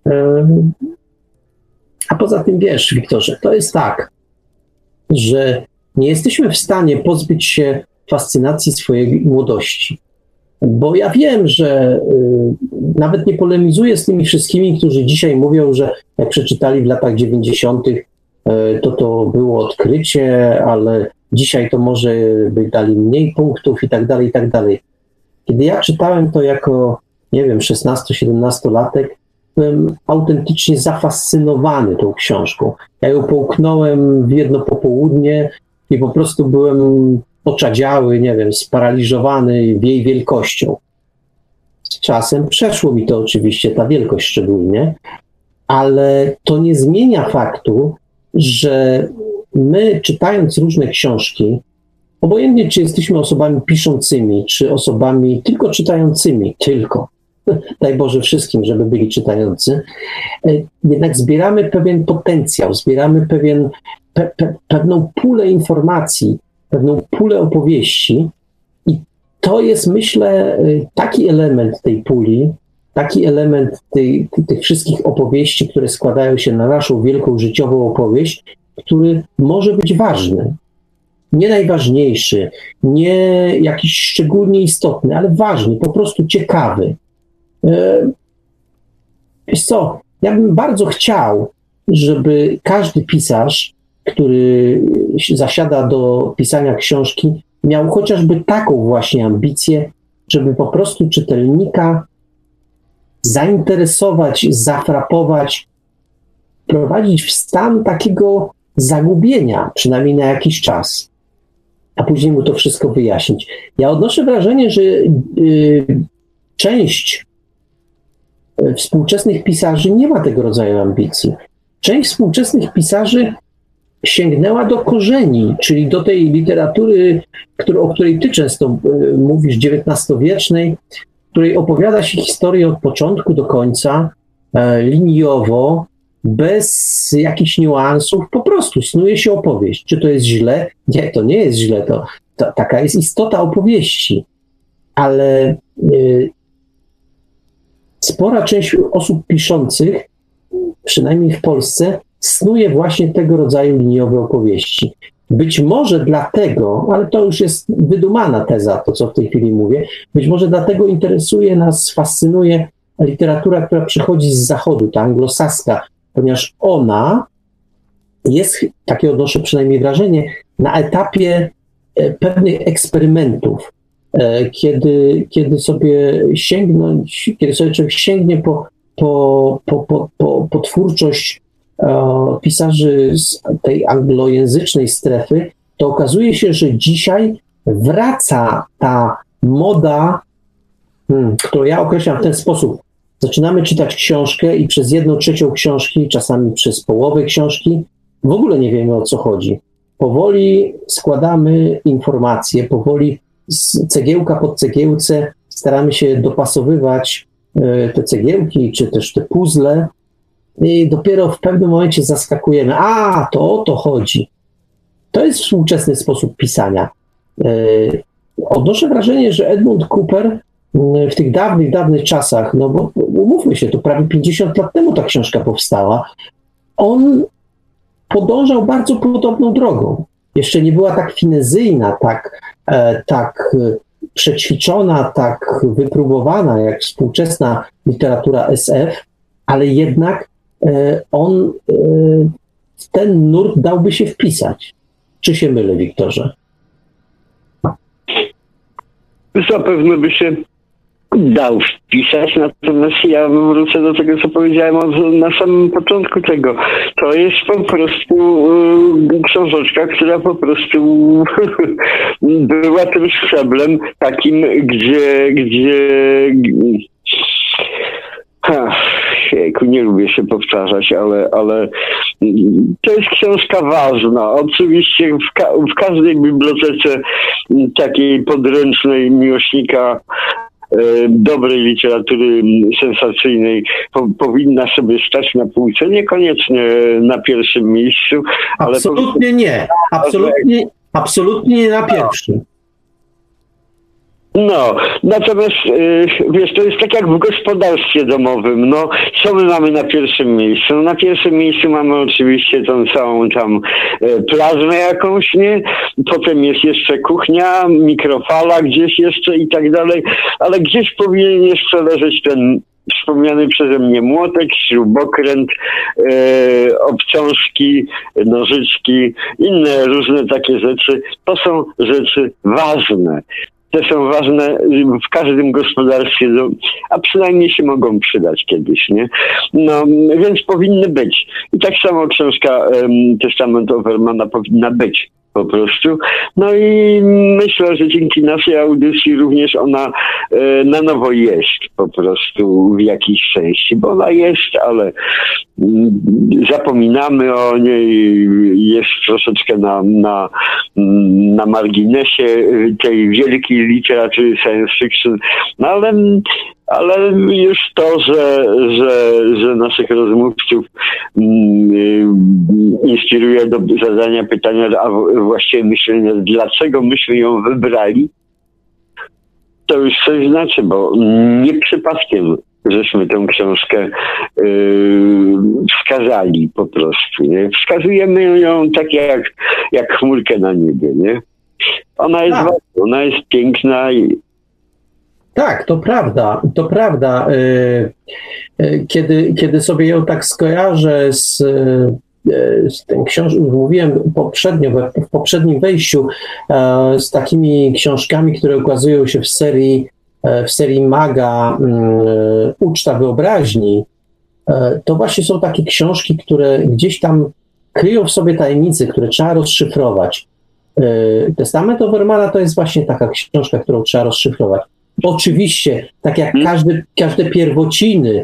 A poza tym wiesz, Wiktorze, to jest tak, że nie jesteśmy w stanie pozbyć się fascynacji swojej młodości. Bo ja wiem, że nawet nie polemizuję z tymi wszystkimi, którzy dzisiaj mówią, że jak przeczytali w latach 90. To było odkrycie, ale dzisiaj to może by dali mniej punktów i tak dalej, i tak dalej. Kiedy ja czytałem to jako, nie wiem, 16-17-latek, byłem autentycznie zafascynowany tą książką. Ja ją połknąłem w jedno popołudnie i po prostu byłem oczadziały, nie wiem, sparaliżowany jej wielkością. Z czasem przeszło mi to oczywiście, ta wielkość szczególnie, ale to nie zmienia faktu, że my, czytając różne książki, obojętnie czy jesteśmy osobami piszącymi, czy osobami tylko czytającymi, daj Boże wszystkim, żeby byli czytający, jednak zbieramy pewien potencjał, zbieramy pewną pulę informacji, pewną pulę opowieści i to jest, myślę, taki element tej puli, taki element tych wszystkich opowieści, które składają się na naszą wielką życiową opowieść, który może być ważny. Nie najważniejszy, nie jakiś szczególnie istotny, ale ważny, po prostu ciekawy. Wiesz co, ja bym bardzo chciał, żeby każdy pisarz, który zasiada do pisania książki, miał chociażby taką właśnie ambicję, żeby po prostu czytelnika zainteresować, zafrapować, prowadzić w stan takiego zagubienia, przynajmniej na jakiś czas, a później mu to wszystko wyjaśnić. Ja odnoszę wrażenie, że część współczesnych pisarzy nie ma tego rodzaju ambicji. Część współczesnych pisarzy sięgnęła do korzeni, czyli do tej literatury, o której ty często mówisz, XIX-wiecznej, w której opowiada się historię od początku do końca, liniowo, bez jakichś niuansów, po prostu snuje się opowieść. Czy to jest źle? Nie, to nie jest źle, to taka jest istota opowieści. Ale spora część osób piszących, przynajmniej w Polsce, snuje właśnie tego rodzaju liniowe opowieści. Być może dlatego, ale to już jest wydumana teza, to co w tej chwili mówię, być może dlatego interesuje nas, fascynuje literatura, która przychodzi z zachodu, ta anglosaska, ponieważ ona jest, takie odnoszę przynajmniej wrażenie, na etapie pewnych eksperymentów, kiedy sobie człowiek sięgnie po twórczość pisarzy z tej anglojęzycznej strefy, to okazuje się, że dzisiaj wraca ta moda, którą ja określam w ten sposób. Zaczynamy czytać książkę i przez 1/3 książki, czasami przez połowę książki, w ogóle nie wiemy, o co chodzi. Powoli składamy informacje, powoli cegiełka po cegiełce staramy się dopasowywać te cegiełki, czy też te puzzle i dopiero w pewnym momencie zaskakujemy. To o to chodzi. To jest współczesny sposób pisania. Odnoszę wrażenie, że Edmund Cooper w tych dawnych czasach, no bo umówmy się, to prawie 50 lat temu ta książka powstała, on podążał bardzo podobną drogą. Jeszcze nie była tak finezyjna, tak przećwiczona, tak wypróbowana jak współczesna literatura SF, ale jednak on w ten nurt dałby się wpisać. Czy się mylę, Wiktorze? Zapewne by się dał wpisać, natomiast ja wrócę do tego, co powiedziałem na samym początku tego. To jest po prostu książeczka, która po prostu była tym szczeblem takim, gdzie nie lubię się powtarzać, ale to jest książka ważna. Oczywiście w każdej bibliotece takiej podręcznej miłośnika dobrej literatury sensacyjnej powinna sobie stać na półce, niekoniecznie na pierwszym miejscu. Ale absolutnie nie. Absolutnie nie na pierwszym. No, natomiast wiesz, to jest tak jak w gospodarstwie domowym, no, co my mamy na pierwszym miejscu? No, na pierwszym miejscu mamy oczywiście tą całą tam plazmę jakąś, nie? Potem jest jeszcze kuchnia, mikrofala gdzieś jeszcze i tak dalej, ale gdzieś powinien jeszcze leżeć ten wspomniany przeze mnie młotek, śrubokręt, obciążki, nożyczki, inne różne takie rzeczy. To są rzeczy ważne. Te są ważne w każdym gospodarstwie, a przynajmniej się mogą przydać kiedyś, nie? No, więc powinny być. I tak samo książka Testament Overmana powinna być po prostu. No i myślę, że dzięki naszej audycji również ona na nowo jest po prostu w jakiejś części, bo ona jest, ale zapominamy o niej, jest troszeczkę na marginesie tej wielkiej literatury science fiction, no ale już to, że naszych rozmówców inspiruje do zadania pytania, a właściwie myślenia, dlaczego myśmy ją wybrali, to już coś znaczy, bo nie przypadkiem żeśmy tę książkę wskazali po prostu, nie? Wskazujemy ją tak jak chmurkę na niebie, nie? Ona jest ważna, ona jest piękna. Tak, to prawda. Kiedy sobie ją tak skojarzę z tą książką, mówiłem poprzednio, w poprzednim wejściu, z takimi książkami, które ukazują się w serii Maga Uczta Wyobraźni, to właśnie są takie książki, które gdzieś tam kryją w sobie tajemnice, które trzeba rozszyfrować. Testament Overmana to jest właśnie taka książka, którą trzeba rozszyfrować. Oczywiście, tak jak każde pierwociny,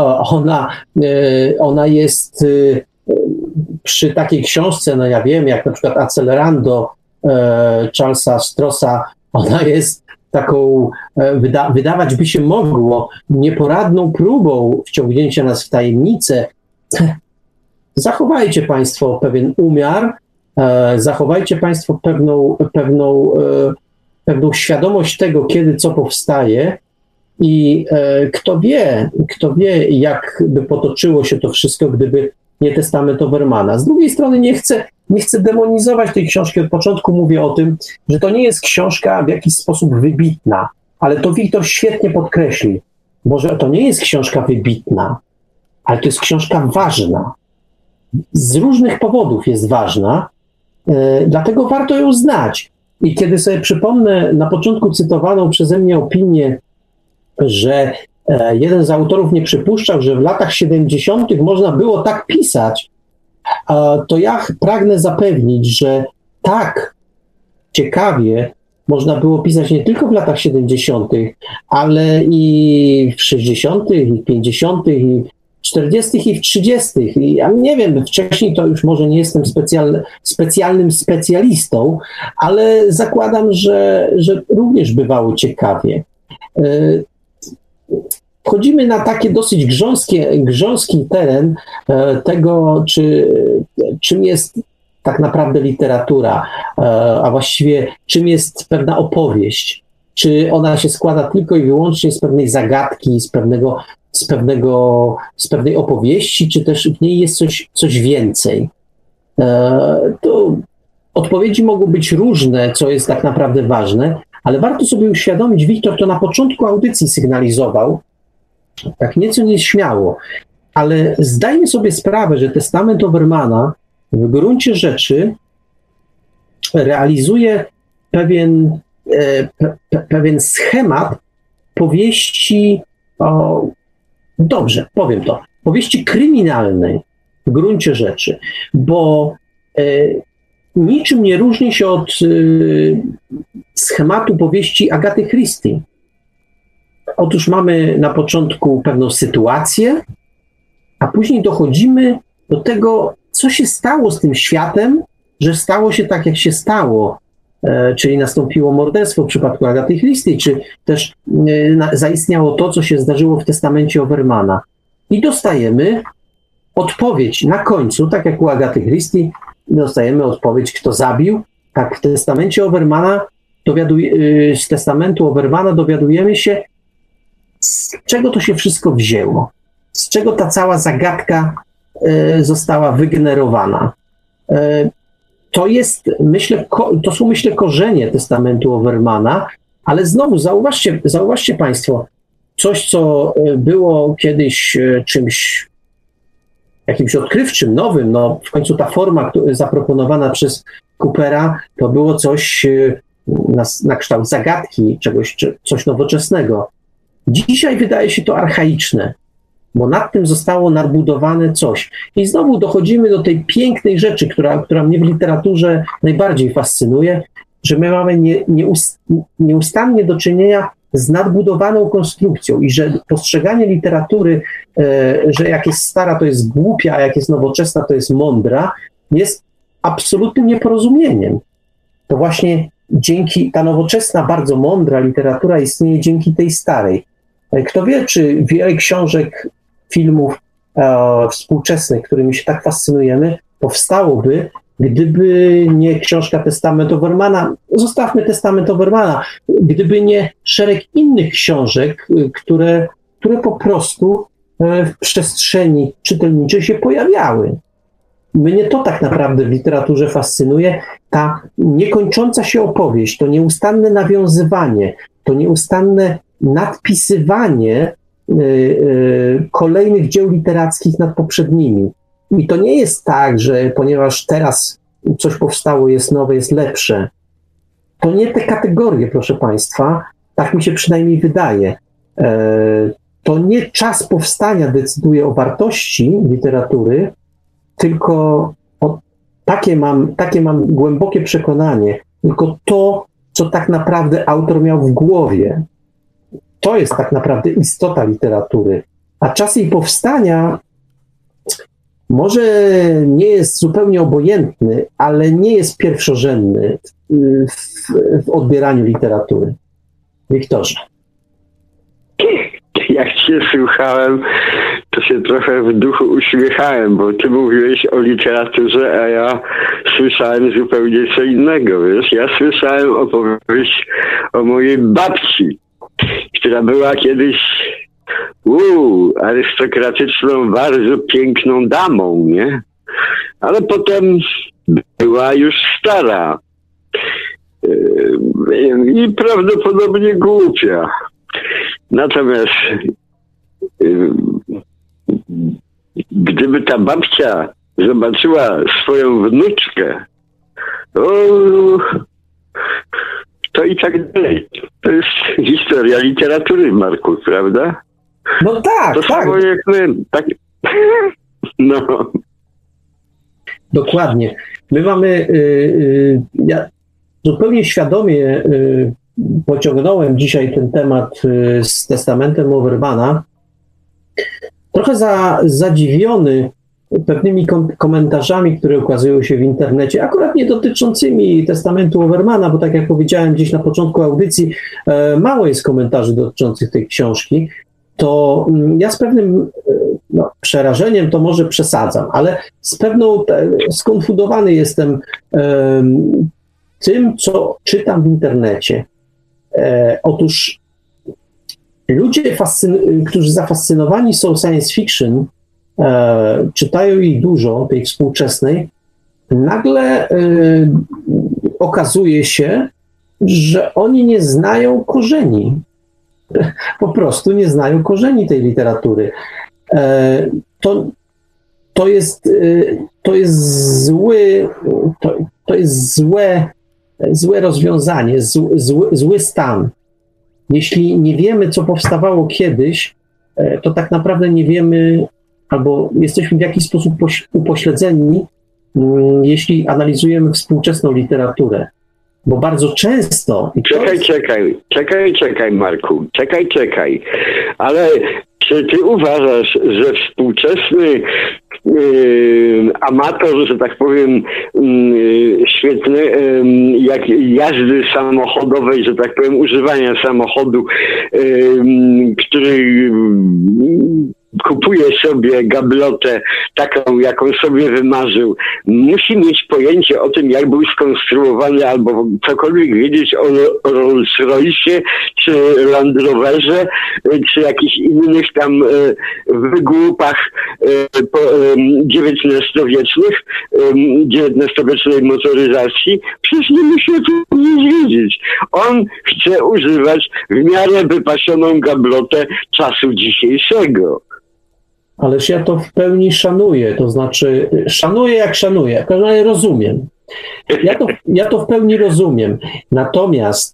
ona jest przy takiej książce, no ja wiem, jak na przykład Accelerando Charlesa Strossa, ona jest taką, wydawać by się mogło, nieporadną próbą wciągnięcia nas w tajemnicę. Zachowajcie Państwo pewien umiar, zachowajcie Państwo pewną świadomość tego, kiedy co powstaje I kto wie, jak by potoczyło się to wszystko, gdyby nie testament Overmana. Z drugiej strony nie chcę demonizować tej książki. Od początku mówię o tym, że to nie jest książka w jakiś sposób wybitna, ale to Wiktor świetnie podkreśli. Może to nie jest książka wybitna, ale to jest książka ważna. Z różnych powodów jest ważna, dlatego warto ją znać. I kiedy sobie przypomnę na początku cytowaną przeze mnie opinię, że jeden z autorów nie przypuszczał, że w latach 70. można było tak pisać, to ja pragnę zapewnić, że tak ciekawie można było pisać nie tylko w latach 70., ale i w 60., i w 50., i w 40., i w 30. I ja nie wiem, wcześniej to już może nie jestem specjalnym specjalistą, ale zakładam, że również bywało ciekawie. Wchodzimy na taki dosyć grząski teren tego, czym jest tak naprawdę literatura, a właściwie czym jest pewna opowieść. Czy ona się składa tylko i wyłącznie z pewnej zagadki, z pewnej opowieści, czy też w niej jest coś więcej. To odpowiedzi mogą być różne, co jest tak naprawdę ważne, ale warto sobie uświadomić, Wiktor to na początku audycji sygnalizował, tak nieco nieśmiało, ale zdajmy sobie sprawę, że testament Overmana w gruncie rzeczy realizuje pewien schemat powieści, powieści kryminalnej w gruncie rzeczy, bo niczym nie różni się od schematu powieści Agaty Christie. Otóż mamy na początku pewną sytuację, a później dochodzimy do tego, co się stało z tym światem, że stało się tak, jak się stało, czyli nastąpiło morderstwo w przypadku Agaty Christie, czy też zaistniało to, co się zdarzyło w testamencie Overmana. I dostajemy odpowiedź na końcu, tak jak u Agaty Christie, dostajemy odpowiedź, kto zabił. Tak, w testamencie Overmana z testamentu Overmana dowiadujemy się, z czego to się wszystko wzięło, z czego ta cała zagadka została wygenerowana. To są, myślę, korzenie testamentu Overmana, ale znowu zauważcie Państwo, coś, co było kiedyś czymś jakimś odkrywczym, nowym, no w końcu ta forma zaproponowana przez Coopera, to było coś na kształt zagadki, coś nowoczesnego. Dzisiaj wydaje się to archaiczne, bo nad tym zostało nadbudowane coś. I znowu dochodzimy do tej pięknej rzeczy, która mnie w literaturze najbardziej fascynuje, że my mamy nieustannie do czynienia z nadbudowaną konstrukcją i że postrzeganie literatury, że jak jest stara, to jest głupia, a jak jest nowoczesna, to jest mądra, jest absolutnym nieporozumieniem. To właśnie ta nowoczesna, bardzo mądra literatura istnieje dzięki tej starej. Kto wie, czy wiele książek, filmów współczesnych, którymi się tak fascynujemy, powstałoby, gdyby nie książka Testament Overmana, zostawmy Testament Overmana, gdyby nie szereg innych książek, które po prostu w przestrzeni czytelniczej się pojawiały. Mnie to tak naprawdę w literaturze fascynuje, ta niekończąca się opowieść, to nieustanne nawiązywanie, to nieustanne nadpisywanie kolejnych dzieł literackich nad poprzednimi. I to nie jest tak, że ponieważ teraz coś powstało, jest nowe, jest lepsze. To nie te kategorie, proszę Państwa, tak mi się przynajmniej wydaje. To nie czas powstania decyduje o wartości literatury, tylko takie mam głębokie przekonanie, tylko to, co tak naprawdę autor miał w głowie. To jest tak naprawdę istota literatury. A czas jej powstania może nie jest zupełnie obojętny, ale nie jest pierwszorzędny w odbieraniu literatury. Wiktorze. Jak cię słuchałem, to się trochę w duchu uśmiechałem, bo ty mówiłeś o literaturze, a ja słyszałem zupełnie co innego, wiesz? Ja słyszałem opowieść o mojej babci. która była kiedyś arystokratyczną, bardzo piękną damą, nie? Ale potem była już stara i prawdopodobnie głupia. Natomiast gdyby ta babcia zobaczyła swoją wnuczkę, to i tak dalej. To jest historia literatury, Marku, prawda? No tak, to tak. samo jak my. Tak. No. Dokładnie. My mamy, ja zupełnie świadomie pociągnąłem dzisiaj ten temat z testamentem Overmana. Trochę zadziwiony pewnymi komentarzami, które ukazują się w internecie, akurat nie dotyczącymi testamentu Overmana, bo tak jak powiedziałem gdzieś na początku audycji, mało jest komentarzy dotyczących tej książki, to ja z pewnym przerażeniem, to może przesadzam, ale z pewną skonfundowany jestem tym, co czytam w internecie. Otóż ludzie, którzy zafascynowani są science fiction, czytają jej dużo, tej współczesnej, nagle okazuje się, że oni nie znają korzeni. Po prostu nie znają korzeni tej literatury. To jest złe rozwiązanie, zły stan. Jeśli nie wiemy, co powstawało kiedyś, to tak naprawdę nie wiemy, albo jesteśmy w jakiś sposób upośledzeni, jeśli analizujemy współczesną literaturę. Bo bardzo często... Czekaj, Marku. Czekaj. Ale czy ty uważasz, że współczesny amator, że tak powiem, świetny, jak jazdy samochodowej, że tak powiem, używania samochodu, który kupuje sobie gablotę taką, jaką sobie wymarzył, musi mieć pojęcie o tym, jak był skonstruowany, albo cokolwiek wiedzieć o Rolls-Royce, czy Land Roverze, czy jakichś innych tam wygłupach XIX-wiecznej motoryzacji. Przecież nie musi o tym nic wiedzieć. On chce używać w miarę wypasioną gablotę czasu dzisiejszego. Ależ ja to w pełni szanuję, to znaczy szanuję jak szanuję, ale rozumiem. Ja to w pełni rozumiem. Natomiast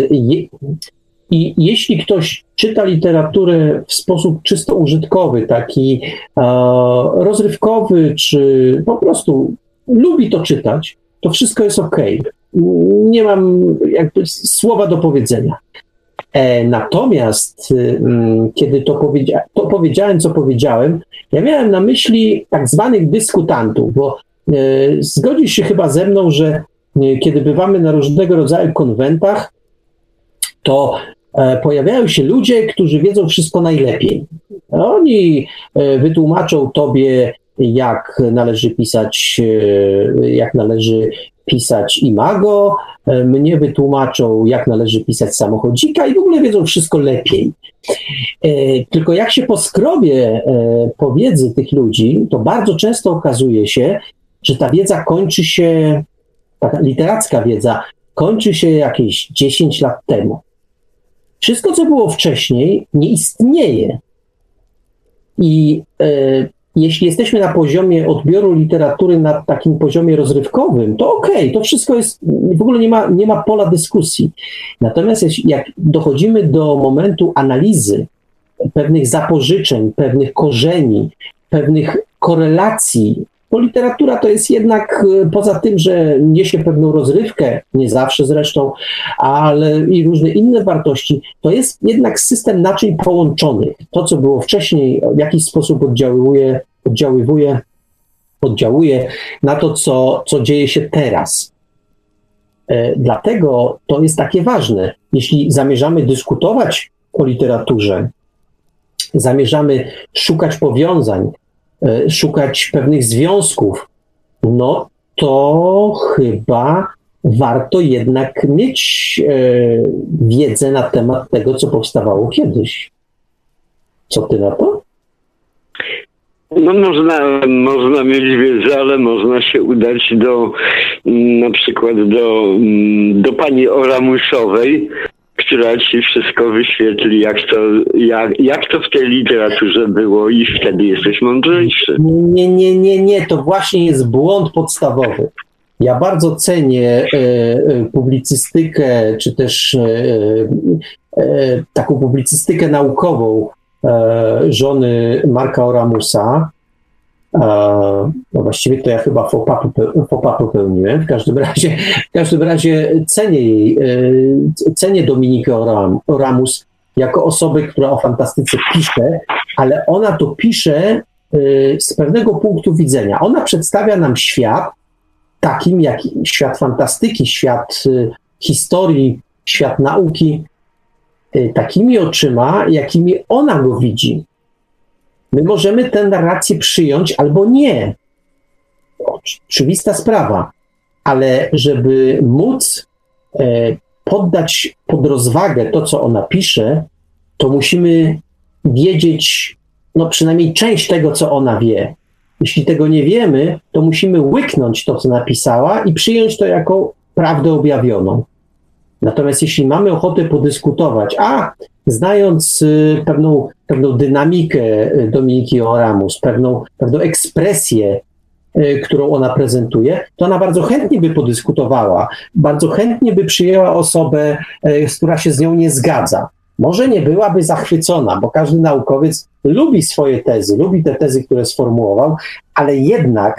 jeśli ktoś czyta literaturę w sposób czysto użytkowy, taki rozrywkowy, czy po prostu lubi to czytać, to wszystko jest okej. Nie mam jakby słowa do powiedzenia. Natomiast kiedy powiedziałem, co powiedziałem, ja miałem na myśli tak zwanych dyskutantów, bo zgodzisz się chyba ze mną, że kiedy bywamy na różnego rodzaju konwentach, to pojawiają się ludzie, którzy wiedzą wszystko najlepiej. Oni wytłumaczą tobie, jak należy pisać Imago, mnie wytłumaczą, jak należy pisać samochodzika i w ogóle wiedzą wszystko lepiej. Tylko jak się poskrobie po wiedzy tych ludzi, to bardzo często okazuje się, że ta wiedza kończy się, taka literacka wiedza kończy się jakieś 10 lat temu. Wszystko, co było wcześniej, nie istnieje. I jeśli jesteśmy na poziomie odbioru literatury, na takim poziomie rozrywkowym, to okej, to wszystko jest, w ogóle nie ma pola dyskusji. Natomiast jak dochodzimy do momentu analizy pewnych zapożyczeń, pewnych korzeni, pewnych korelacji, bo literatura to jest jednak, poza tym, że niesie pewną rozrywkę, nie zawsze zresztą, ale i różne inne wartości, to jest jednak system naczyń połączonych. To, co było wcześniej, w jakiś sposób oddziałuje na to, co dzieje się teraz. Dlatego to jest takie ważne. Jeśli zamierzamy dyskutować o literaturze, zamierzamy szukać powiązań, szukać pewnych związków, no to chyba warto jednak mieć wiedzę na temat tego, co powstawało kiedyś. Co ty na to? No można mieć wiedzę, ale można się udać na przykład do pani Oramusowej, która ci wszystko wyświetli, jak to w tej literaturze było i wtedy jesteś mądrzejszy. Nie, to właśnie jest błąd podstawowy. Ja bardzo cenię publicystykę, czy też taką publicystykę naukową żony Marka Oramusa. No właściwie to ja chyba faux pas popełniłem. W każdym razie cenię jej, cenię Dominikę Oramus jako osobę, która o fantastyce pisze, ale ona to pisze z pewnego punktu widzenia. Ona przedstawia nam świat takim jak świat fantastyki, świat historii, świat nauki, takimi oczyma, jakimi ona go widzi. My możemy tę narrację przyjąć albo nie. Oczywista sprawa. Ale żeby móc poddać pod rozwagę to, co ona pisze, to musimy wiedzieć przynajmniej część tego, co ona wie. Jeśli tego nie wiemy, to musimy łyknąć to, co napisała i przyjąć to jako prawdę objawioną. Natomiast jeśli mamy ochotę podyskutować, znając pewną dynamikę Dominiki Oramus, pewną ekspresję, którą ona prezentuje, to ona bardzo chętnie by podyskutowała, bardzo chętnie by przyjęła osobę, która się z nią nie zgadza. Może nie byłaby zachwycona, bo każdy naukowiec lubi swoje tezy, lubi te tezy, które sformułował, ale jednak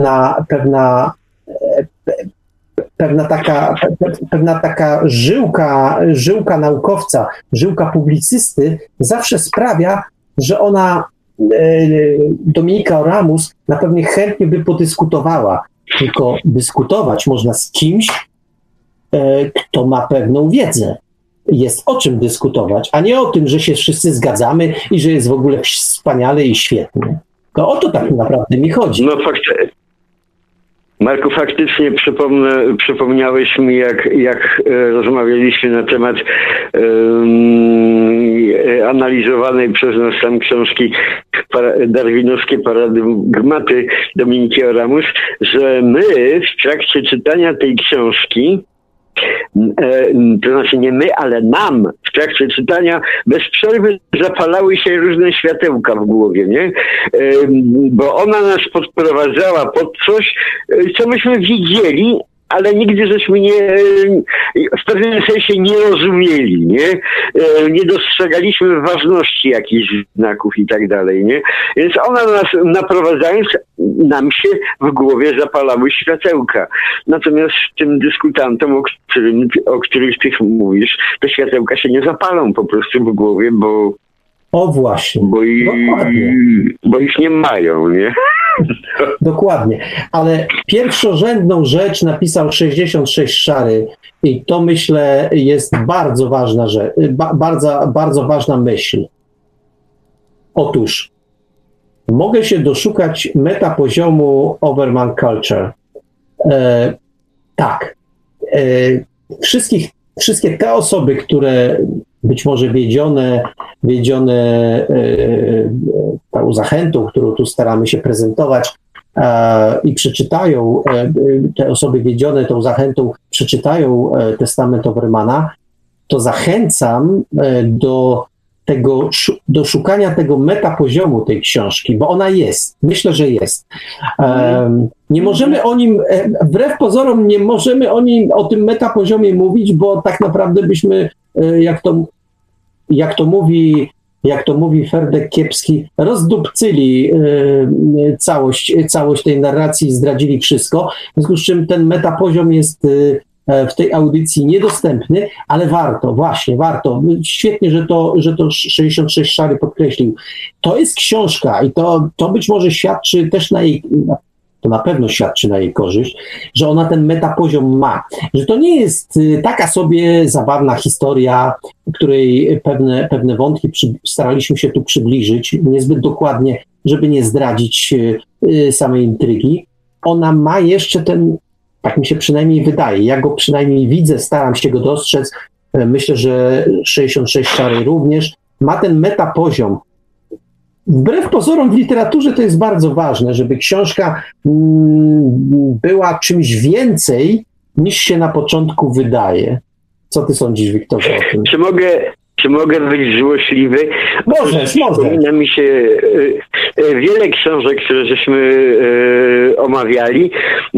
pewna taka żyłka naukowca, żyłka publicysty zawsze sprawia, że ona, Dominika Oramus, na pewno chętnie by podyskutowała. Tylko dyskutować można z kimś, kto ma pewną wiedzę. Jest o czym dyskutować, a nie o tym, że się wszyscy zgadzamy i że jest w ogóle wspaniale i świetnie. To o to tak naprawdę mi chodzi. No Marku, faktycznie przypomniałeś mi, jak rozmawialiśmy na temat analizowanej przez nas tam książki darwinowskie paradygmaty Dominiki Oramus, że my w trakcie czytania tej książki, to znaczy nie my, ale nam w trakcie czytania bez przerwy zapalały się różne światełka w głowie, nie? Bo ona nas podprowadzała pod coś, co myśmy widzieli, ale nigdy żeśmy w pewnym sensie nie rozumieli, nie? Nie dostrzegaliśmy ważności jakichś znaków i tak dalej, nie? Więc ona nas naprowadzając, nam się w głowie zapalały światełka. Natomiast tym dyskutantom, o których ty mówisz, te światełka się nie zapalą po prostu w głowie, bo... O właśnie. Bo ich nie mają, nie? Dokładnie, ale pierwszorzędną rzecz napisał 66 Szary i to myślę jest bardzo ważna rzecz, bardzo ważna myśl. Otóż mogę się doszukać metapoziomu Overman Culture. Tak. Wszystkie te osoby, które być może wiedzione tą zachętą, którą tu staramy się prezentować i przeczytają, te osoby wiedzione tą zachętą przeczytają testament Overmana, to zachęcam do szukania tego metapoziomu tej książki, bo ona jest. Myślę, że jest. Nie możemy o nim, wbrew pozorom, nie możemy o tym metapoziomie mówić, bo tak naprawdę byśmy, jak to mówi Ferdek Kiepski, rozdupcyli całość tej narracji i zdradzili wszystko. W związku z czym ten metapoziom jest w tej audycji niedostępny, ale warto. Świetnie, że to 66 Szary podkreślił. To jest książka i to być może świadczy też to na pewno świadczy na jej korzyść, że ona ten metapoziom ma. Że to nie jest taka sobie zabawna historia, której pewne wątki staraliśmy się tu przybliżyć niezbyt dokładnie, żeby nie zdradzić samej intrygi. Ona ma jeszcze ten Tak mi się przynajmniej wydaje. Ja go przynajmniej widzę, staram się go dostrzec. Myślę, że 66 Szary również ma ten metapoziom. Wbrew pozorom w literaturze to jest bardzo ważne, żeby książka była czymś więcej, niż się na początku wydaje. Co ty sądzisz, Wiktorze, o tym? Czy mogę być złośliwy? Możesz. Przypomina mi się wiele książek, które żeśmy omawiali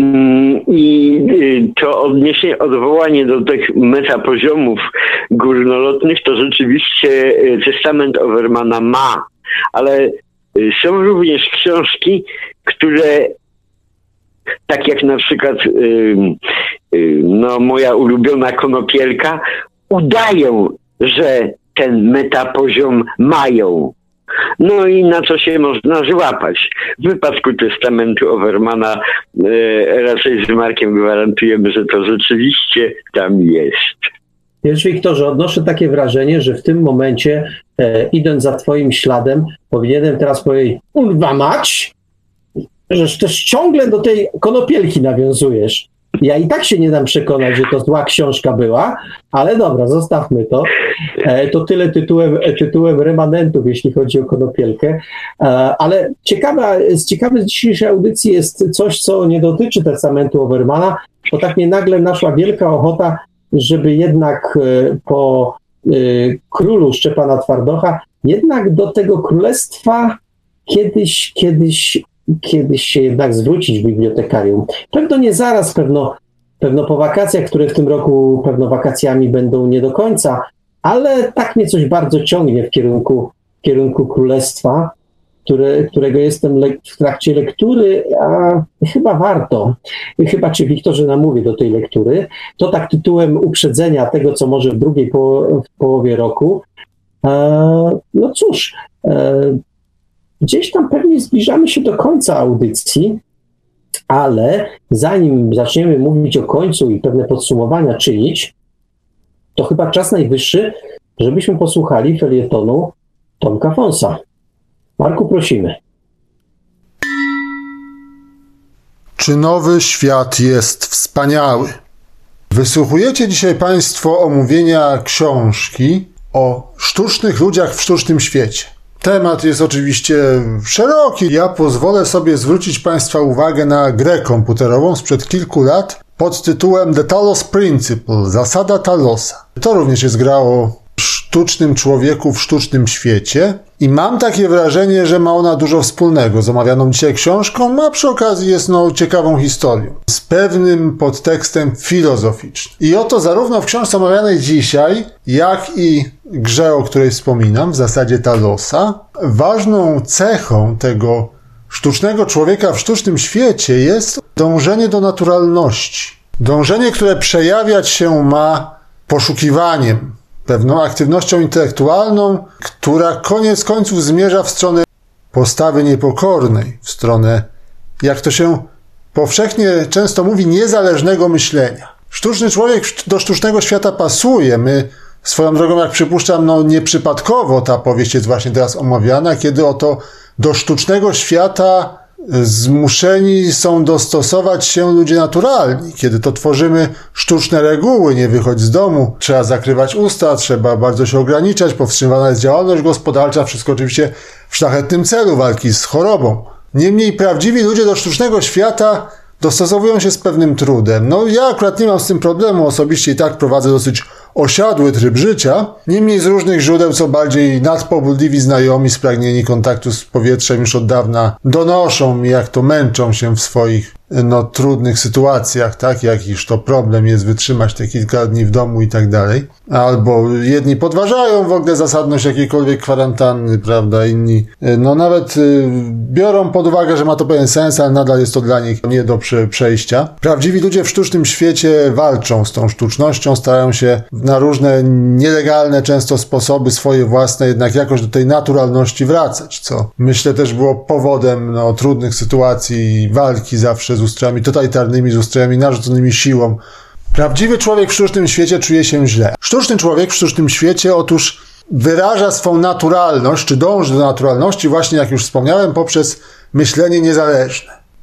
i to odwołanie do tych metapoziomów górnolotnych to rzeczywiście Testament Overmana ma, ale są również książki, które tak jak na przykład moja ulubiona Konopielka, udają, że ten metapoziom mają. No i na co się można złapać? W wypadku Testamentu Overmana raczej z Markiem gwarantujemy, że to rzeczywiście tam jest. Wiesz, Wiktorze, odnoszę takie wrażenie, że w tym momencie, idąc za twoim śladem, powinienem teraz powiedzieć, kurwa mać, że też ciągle do tej Konopielki nawiązujesz. Ja i tak się nie dam przekonać, że to zła książka była, ale dobra, zostawmy to. To tyle tytułem remanentów, jeśli chodzi o Konopielkę. Ale ciekawe z dzisiejszej audycji jest coś, co nie dotyczy Testamentu Overmana, bo tak mnie nagle naszła wielka ochota, żeby jednak po królu Szczepana Twardocha, jednak do tego królestwa kiedyś się jednak zwrócić w bibliotekarium. Pewno nie zaraz, pewno po wakacjach, które w tym roku pewno wakacjami będą nie do końca, ale tak mnie coś bardzo ciągnie w kierunku królestwa, którego jestem w trakcie lektury, a chyba warto. Chyba cię, Wiktorze, namówię do tej lektury. To tak tytułem uprzedzenia tego, co może w drugiej połowie roku. No cóż, gdzieś tam pewnie zbliżamy się do końca audycji, ale zanim zaczniemy mówić o końcu i pewne podsumowania czynić, to chyba czas najwyższy, żebyśmy posłuchali felietonu Tomka Fonsa. Marku, prosimy. Czy nowy świat jest wspaniały? Wysłuchujecie dzisiaj Państwo omówienia książki o sztucznych ludziach w sztucznym świecie. Temat jest oczywiście szeroki. Ja pozwolę sobie zwrócić Państwa uwagę na grę komputerową sprzed kilku lat pod tytułem The Talos Principle, zasada Talosa. To również jest gra o sztucznym człowieku w sztucznym świecie i mam takie wrażenie, że ma ona dużo wspólnego z omawianą dzisiaj książką, a przy okazji jest ciekawą historią, z pewnym podtekstem filozoficznym. I oto zarówno w książce omawianej dzisiaj, jak i grze, o której wspominam, w zasadzie Talosa, ważną cechą tego sztucznego człowieka w sztucznym świecie jest dążenie do naturalności. Dążenie, które przejawiać się ma poszukiwaniem, pewną aktywnością intelektualną, która koniec końców zmierza w stronę postawy niepokornej, w stronę, jak to się powszechnie często mówi, niezależnego myślenia. Sztuczny człowiek do sztucznego świata pasuje. My swoją drogą, jak przypuszczam, nieprzypadkowo ta powieść jest właśnie teraz omawiana, kiedy oto do sztucznego świata zmuszeni są dostosować się ludzie naturalni. Kiedy to tworzymy sztuczne reguły, nie wychodź z domu, trzeba zakrywać usta, trzeba bardzo się ograniczać, powstrzymywana jest działalność gospodarcza, wszystko oczywiście w szlachetnym celu walki z chorobą. Niemniej prawdziwi ludzie do sztucznego świata dostosowują się z pewnym trudem. Ja akurat nie mam z tym problemu, osobiście i tak prowadzę dosyć osiadły tryb życia. Niemniej z różnych źródeł, co bardziej nadpobudliwi znajomi spragnieni kontaktu z powietrzem już od dawna donoszą mi, jak to męczą się w swoich trudnych sytuacjach, tak? Jakiż to problem jest wytrzymać te kilka dni w domu i tak dalej. Albo jedni podważają w ogóle zasadność jakiejkolwiek kwarantanny, prawda? Inni nawet biorą pod uwagę, że ma to pewien sens, ale nadal jest to dla nich nie do przejścia. Prawdziwi ludzie w sztucznym świecie walczą z tą sztucznością, starają się na różne nielegalne często sposoby swoje własne jednak jakoś do tej naturalności wracać, co myślę też było powodem trudnych sytuacji i walki zawsze z ustrojami totalitarnymi, z ustrojami narzuconymi siłą. Prawdziwy człowiek w sztucznym świecie czuje się źle. Sztuczny człowiek w sztucznym świecie otóż wyraża swą naturalność, czy dąży do naturalności właśnie, jak już wspomniałem, poprzez myślenie niezależne.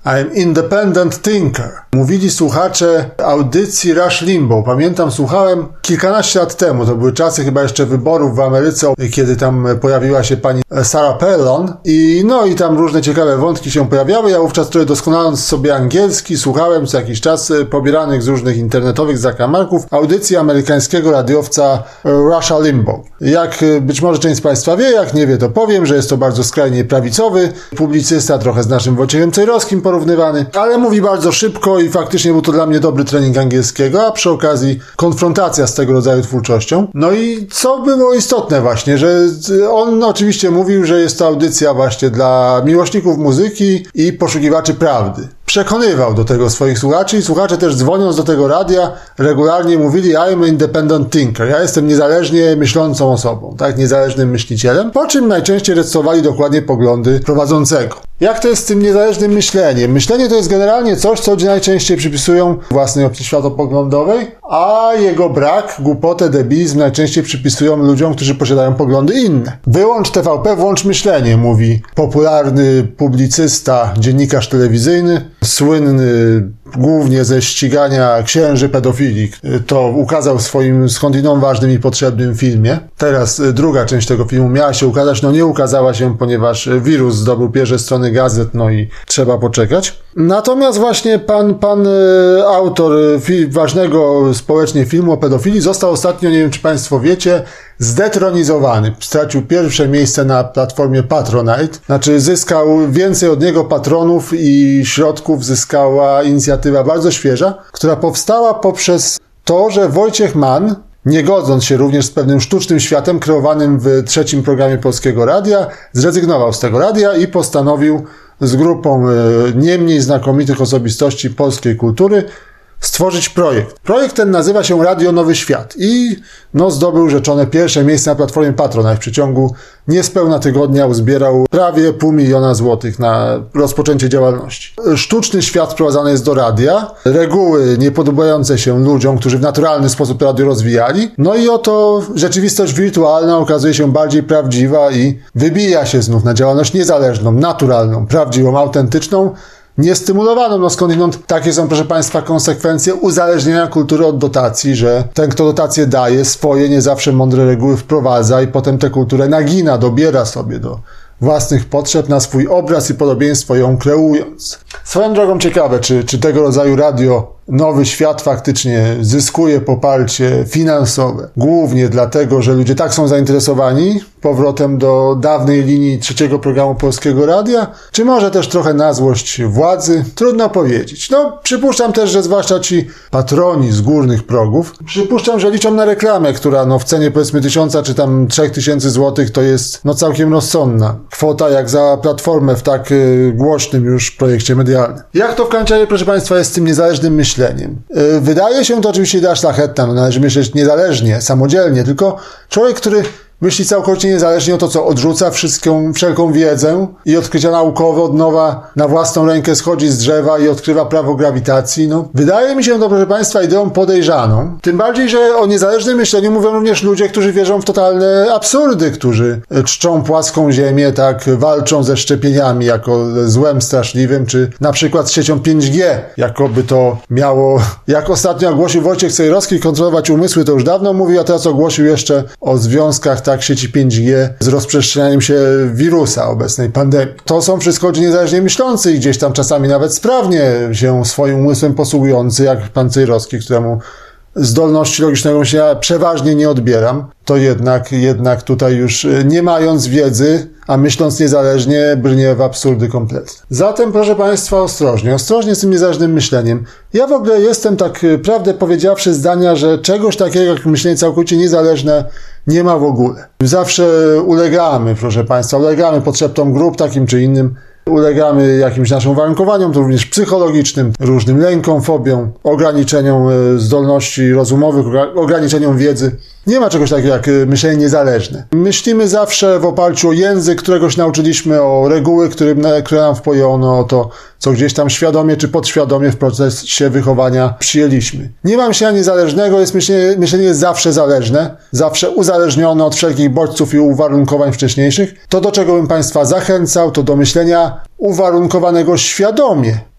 I'm independent thinker. Mówili słuchacze audycji Rush Limbaugh. Pamiętam, słuchałem kilkanaście lat temu. To były czasy chyba jeszcze wyborów w Ameryce, kiedy tam pojawiła się pani Sarah Palin i tam różne ciekawe wątki się pojawiały. Ja wówczas trochę doskonaląc sobie angielski, słuchałem co jakiś czas pobieranych z różnych internetowych zakamarków audycji amerykańskiego radiowca Rusha Limbaugh. Jak być może część z Państwa wie, jak nie wie, to powiem, że jest to bardzo skrajnie prawicowy publicysta, trochę z naszym Wojciechem Cejrowskim porównywany, ale mówi bardzo szybko i faktycznie był to dla mnie dobry trening angielskiego, a przy okazji konfrontacja z tego rodzaju twórczością. No i co było istotne właśnie, że on oczywiście mówił, że jest to audycja właśnie dla miłośników muzyki i poszukiwaczy prawdy. Przekonywał do tego swoich słuchaczy i słuchacze też dzwoniąc do tego radia regularnie mówili I'm an independent thinker. Ja jestem niezależnie myślącą osobą, tak, niezależnym myślicielem, po czym najczęściej recytowali dokładnie poglądy prowadzącego. Jak to jest z tym niezależnym myśleniem? Myślenie to jest generalnie coś, co ludzie najczęściej przypisują własnej opcji światopoglądowej, a jego brak, głupotę, debilizm najczęściej przypisują ludziom, którzy posiadają poglądy inne. Wyłącz TVP, włącz myślenie, mówi popularny publicysta, dziennikarz telewizyjny, słynny głównie ze ścigania księży pedofili. To ukazał w swoim skądinąd ważnym i potrzebnym filmie. Teraz druga część tego filmu miała się ukazać, nie ukazała się, ponieważ wirus zdobył pierwsze strony gazet, i trzeba poczekać. Natomiast właśnie pan autor ważnego społecznie filmu o pedofilii został ostatnio, nie wiem czy Państwo wiecie, zdetronizowany. Stracił pierwsze miejsce na platformie Patronite. Znaczy zyskał więcej od niego patronów i środków zyskała inicjatywa bardzo świeża, która powstała poprzez to, że Wojciech Mann, nie godząc się również z pewnym sztucznym światem kreowanym w trzecim programie Polskiego Radia, zrezygnował z tego radia i postanowił z grupą nie mniej znakomitych osobistości polskiej kultury stworzyć projekt. Projekt ten nazywa się Radio Nowy Świat i zdobył rzeczone pierwsze miejsce na platformie Patronite. W przeciągu niespełna tygodnia uzbierał prawie 500 000 złotych na rozpoczęcie działalności. Sztuczny świat wprowadzany jest do radia, reguły niepodobające się ludziom, którzy w naturalny sposób radio rozwijali. I oto rzeczywistość wirtualna okazuje się bardziej prawdziwa i wybija się znów na działalność niezależną, naturalną, prawdziwą, autentyczną, niestymulowaną, skądinąd takie są, proszę Państwa, konsekwencje uzależnienia kultury od dotacji, że ten, kto dotacje daje, swoje nie zawsze mądre reguły wprowadza i potem tę kulturę nagina, dobiera sobie do własnych potrzeb na swój obraz i podobieństwo ją kreując. Swoją drogą ciekawe, czy tego rodzaju radio Nowy Świat faktycznie zyskuje poparcie finansowe. Głównie dlatego, że ludzie tak są zainteresowani powrotem do dawnej linii trzeciego programu Polskiego Radia, czy może też trochę na złość władzy? Trudno powiedzieć. Przypuszczam też, że zwłaszcza ci patroni z górnych progów, przypuszczam, że liczą na reklamę, która w cenie powiedzmy 1000 czy tam 3000 złotych to jest całkiem rozsądna kwota jak za platformę w tak głośnym już projekcie medialnym. Jak to w końcu, proszę Państwa, jest z tym niezależnym myśleniem? Wydaje się to oczywiście idea szlachetna, należy myśleć niezależnie, samodzielnie, tylko człowiek, który myśli całkowicie niezależnie o to, co odrzuca wszelką wiedzę i odkrycia naukowe od nowa na własną rękę schodzi z drzewa i odkrywa prawo grawitacji. Wydaje mi się to, proszę Państwa, ideą podejrzaną. Tym bardziej, że o niezależnym myśleniu mówią również ludzie, którzy wierzą w totalne absurdy, którzy czczą płaską ziemię, tak, walczą ze szczepieniami jako złem straszliwym, czy na przykład z siecią 5G, jakoby to miało, jak ostatnio ogłosił Wojciech Cejrowski, kontrolować umysły, to już dawno mówił, a teraz ogłosił jeszcze o związkach sieci 5G z rozprzestrzenianiem się wirusa obecnej pandemii. To są wszystko ludzie niezależnie myślący i gdzieś tam czasami nawet sprawnie się swoim umysłem posługujący, jak pan Cejrowski, któremu zdolności logicznego myślenia przeważnie nie odbieram, to jednak tutaj już nie mając wiedzy, a myśląc niezależnie, brnie w absurdy kompletne. Zatem, proszę Państwa, ostrożnie z tym niezależnym myśleniem. Ja w ogóle jestem, tak prawdę powiedziawszy, zdania, że czegoś takiego jak myślenie całkowicie niezależne nie ma w ogóle. Zawsze ulegamy, proszę Państwa, potrzebom grup takim czy innym, ulegamy jakimś naszym uwarunkowaniom, to również psychologicznym, różnym lękom, fobiom, ograniczeniom zdolności rozumowych, ograniczeniom wiedzy. Nie ma czegoś takiego jak myślenie niezależne. Myślimy zawsze w oparciu o język, którego się nauczyliśmy, o reguły, które nam wpojono, o to, co gdzieś tam świadomie czy podświadomie w procesie wychowania przyjęliśmy. Nie ma myślenia niezależnego, myślenie jest zawsze zależne, zawsze uzależnione od wszelkich bodźców i uwarunkowań wcześniejszych. To, do czego bym Państwa zachęcał, to do myślenia uwarunkowanego świadomie,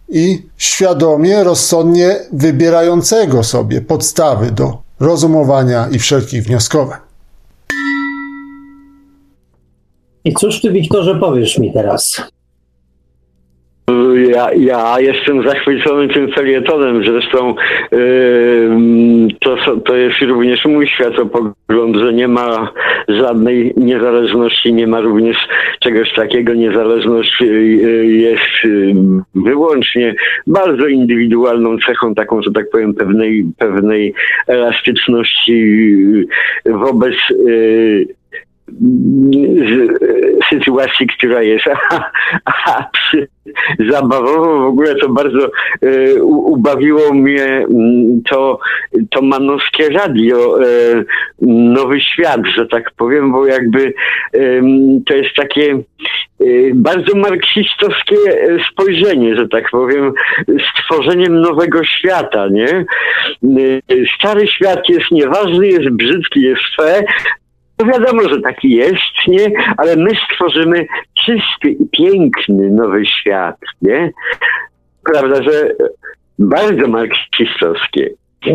i świadomie, rozsądnie wybierającego sobie podstawy do rozumowania i wszelkich wnioskowań. I cóż ty, Wiktorze, powiesz mi teraz? Ja jestem zachwycony tym felietonem, zresztą to jest również mój światopogląd, że nie ma żadnej niezależności, nie ma również czegoś takiego. Niezależność jest wyłącznie bardzo indywidualną cechą, taką, że tak powiem, pewnej elastyczności wobec sytuacji, która jest. Zabawowo w ogóle to bardzo ubawiło mnie to manowskie radio Nowy Świat, że tak powiem, bo jakby to jest takie bardzo marksistowskie spojrzenie, że tak powiem, stworzeniem nowego świata, nie? Stary świat jest nieważny, jest brzydki, jest fe. No wiadomo, że taki jest, nie? Ale my stworzymy czysty i piękny nowy świat, nie? Prawda, że bardzo marksistowskie.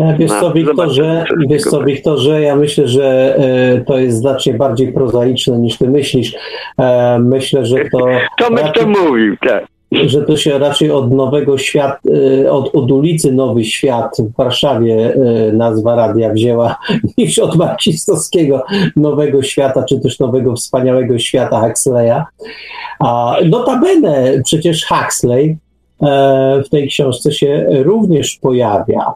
Wiesz co, Wiktorze, ja myślę, że to jest znacznie bardziej prozaiczne niż ty myślisz. Myślę, że to... Tomek to mówił, tak. Że to się raczej od Nowego Świata, od ulicy Nowy Świat w Warszawie nazwa radia wzięła, niż od marksistowskiego Nowego Świata, czy też Nowego Wspaniałego Świata Huxleya. Notabene przecież Huxley w tej książce się również pojawia.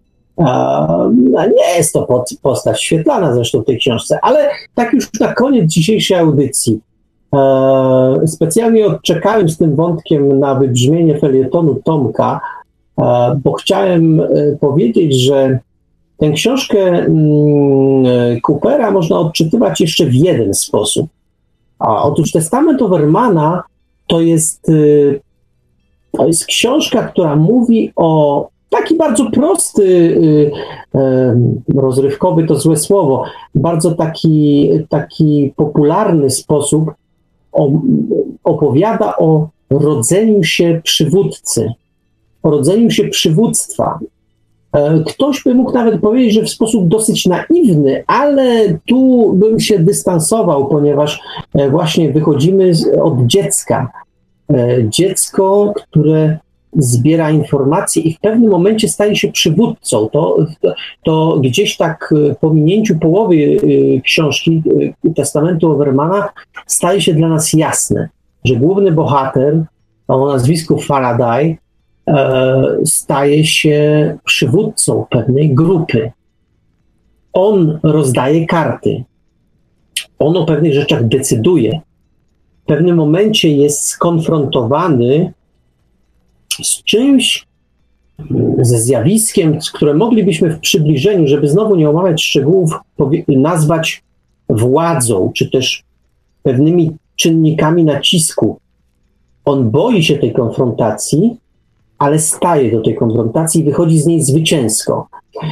Nie jest to postać świetlana zresztą w tej książce, ale tak już na koniec dzisiejszej audycji. Specjalnie odczekałem z tym wątkiem na wybrzmienie felietonu Tomka, bo chciałem powiedzieć, że tę książkę Coopera można odczytywać jeszcze w jeden sposób. Otóż Testament Overmana to jest książka, która mówi o taki bardzo prosty, rozrywkowy to złe słowo, bardzo taki popularny sposób opowiada o rodzeniu się przywódcy, o rodzeniu się przywództwa. Ktoś by mógł nawet powiedzieć, że w sposób dosyć naiwny, ale tu bym się dystansował, ponieważ właśnie wychodzimy od dziecka. Dziecko, które zbiera informacje i w pewnym momencie staje się przywódcą. To gdzieś tak po minięciu połowy książki Testamentu Overmana staje się dla nas jasne, że główny bohater o nazwisku Faraday staje się przywódcą pewnej grupy. On rozdaje karty. On o pewnych rzeczach decyduje. W pewnym momencie jest skonfrontowany z czymś, ze zjawiskiem, które moglibyśmy w przybliżeniu, żeby znowu nie omawiać szczegółów, nazwać władzą, czy też pewnymi czynnikami nacisku. On boi się tej konfrontacji, ale staje do tej konfrontacji i wychodzi z niej zwycięsko.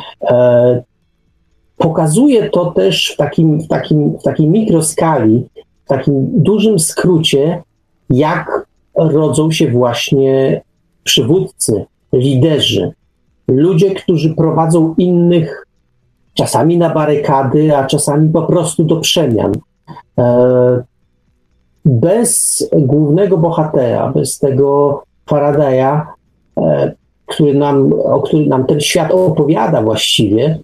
Pokazuje to też w takiej mikroskali, w takim dużym skrócie, jak rodzą się właśnie przywódcy, liderzy, ludzie, którzy prowadzą innych czasami na barykady, a czasami po prostu do przemian. Bez głównego bohatera, bez tego Faradaya, o którym nam ten świat opowiada właściwie,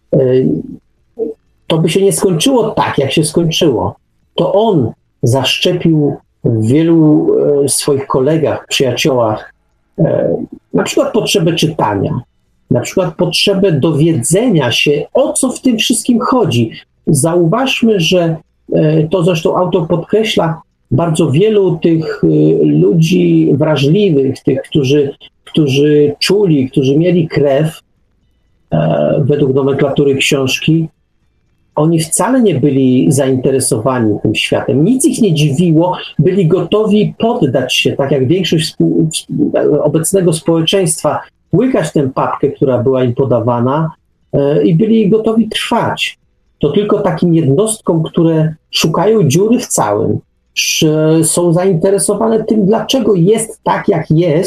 to by się nie skończyło tak, jak się skończyło. To on zaszczepił w wielu swoich kolegach, przyjaciołach na przykład potrzebę czytania, na przykład potrzebę dowiedzenia się, o co w tym wszystkim chodzi. Zauważmy, że to zresztą autor podkreśla, bardzo wielu tych ludzi wrażliwych, tych, którzy czuli, którzy mieli krew, według nomenklatury książki, oni wcale nie byli zainteresowani tym światem. Nic ich nie dziwiło, byli gotowi poddać się, tak jak większość obecnego społeczeństwa, łykać tę papkę, która była im podawana i byli gotowi trwać. To tylko takim jednostkom, które szukają dziury w całym, są zainteresowane tym, dlaczego jest tak, jak jest,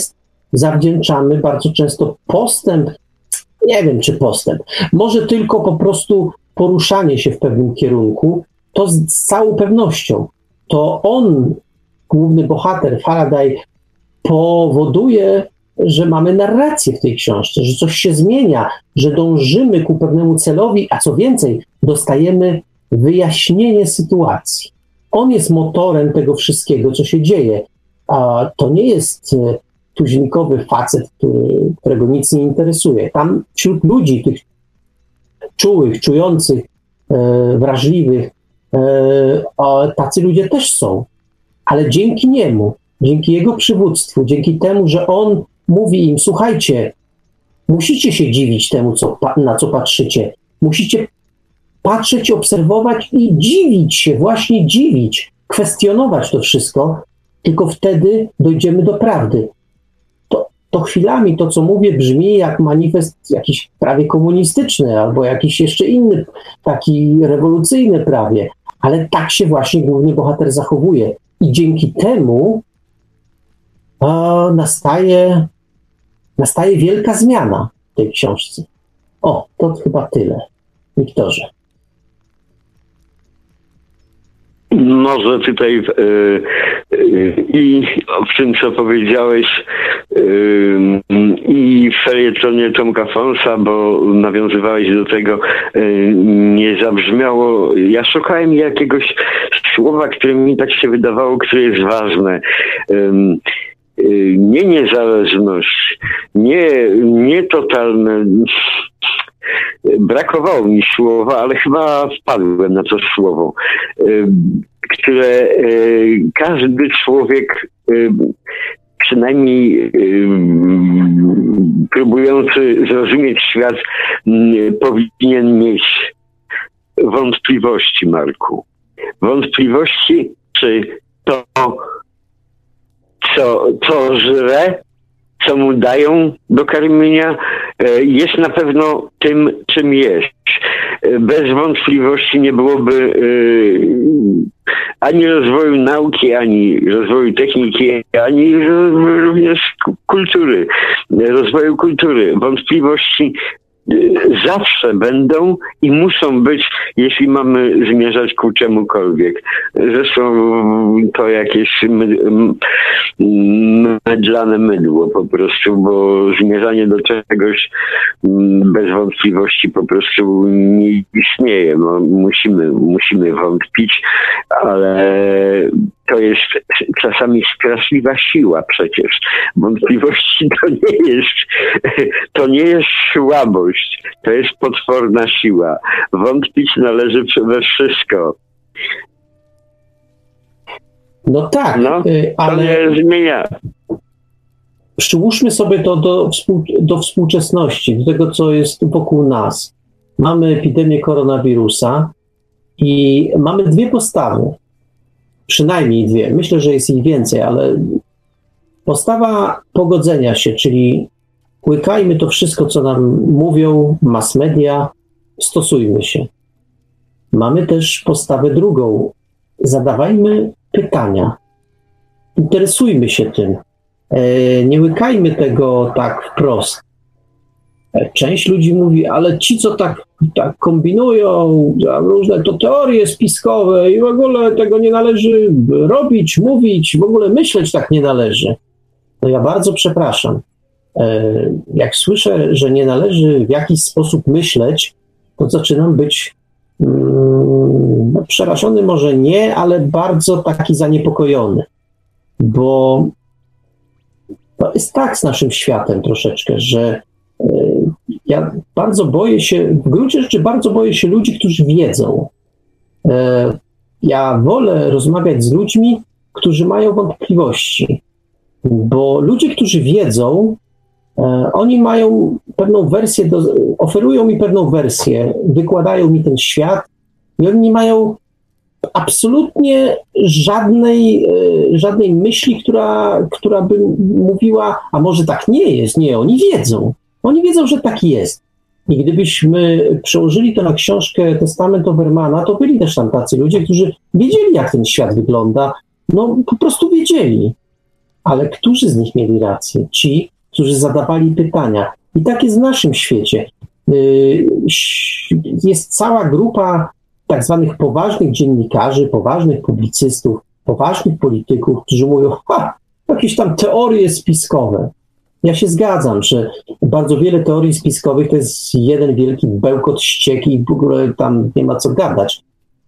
zawdzięczamy bardzo często postęp, nie wiem czy postęp, może tylko po prostu poruszanie się w pewnym kierunku, to z całą pewnością. To on, główny bohater, Faraday, powoduje, że mamy narrację w tej książce, że coś się zmienia, że dążymy ku pewnemu celowi, a co więcej, dostajemy wyjaśnienie sytuacji. On jest motorem tego wszystkiego, co się dzieje. A to nie jest tuzinkowy facet, którego nic nie interesuje. Tam wśród ludzi, tych czułych, czujących, wrażliwych, tacy ludzie też są. Ale dzięki niemu, dzięki jego przywództwu, dzięki temu, że on mówi im, słuchajcie, musicie się dziwić temu, na co patrzycie. Musicie patrzeć, obserwować i dziwić się, właśnie dziwić, kwestionować to wszystko, tylko wtedy dojdziemy do prawdy. To chwilami to, co mówię, brzmi jak manifest jakiś prawie komunistyczny albo jakiś jeszcze inny, taki rewolucyjny prawie, ale tak się właśnie główny bohater zachowuje. I dzięki temu nastaje wielka zmiana w tej książce. To chyba tyle. Wiktorze. Może tutaj i w tym, co powiedziałeś, i w felietonie Tomka Fonsa, bo nawiązywałeś do tego, nie zabrzmiało. Ja szukałem jakiegoś słowa, które mi tak się wydawało, które jest ważne. Nie niezależność, nie totalne. Brakowało mi słowa, ale chyba wpadłem na to słowo, które każdy człowiek, przynajmniej próbujący zrozumieć świat, powinien mieć wątpliwości, Marku. Wątpliwości, czy to, co żre, co mu dają do karmienia, jest na pewno tym, czym jest. Bez wątpliwości nie byłoby ani rozwoju nauki, ani rozwoju techniki, ani również kultury, rozwoju kultury. Wątpliwości zawsze będą i muszą być, jeśli mamy zmierzać ku czemukolwiek. Zresztą to jakieś mydlane mydło po prostu, bo zmierzanie do czegoś bez wątpliwości po prostu nie istnieje. No, musimy wątpić, ale to jest czasami straszliwa siła przecież. Wątpliwości to nie jest słabość, to jest potworna siła. Wątpić należy we wszystko. No tak, ale nie zmienia. Przyłóżmy sobie to do współczesności, do tego, co jest wokół nas. Mamy epidemię koronawirusa i mamy dwie postawy. Przynajmniej dwie. Myślę, że jest ich więcej, ale postawa pogodzenia się, czyli łykajmy to wszystko, co nam mówią mass media, stosujmy się. Mamy też postawę drugą. Zadawajmy pytania. Interesujmy się tym. Nie łykajmy tego tak wprost. Część ludzi mówi, ale ci, co tak kombinują, różne to teorie spiskowe i w ogóle tego nie należy robić, mówić, w ogóle myśleć tak nie należy. No ja bardzo przepraszam. Jak słyszę, że nie należy w jakiś sposób myśleć, to zaczynam być przerażony, może nie, ale bardzo taki zaniepokojony. Bo to jest tak z naszym światem troszeczkę, że ja bardzo boję się, w gruncie rzeczy bardzo boję się ludzi, którzy wiedzą. Ja wolę rozmawiać z ludźmi, którzy mają wątpliwości, bo ludzie, którzy wiedzą, oni mają pewną wersję, oferują mi pewną wersję, wykładają mi ten świat i oni nie mają absolutnie żadnej myśli, która by mówiła, a może tak nie jest. Nie, oni wiedzą. Oni wiedzą, że tak jest. I gdybyśmy przełożyli to na książkę Testament Overmana, to byli też tam tacy ludzie, którzy wiedzieli, jak ten świat wygląda. No, po prostu wiedzieli. Ale którzy z nich mieli rację? Ci, którzy zadawali pytania. I tak jest w naszym świecie. Jest cała grupa tak zwanych poważnych dziennikarzy, poważnych publicystów, poważnych polityków, którzy mówią, jakieś tam teorie spiskowe. Ja się zgadzam, że bardzo wiele teorii spiskowych to jest jeden wielki bełkot ścieki i w ogóle tam nie ma co gadać.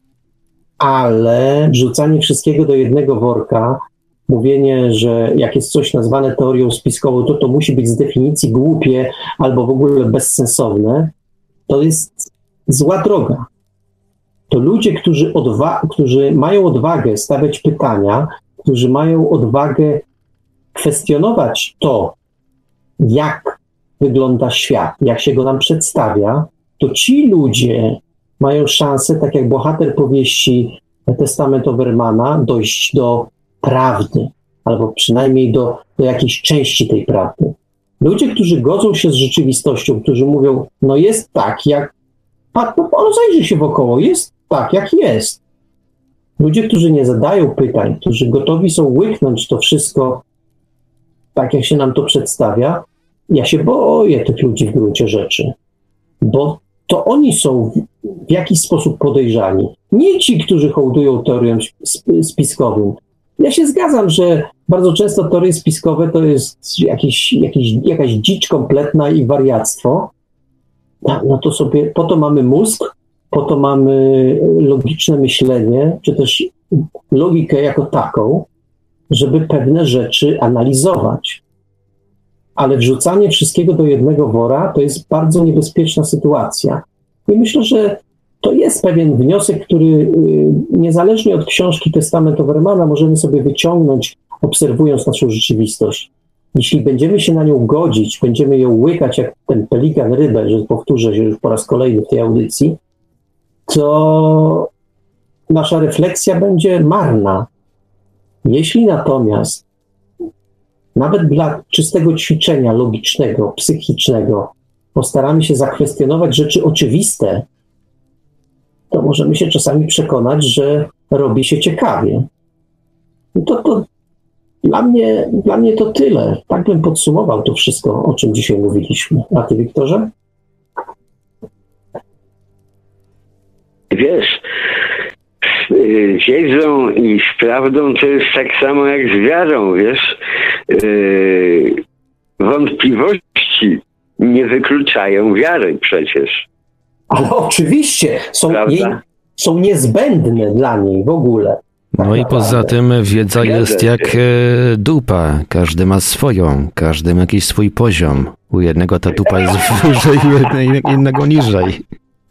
Ale wrzucanie wszystkiego do jednego worka, mówienie, że jak jest coś nazwane teorią spiskową, to musi być z definicji głupie albo w ogóle bezsensowne, to jest zła droga. To ludzie, którzy mają odwagę stawiać pytania, którzy mają odwagę kwestionować to, jak wygląda świat, jak się go nam przedstawia, to ci ludzie mają szansę, tak jak bohater powieści Testament Overmana, dojść do prawdy, albo przynajmniej do jakiejś części tej prawdy. Ludzie, którzy godzą się z rzeczywistością, którzy mówią, no jest tak, jak... zajrzyj się wokoło, jest tak, jak jest. Ludzie, którzy nie zadają pytań, którzy gotowi są łyknąć to wszystko tak, jak się nam to przedstawia, ja się boję tych ludzi w gruncie rzeczy, bo to oni są w jakiś sposób podejrzani. Nie ci, którzy hołdują teoriom spiskowym. Ja się zgadzam, że bardzo często teorie spiskowe to jest jakaś dzicz kompletna i wariactwo. No to sobie, po to mamy mózg, po to mamy logiczne myślenie, czy też logikę jako taką, żeby pewne rzeczy analizować. Ale wrzucanie wszystkiego do jednego wora to jest bardzo niebezpieczna sytuacja. I myślę, że to jest pewien wniosek, który niezależnie od książki Testament Overmana możemy sobie wyciągnąć, obserwując naszą rzeczywistość. Jeśli będziemy się na nią godzić, będziemy ją łykać jak ten pelikan rybę, że powtórzę się już po raz kolejny w tej audycji, to nasza refleksja będzie marna. Jeśli natomiast nawet dla czystego ćwiczenia logicznego, psychicznego postaramy się zakwestionować rzeczy oczywiste, to możemy się czasami przekonać, że robi się ciekawie. To dla mnie to tyle. Tak bym podsumował to wszystko, o czym dzisiaj mówiliśmy. A ty, Wiktorze? Wiesz, z wiedzą i z prawdą to jest tak samo jak z wiarą, wiesz. Wątpliwości nie wykluczają wiary przecież. Ale oczywiście są niezbędne dla niej w ogóle. No i poza tym wiedza jest jak dupa. Każdy ma swoją, każdy ma jakiś swój poziom. U jednego ta dupa jest wyżej, u innego niżej.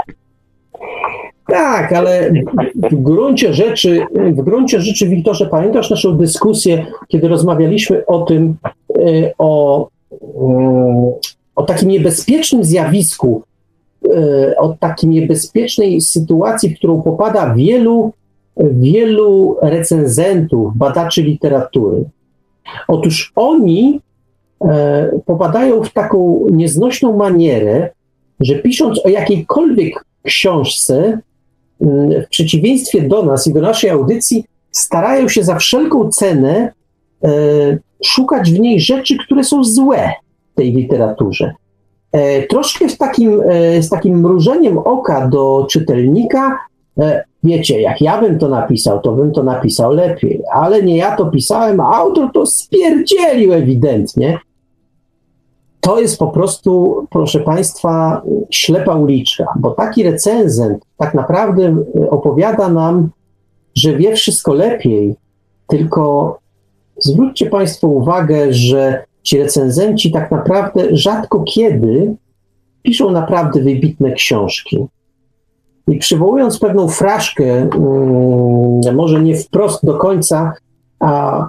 Tak, ale w gruncie rzeczy, Wiktorze, pamiętasz naszą dyskusję, kiedy rozmawialiśmy o tym, o takim niebezpiecznym zjawisku, o takiej niebezpiecznej sytuacji, w którą popada wielu recenzentów, badaczy literatury. Otóż oni popadają w taką nieznośną manierę, że pisząc o jakiejkolwiek książce, w przeciwieństwie do nas i do naszej audycji, starają się za wszelką cenę szukać w niej rzeczy, które są złe w tej literaturze. Troszkę z takim mrużeniem oka do czytelnika, wiecie, jak ja bym to napisał, to bym to napisał lepiej, ale nie ja to pisałem, a autor to spierdzielił ewidentnie. To jest po prostu, proszę Państwa, ślepa uliczka, bo taki recenzent tak naprawdę opowiada nam, że wie wszystko lepiej, tylko zwróćcie Państwo uwagę, że ci recenzenci tak naprawdę rzadko kiedy piszą naprawdę wybitne książki. I przywołując pewną fraszkę, może nie wprost do końca, a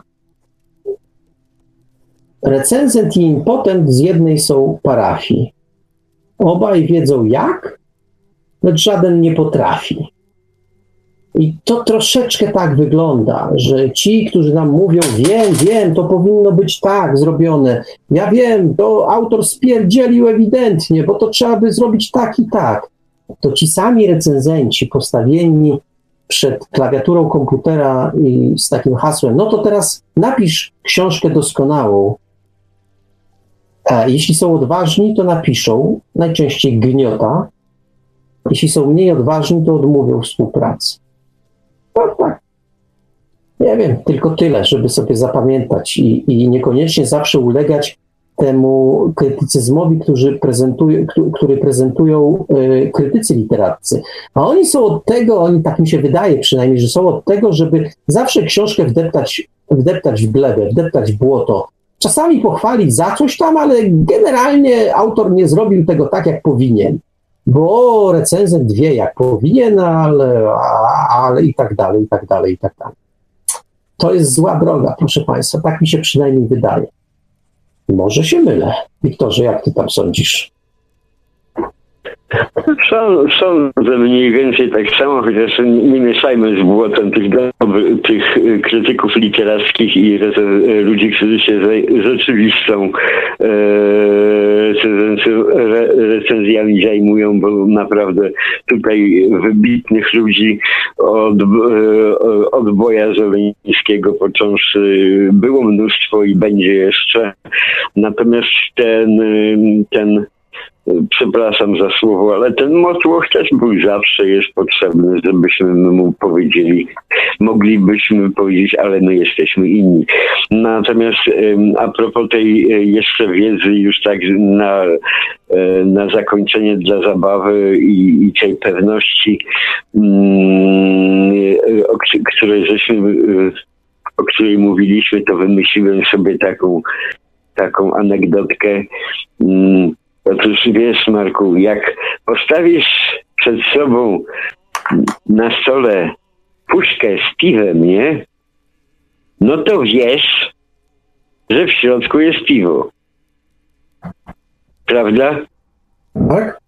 recenzent i impotent z jednej są parafii. Obaj wiedzą jak, lecz żaden nie potrafi. I to troszeczkę tak wygląda, że ci, którzy nam mówią, wiem, to powinno być tak zrobione, ja wiem, to autor spierdzielił ewidentnie, bo to trzeba by zrobić tak i tak. To ci sami recenzenci postawieni przed klawiaturą komputera i z takim hasłem, no to teraz napisz książkę doskonałą. A jeśli są odważni, to napiszą, najczęściej gniota. Jeśli są mniej odważni, to odmówią współpracy. No, tak. Nie wiem, tylko tyle, żeby sobie zapamiętać i niekoniecznie zawsze ulegać temu krytycyzmowi, który prezentują krytycy literaccy. A oni są od tego, tak mi się wydaje przynajmniej, że są od tego, żeby zawsze książkę wdeptać w glebę, wdeptać w błoto. Czasami pochwalić za coś tam, ale generalnie autor nie zrobił tego tak, jak powinien. Bo recenzent wie, jak powinien, ale i tak dalej, i tak dalej, i tak dalej. To jest zła droga, proszę Państwa, tak mi się przynajmniej wydaje. Może się mylę. Wiktorze, jak ty tam sądzisz? Sądzę mniej więcej tak samo, chociaż nie mieszajmy z błotem tych krytyków literackich i ludzi, którzy się rzeczywistą recenzjami zajmują, bo naprawdę tutaj wybitnych ludzi od Boja Żeleńskiego począwszy było mnóstwo i będzie jeszcze. Natomiast ten przepraszam za słowo, ale ten motłoch też był zawsze, jest potrzebny, żebyśmy mu moglibyśmy powiedzieć, ale my jesteśmy inni. Natomiast a propos tej jeszcze wiedzy już tak na zakończenie dla zabawy i tej pewności, o której mówiliśmy, to wymyśliłem sobie taką anegdotkę. Otóż wiesz, Marku, jak postawisz przed sobą na stole puszkę z piwem, nie? No to wiesz, że w środku jest piwo. Prawda? Tak?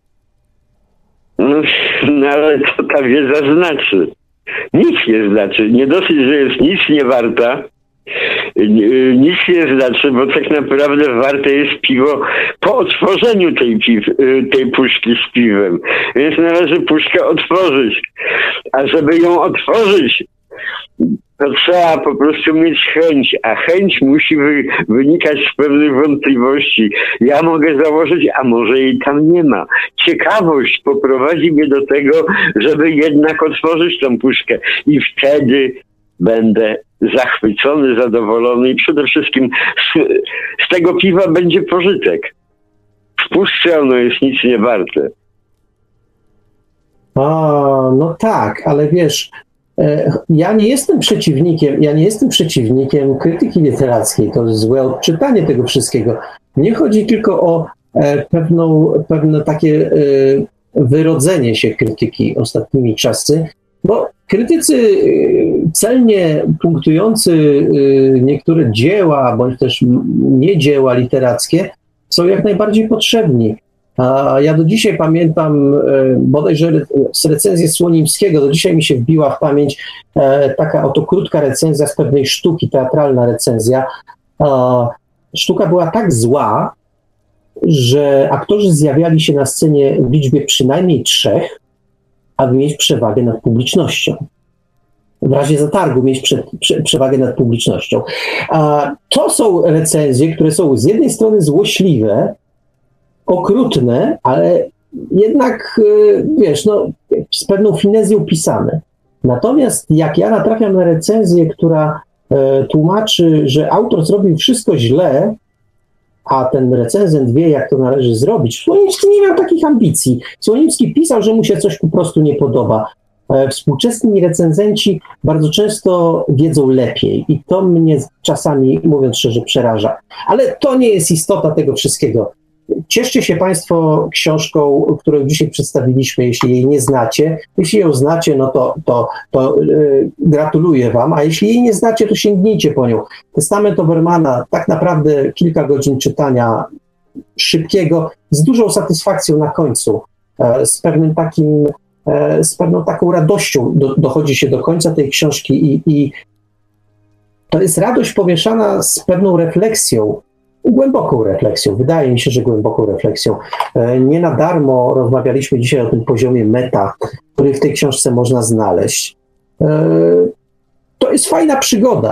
No ale co ta wiedza znaczy? Nic nie znaczy. Nie dosyć, że jest nic nie warta. Nic nie znaczy, bo tak naprawdę warte jest piwo po otworzeniu tej puszki z piwem. Więc należy puszkę otworzyć. A żeby ją otworzyć, to trzeba po prostu mieć chęć, a chęć musi wynikać z pewnych wątpliwości. Ja mogę założyć, a może jej tam nie ma. Ciekawość poprowadzi mnie do tego, żeby jednak otworzyć tą puszkę i wtedy będę zachwycony, zadowolony i przede wszystkim z tego piwa będzie pożytek. W puszce ono jest nic nie warte. No tak, ale wiesz, ja nie jestem przeciwnikiem krytyki literackiej, to jest złe odczytanie tego wszystkiego. Mnie chodzi tylko o pewne takie wyrodzenie się krytyki ostatnimi czasy, bo krytycy celnie punktujący niektóre dzieła, bądź też nie dzieła literackie są jak najbardziej potrzebni. A ja do dzisiaj pamiętam bodajże z recenzji Słonimskiego, do dzisiaj mi się wbiła w pamięć taka oto krótka recenzja z pewnej sztuki, teatralna recenzja. Sztuka była tak zła, że aktorzy zjawiali się na scenie w liczbie przynajmniej 3, aby mieć przewagę nad publicznością. W razie zatargu mieć przewagę nad publicznością. To są recenzje, które są z jednej strony złośliwe, okrutne, ale jednak, wiesz, z pewną finezją pisane. Natomiast jak ja natrafiam na recenzję, która tłumaczy, że autor zrobił wszystko źle, a ten recenzent wie, jak to należy zrobić. Słonimski nie miał takich ambicji. Słonimski pisał, że mu się coś po prostu nie podoba. Współczesni recenzenci bardzo często wiedzą lepiej i to mnie czasami, mówiąc szczerze, przeraża. Ale to nie jest istota tego wszystkiego. Cieszcie się Państwo książką, którą dzisiaj przedstawiliśmy, jeśli jej nie znacie. Jeśli ją znacie, no to gratuluję Wam, a jeśli jej nie znacie, to sięgnijcie po nią. Testament Obermana, tak naprawdę kilka godzin czytania szybkiego, z dużą satysfakcją na końcu, z pewną taką radością dochodzi się do końca tej książki i to jest radość pomieszana z pewną refleksją, głęboką refleksją. Wydaje mi się, że głęboką refleksją. Nie na darmo rozmawialiśmy dzisiaj o tym poziomie meta, który w tej książce można znaleźć. To jest fajna przygoda.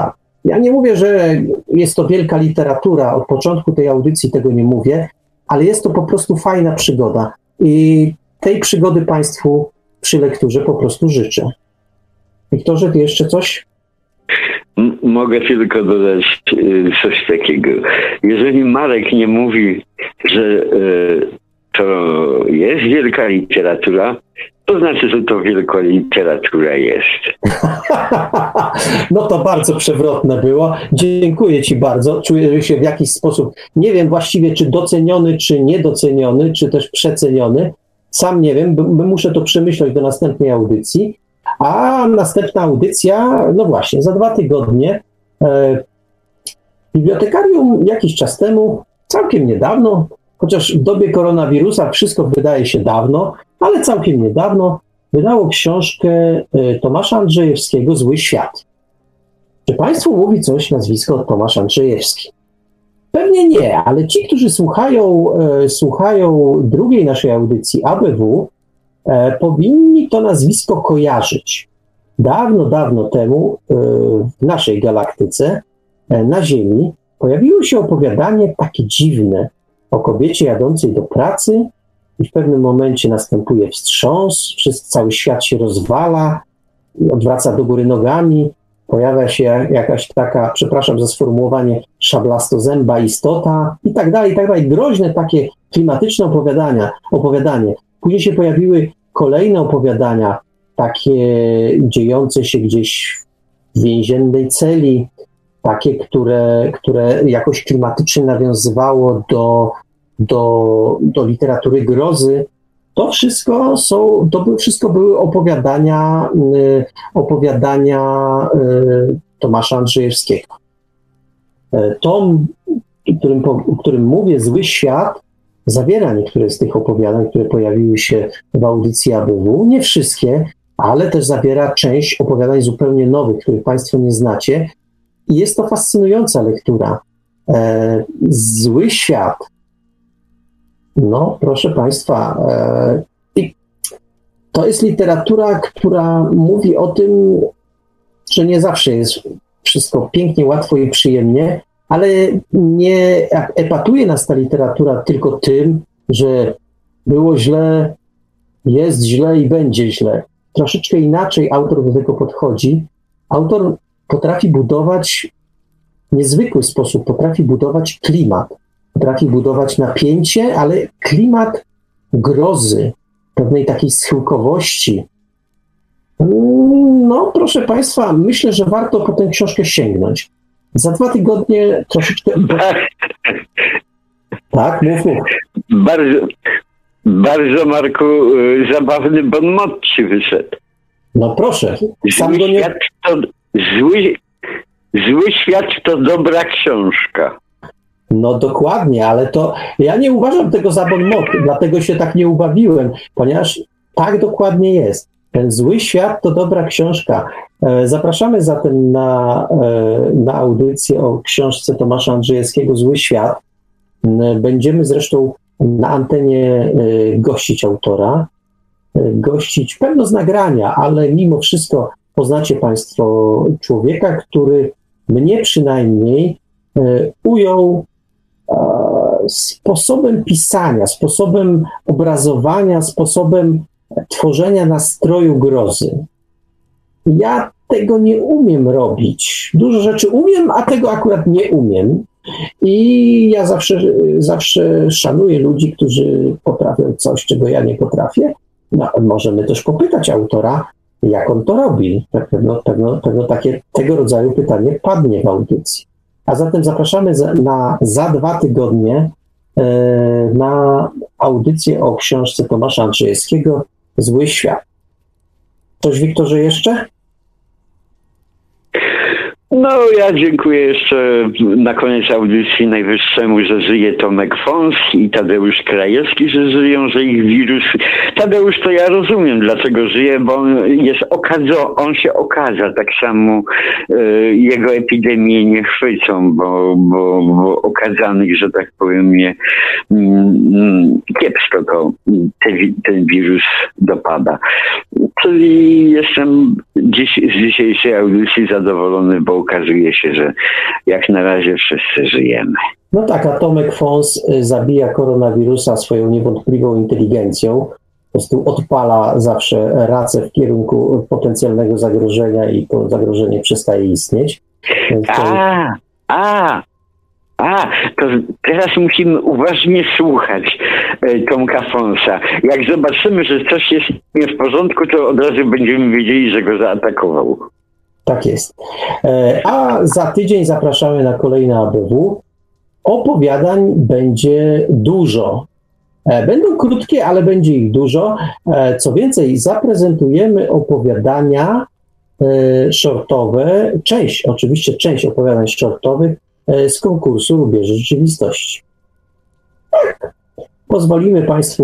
Ja nie mówię, że jest to wielka literatura, od początku tej audycji tego nie mówię, ale jest to po prostu fajna przygoda i tej przygody Państwu przy lekturze po prostu życzę. Wiktorze, ty jeszcze coś? Mogę tylko dodać coś takiego. Jeżeli Marek nie mówi, że to jest wielka literatura, to znaczy, że to wielka literatura jest. No to bardzo przewrotne było. Dziękuję Ci bardzo. Czuję się w jakiś sposób, nie wiem właściwie, czy doceniony, czy niedoceniony, czy też przeceniony. Sam nie wiem, muszę to przemyśleć do następnej audycji. A następna audycja, no właśnie, za 2 tygodnie. Bibliotekarium jakiś czas temu, całkiem niedawno, chociaż w dobie koronawirusa wszystko wydaje się dawno, ale całkiem niedawno wydało książkę Tomasza Andrzejewskiego „Zły świat”. Czy Państwu mówi coś nazwisko Tomasz Andrzejewski? Pewnie nie, ale ci, którzy słuchają drugiej naszej audycji ABW, powinni to nazwisko kojarzyć. Dawno, dawno temu w naszej galaktyce, na Ziemi, pojawiło się opowiadanie takie dziwne o kobiecie jadącej do pracy i w pewnym momencie następuje wstrząs, cały świat się rozwala, odwraca do góry nogami, pojawia się jakaś taka, przepraszam za sformułowanie, szablastozęba istota i tak dalej, i tak dalej. Groźne takie klimatyczne opowiadanie. Później się pojawiły kolejne opowiadania, takie dziejące się gdzieś w więziennej celi, takie, które jakoś klimatycznie nawiązywało do literatury grozy. To wszystko były opowiadania Tomasza Andrzejewskiego. Tom, o którym mówię, „Zły świat”, zawiera niektóre z tych opowiadań, które pojawiły się w audycji ABW. Nie wszystkie, ale też zawiera część opowiadań zupełnie nowych, których Państwo nie znacie. I jest to fascynująca lektura. „Zły świat”. No, proszę Państwa, to jest literatura, która mówi o tym, że nie zawsze jest wszystko pięknie, łatwo i przyjemnie, ale nie epatuje nas ta literatura tylko tym, że było źle, jest źle i będzie źle. Troszeczkę inaczej autor do tego podchodzi. Autor potrafi budować w niezwykły sposób, potrafi budować klimat, potrafi budować napięcie, ale klimat grozy, pewnej takiej schyłkowości. No, proszę Państwa, myślę, że warto po tę książkę sięgnąć. Za 2 tygodnie troszeczkę... Tak, mów. Bardzo, Marku, zabawny bon mot ci wyszedł. No proszę. Zły świat to dobra książka. No dokładnie, ale to ja nie uważam tego za bon mot, dlatego się tak nie ubawiłem, ponieważ tak dokładnie jest. Ten „Zły świat to dobra książka”. Zapraszamy zatem na audycję o książce Tomasza Andrzejewskiego „Zły świat”. Będziemy zresztą na antenie gościć autora, gościć pewno z nagrania, ale mimo wszystko poznacie Państwo człowieka, który mnie przynajmniej ujął sposobem pisania, sposobem obrazowania, sposobem tworzenia nastroju grozy. Ja tego nie umiem robić. Dużo rzeczy umiem, a tego akurat nie umiem. I ja zawsze szanuję ludzi, którzy potrafią coś, czego ja nie potrafię. No, możemy też popytać autora, jak on to robi. Pewno takie tego rodzaju pytanie padnie w audycji. A zatem zapraszamy za 2 tygodnie na audycję o książce Tomasza Andrzejewskiego „Zły świat”. Coś, Wiktorze, jeszcze? No, ja dziękuję jeszcze na koniec audycji najwyższemu, że żyje Tomek Fons i Tadeusz Krajewski, że żyją, że ich wirus... Tadeusz to ja rozumiem, dlaczego żyje, bo on się okaza, tak samo jego epidemie nie chwycą, bo okazanych, że tak powiem, kiepsko ten wirus dopada. i jestem z dzisiejszej audycji zadowolony, bo okazuje się, że jak na razie wszyscy żyjemy. No tak, a Tomek Fons zabija koronawirusa swoją niewątpliwą inteligencją. Po prostu odpala zawsze racę w kierunku potencjalnego zagrożenia i to zagrożenie przestaje istnieć. To teraz musimy uważnie słuchać Tomka Fonsa. Jak zobaczymy, że coś jest nie w porządku, to od razu będziemy wiedzieli, że go zaatakował. Tak jest. A za tydzień zapraszamy na kolejne ABW. Opowiadań będzie dużo. Będą krótkie, ale będzie ich dużo. Co więcej, zaprezentujemy opowiadania shortowe, część opowiadań shortowych z konkursu Rubieże Rzeczywistości. Tak. Pozwolimy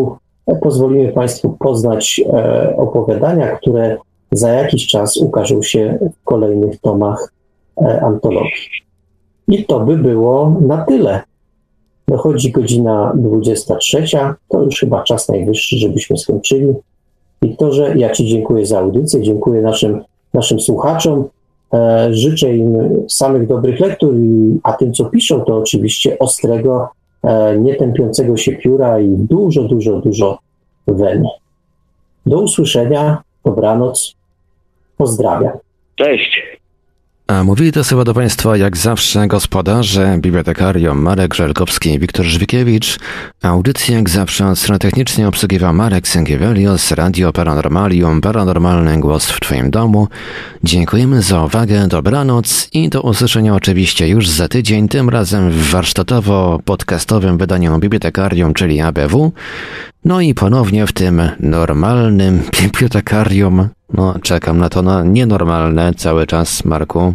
Państwu poznać opowiadania, które za jakiś czas ukażą się w kolejnych tomach antologii. I to by było na tyle. Dochodzi godzina 23, to już chyba czas najwyższy, żebyśmy skończyli. Wiktorze, ja Ci dziękuję za audycję, dziękuję naszym słuchaczom. Życzę im samych dobrych lektur, a tym, co piszą, to oczywiście ostrego, nietępiącego się pióra i dużo wen. Do usłyszenia, dobranoc, pozdrawiam. Cześć. A mówili to słowa do Państwa jak zawsze gospodarze, bibliotekarium Marek Żelkowski i Wiktor Żwikiewicz. Audycję jak zawsze od strony technicznej obsługiwał Marek Sękiewelios, Radio Paranormalium, paranormalny głos w Twoim domu. Dziękujemy za uwagę, dobranoc i do usłyszenia oczywiście już za tydzień, tym razem w warsztatowo-podcastowym wydaniu Bibliotekarium, czyli ABW. No i ponownie w tym normalnym bibliotekarium. No, czekam na to nienormalne cały czas, Marku.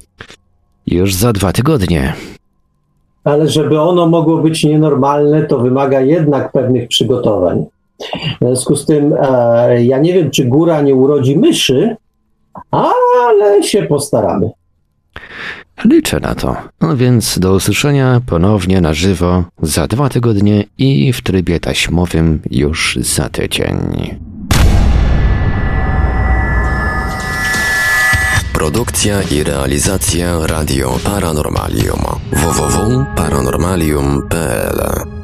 Już za 2 tygodnie. Ale żeby ono mogło być nienormalne, to wymaga jednak pewnych przygotowań. W związku z tym ja nie wiem, czy góra nie urodzi myszy, ale się postaramy. Liczę na to. No więc do usłyszenia ponownie na żywo za 2 tygodnie i w trybie taśmowym już za tydzień. Produkcja i realizacja Radio Paranormalium. www.paranormalium.pl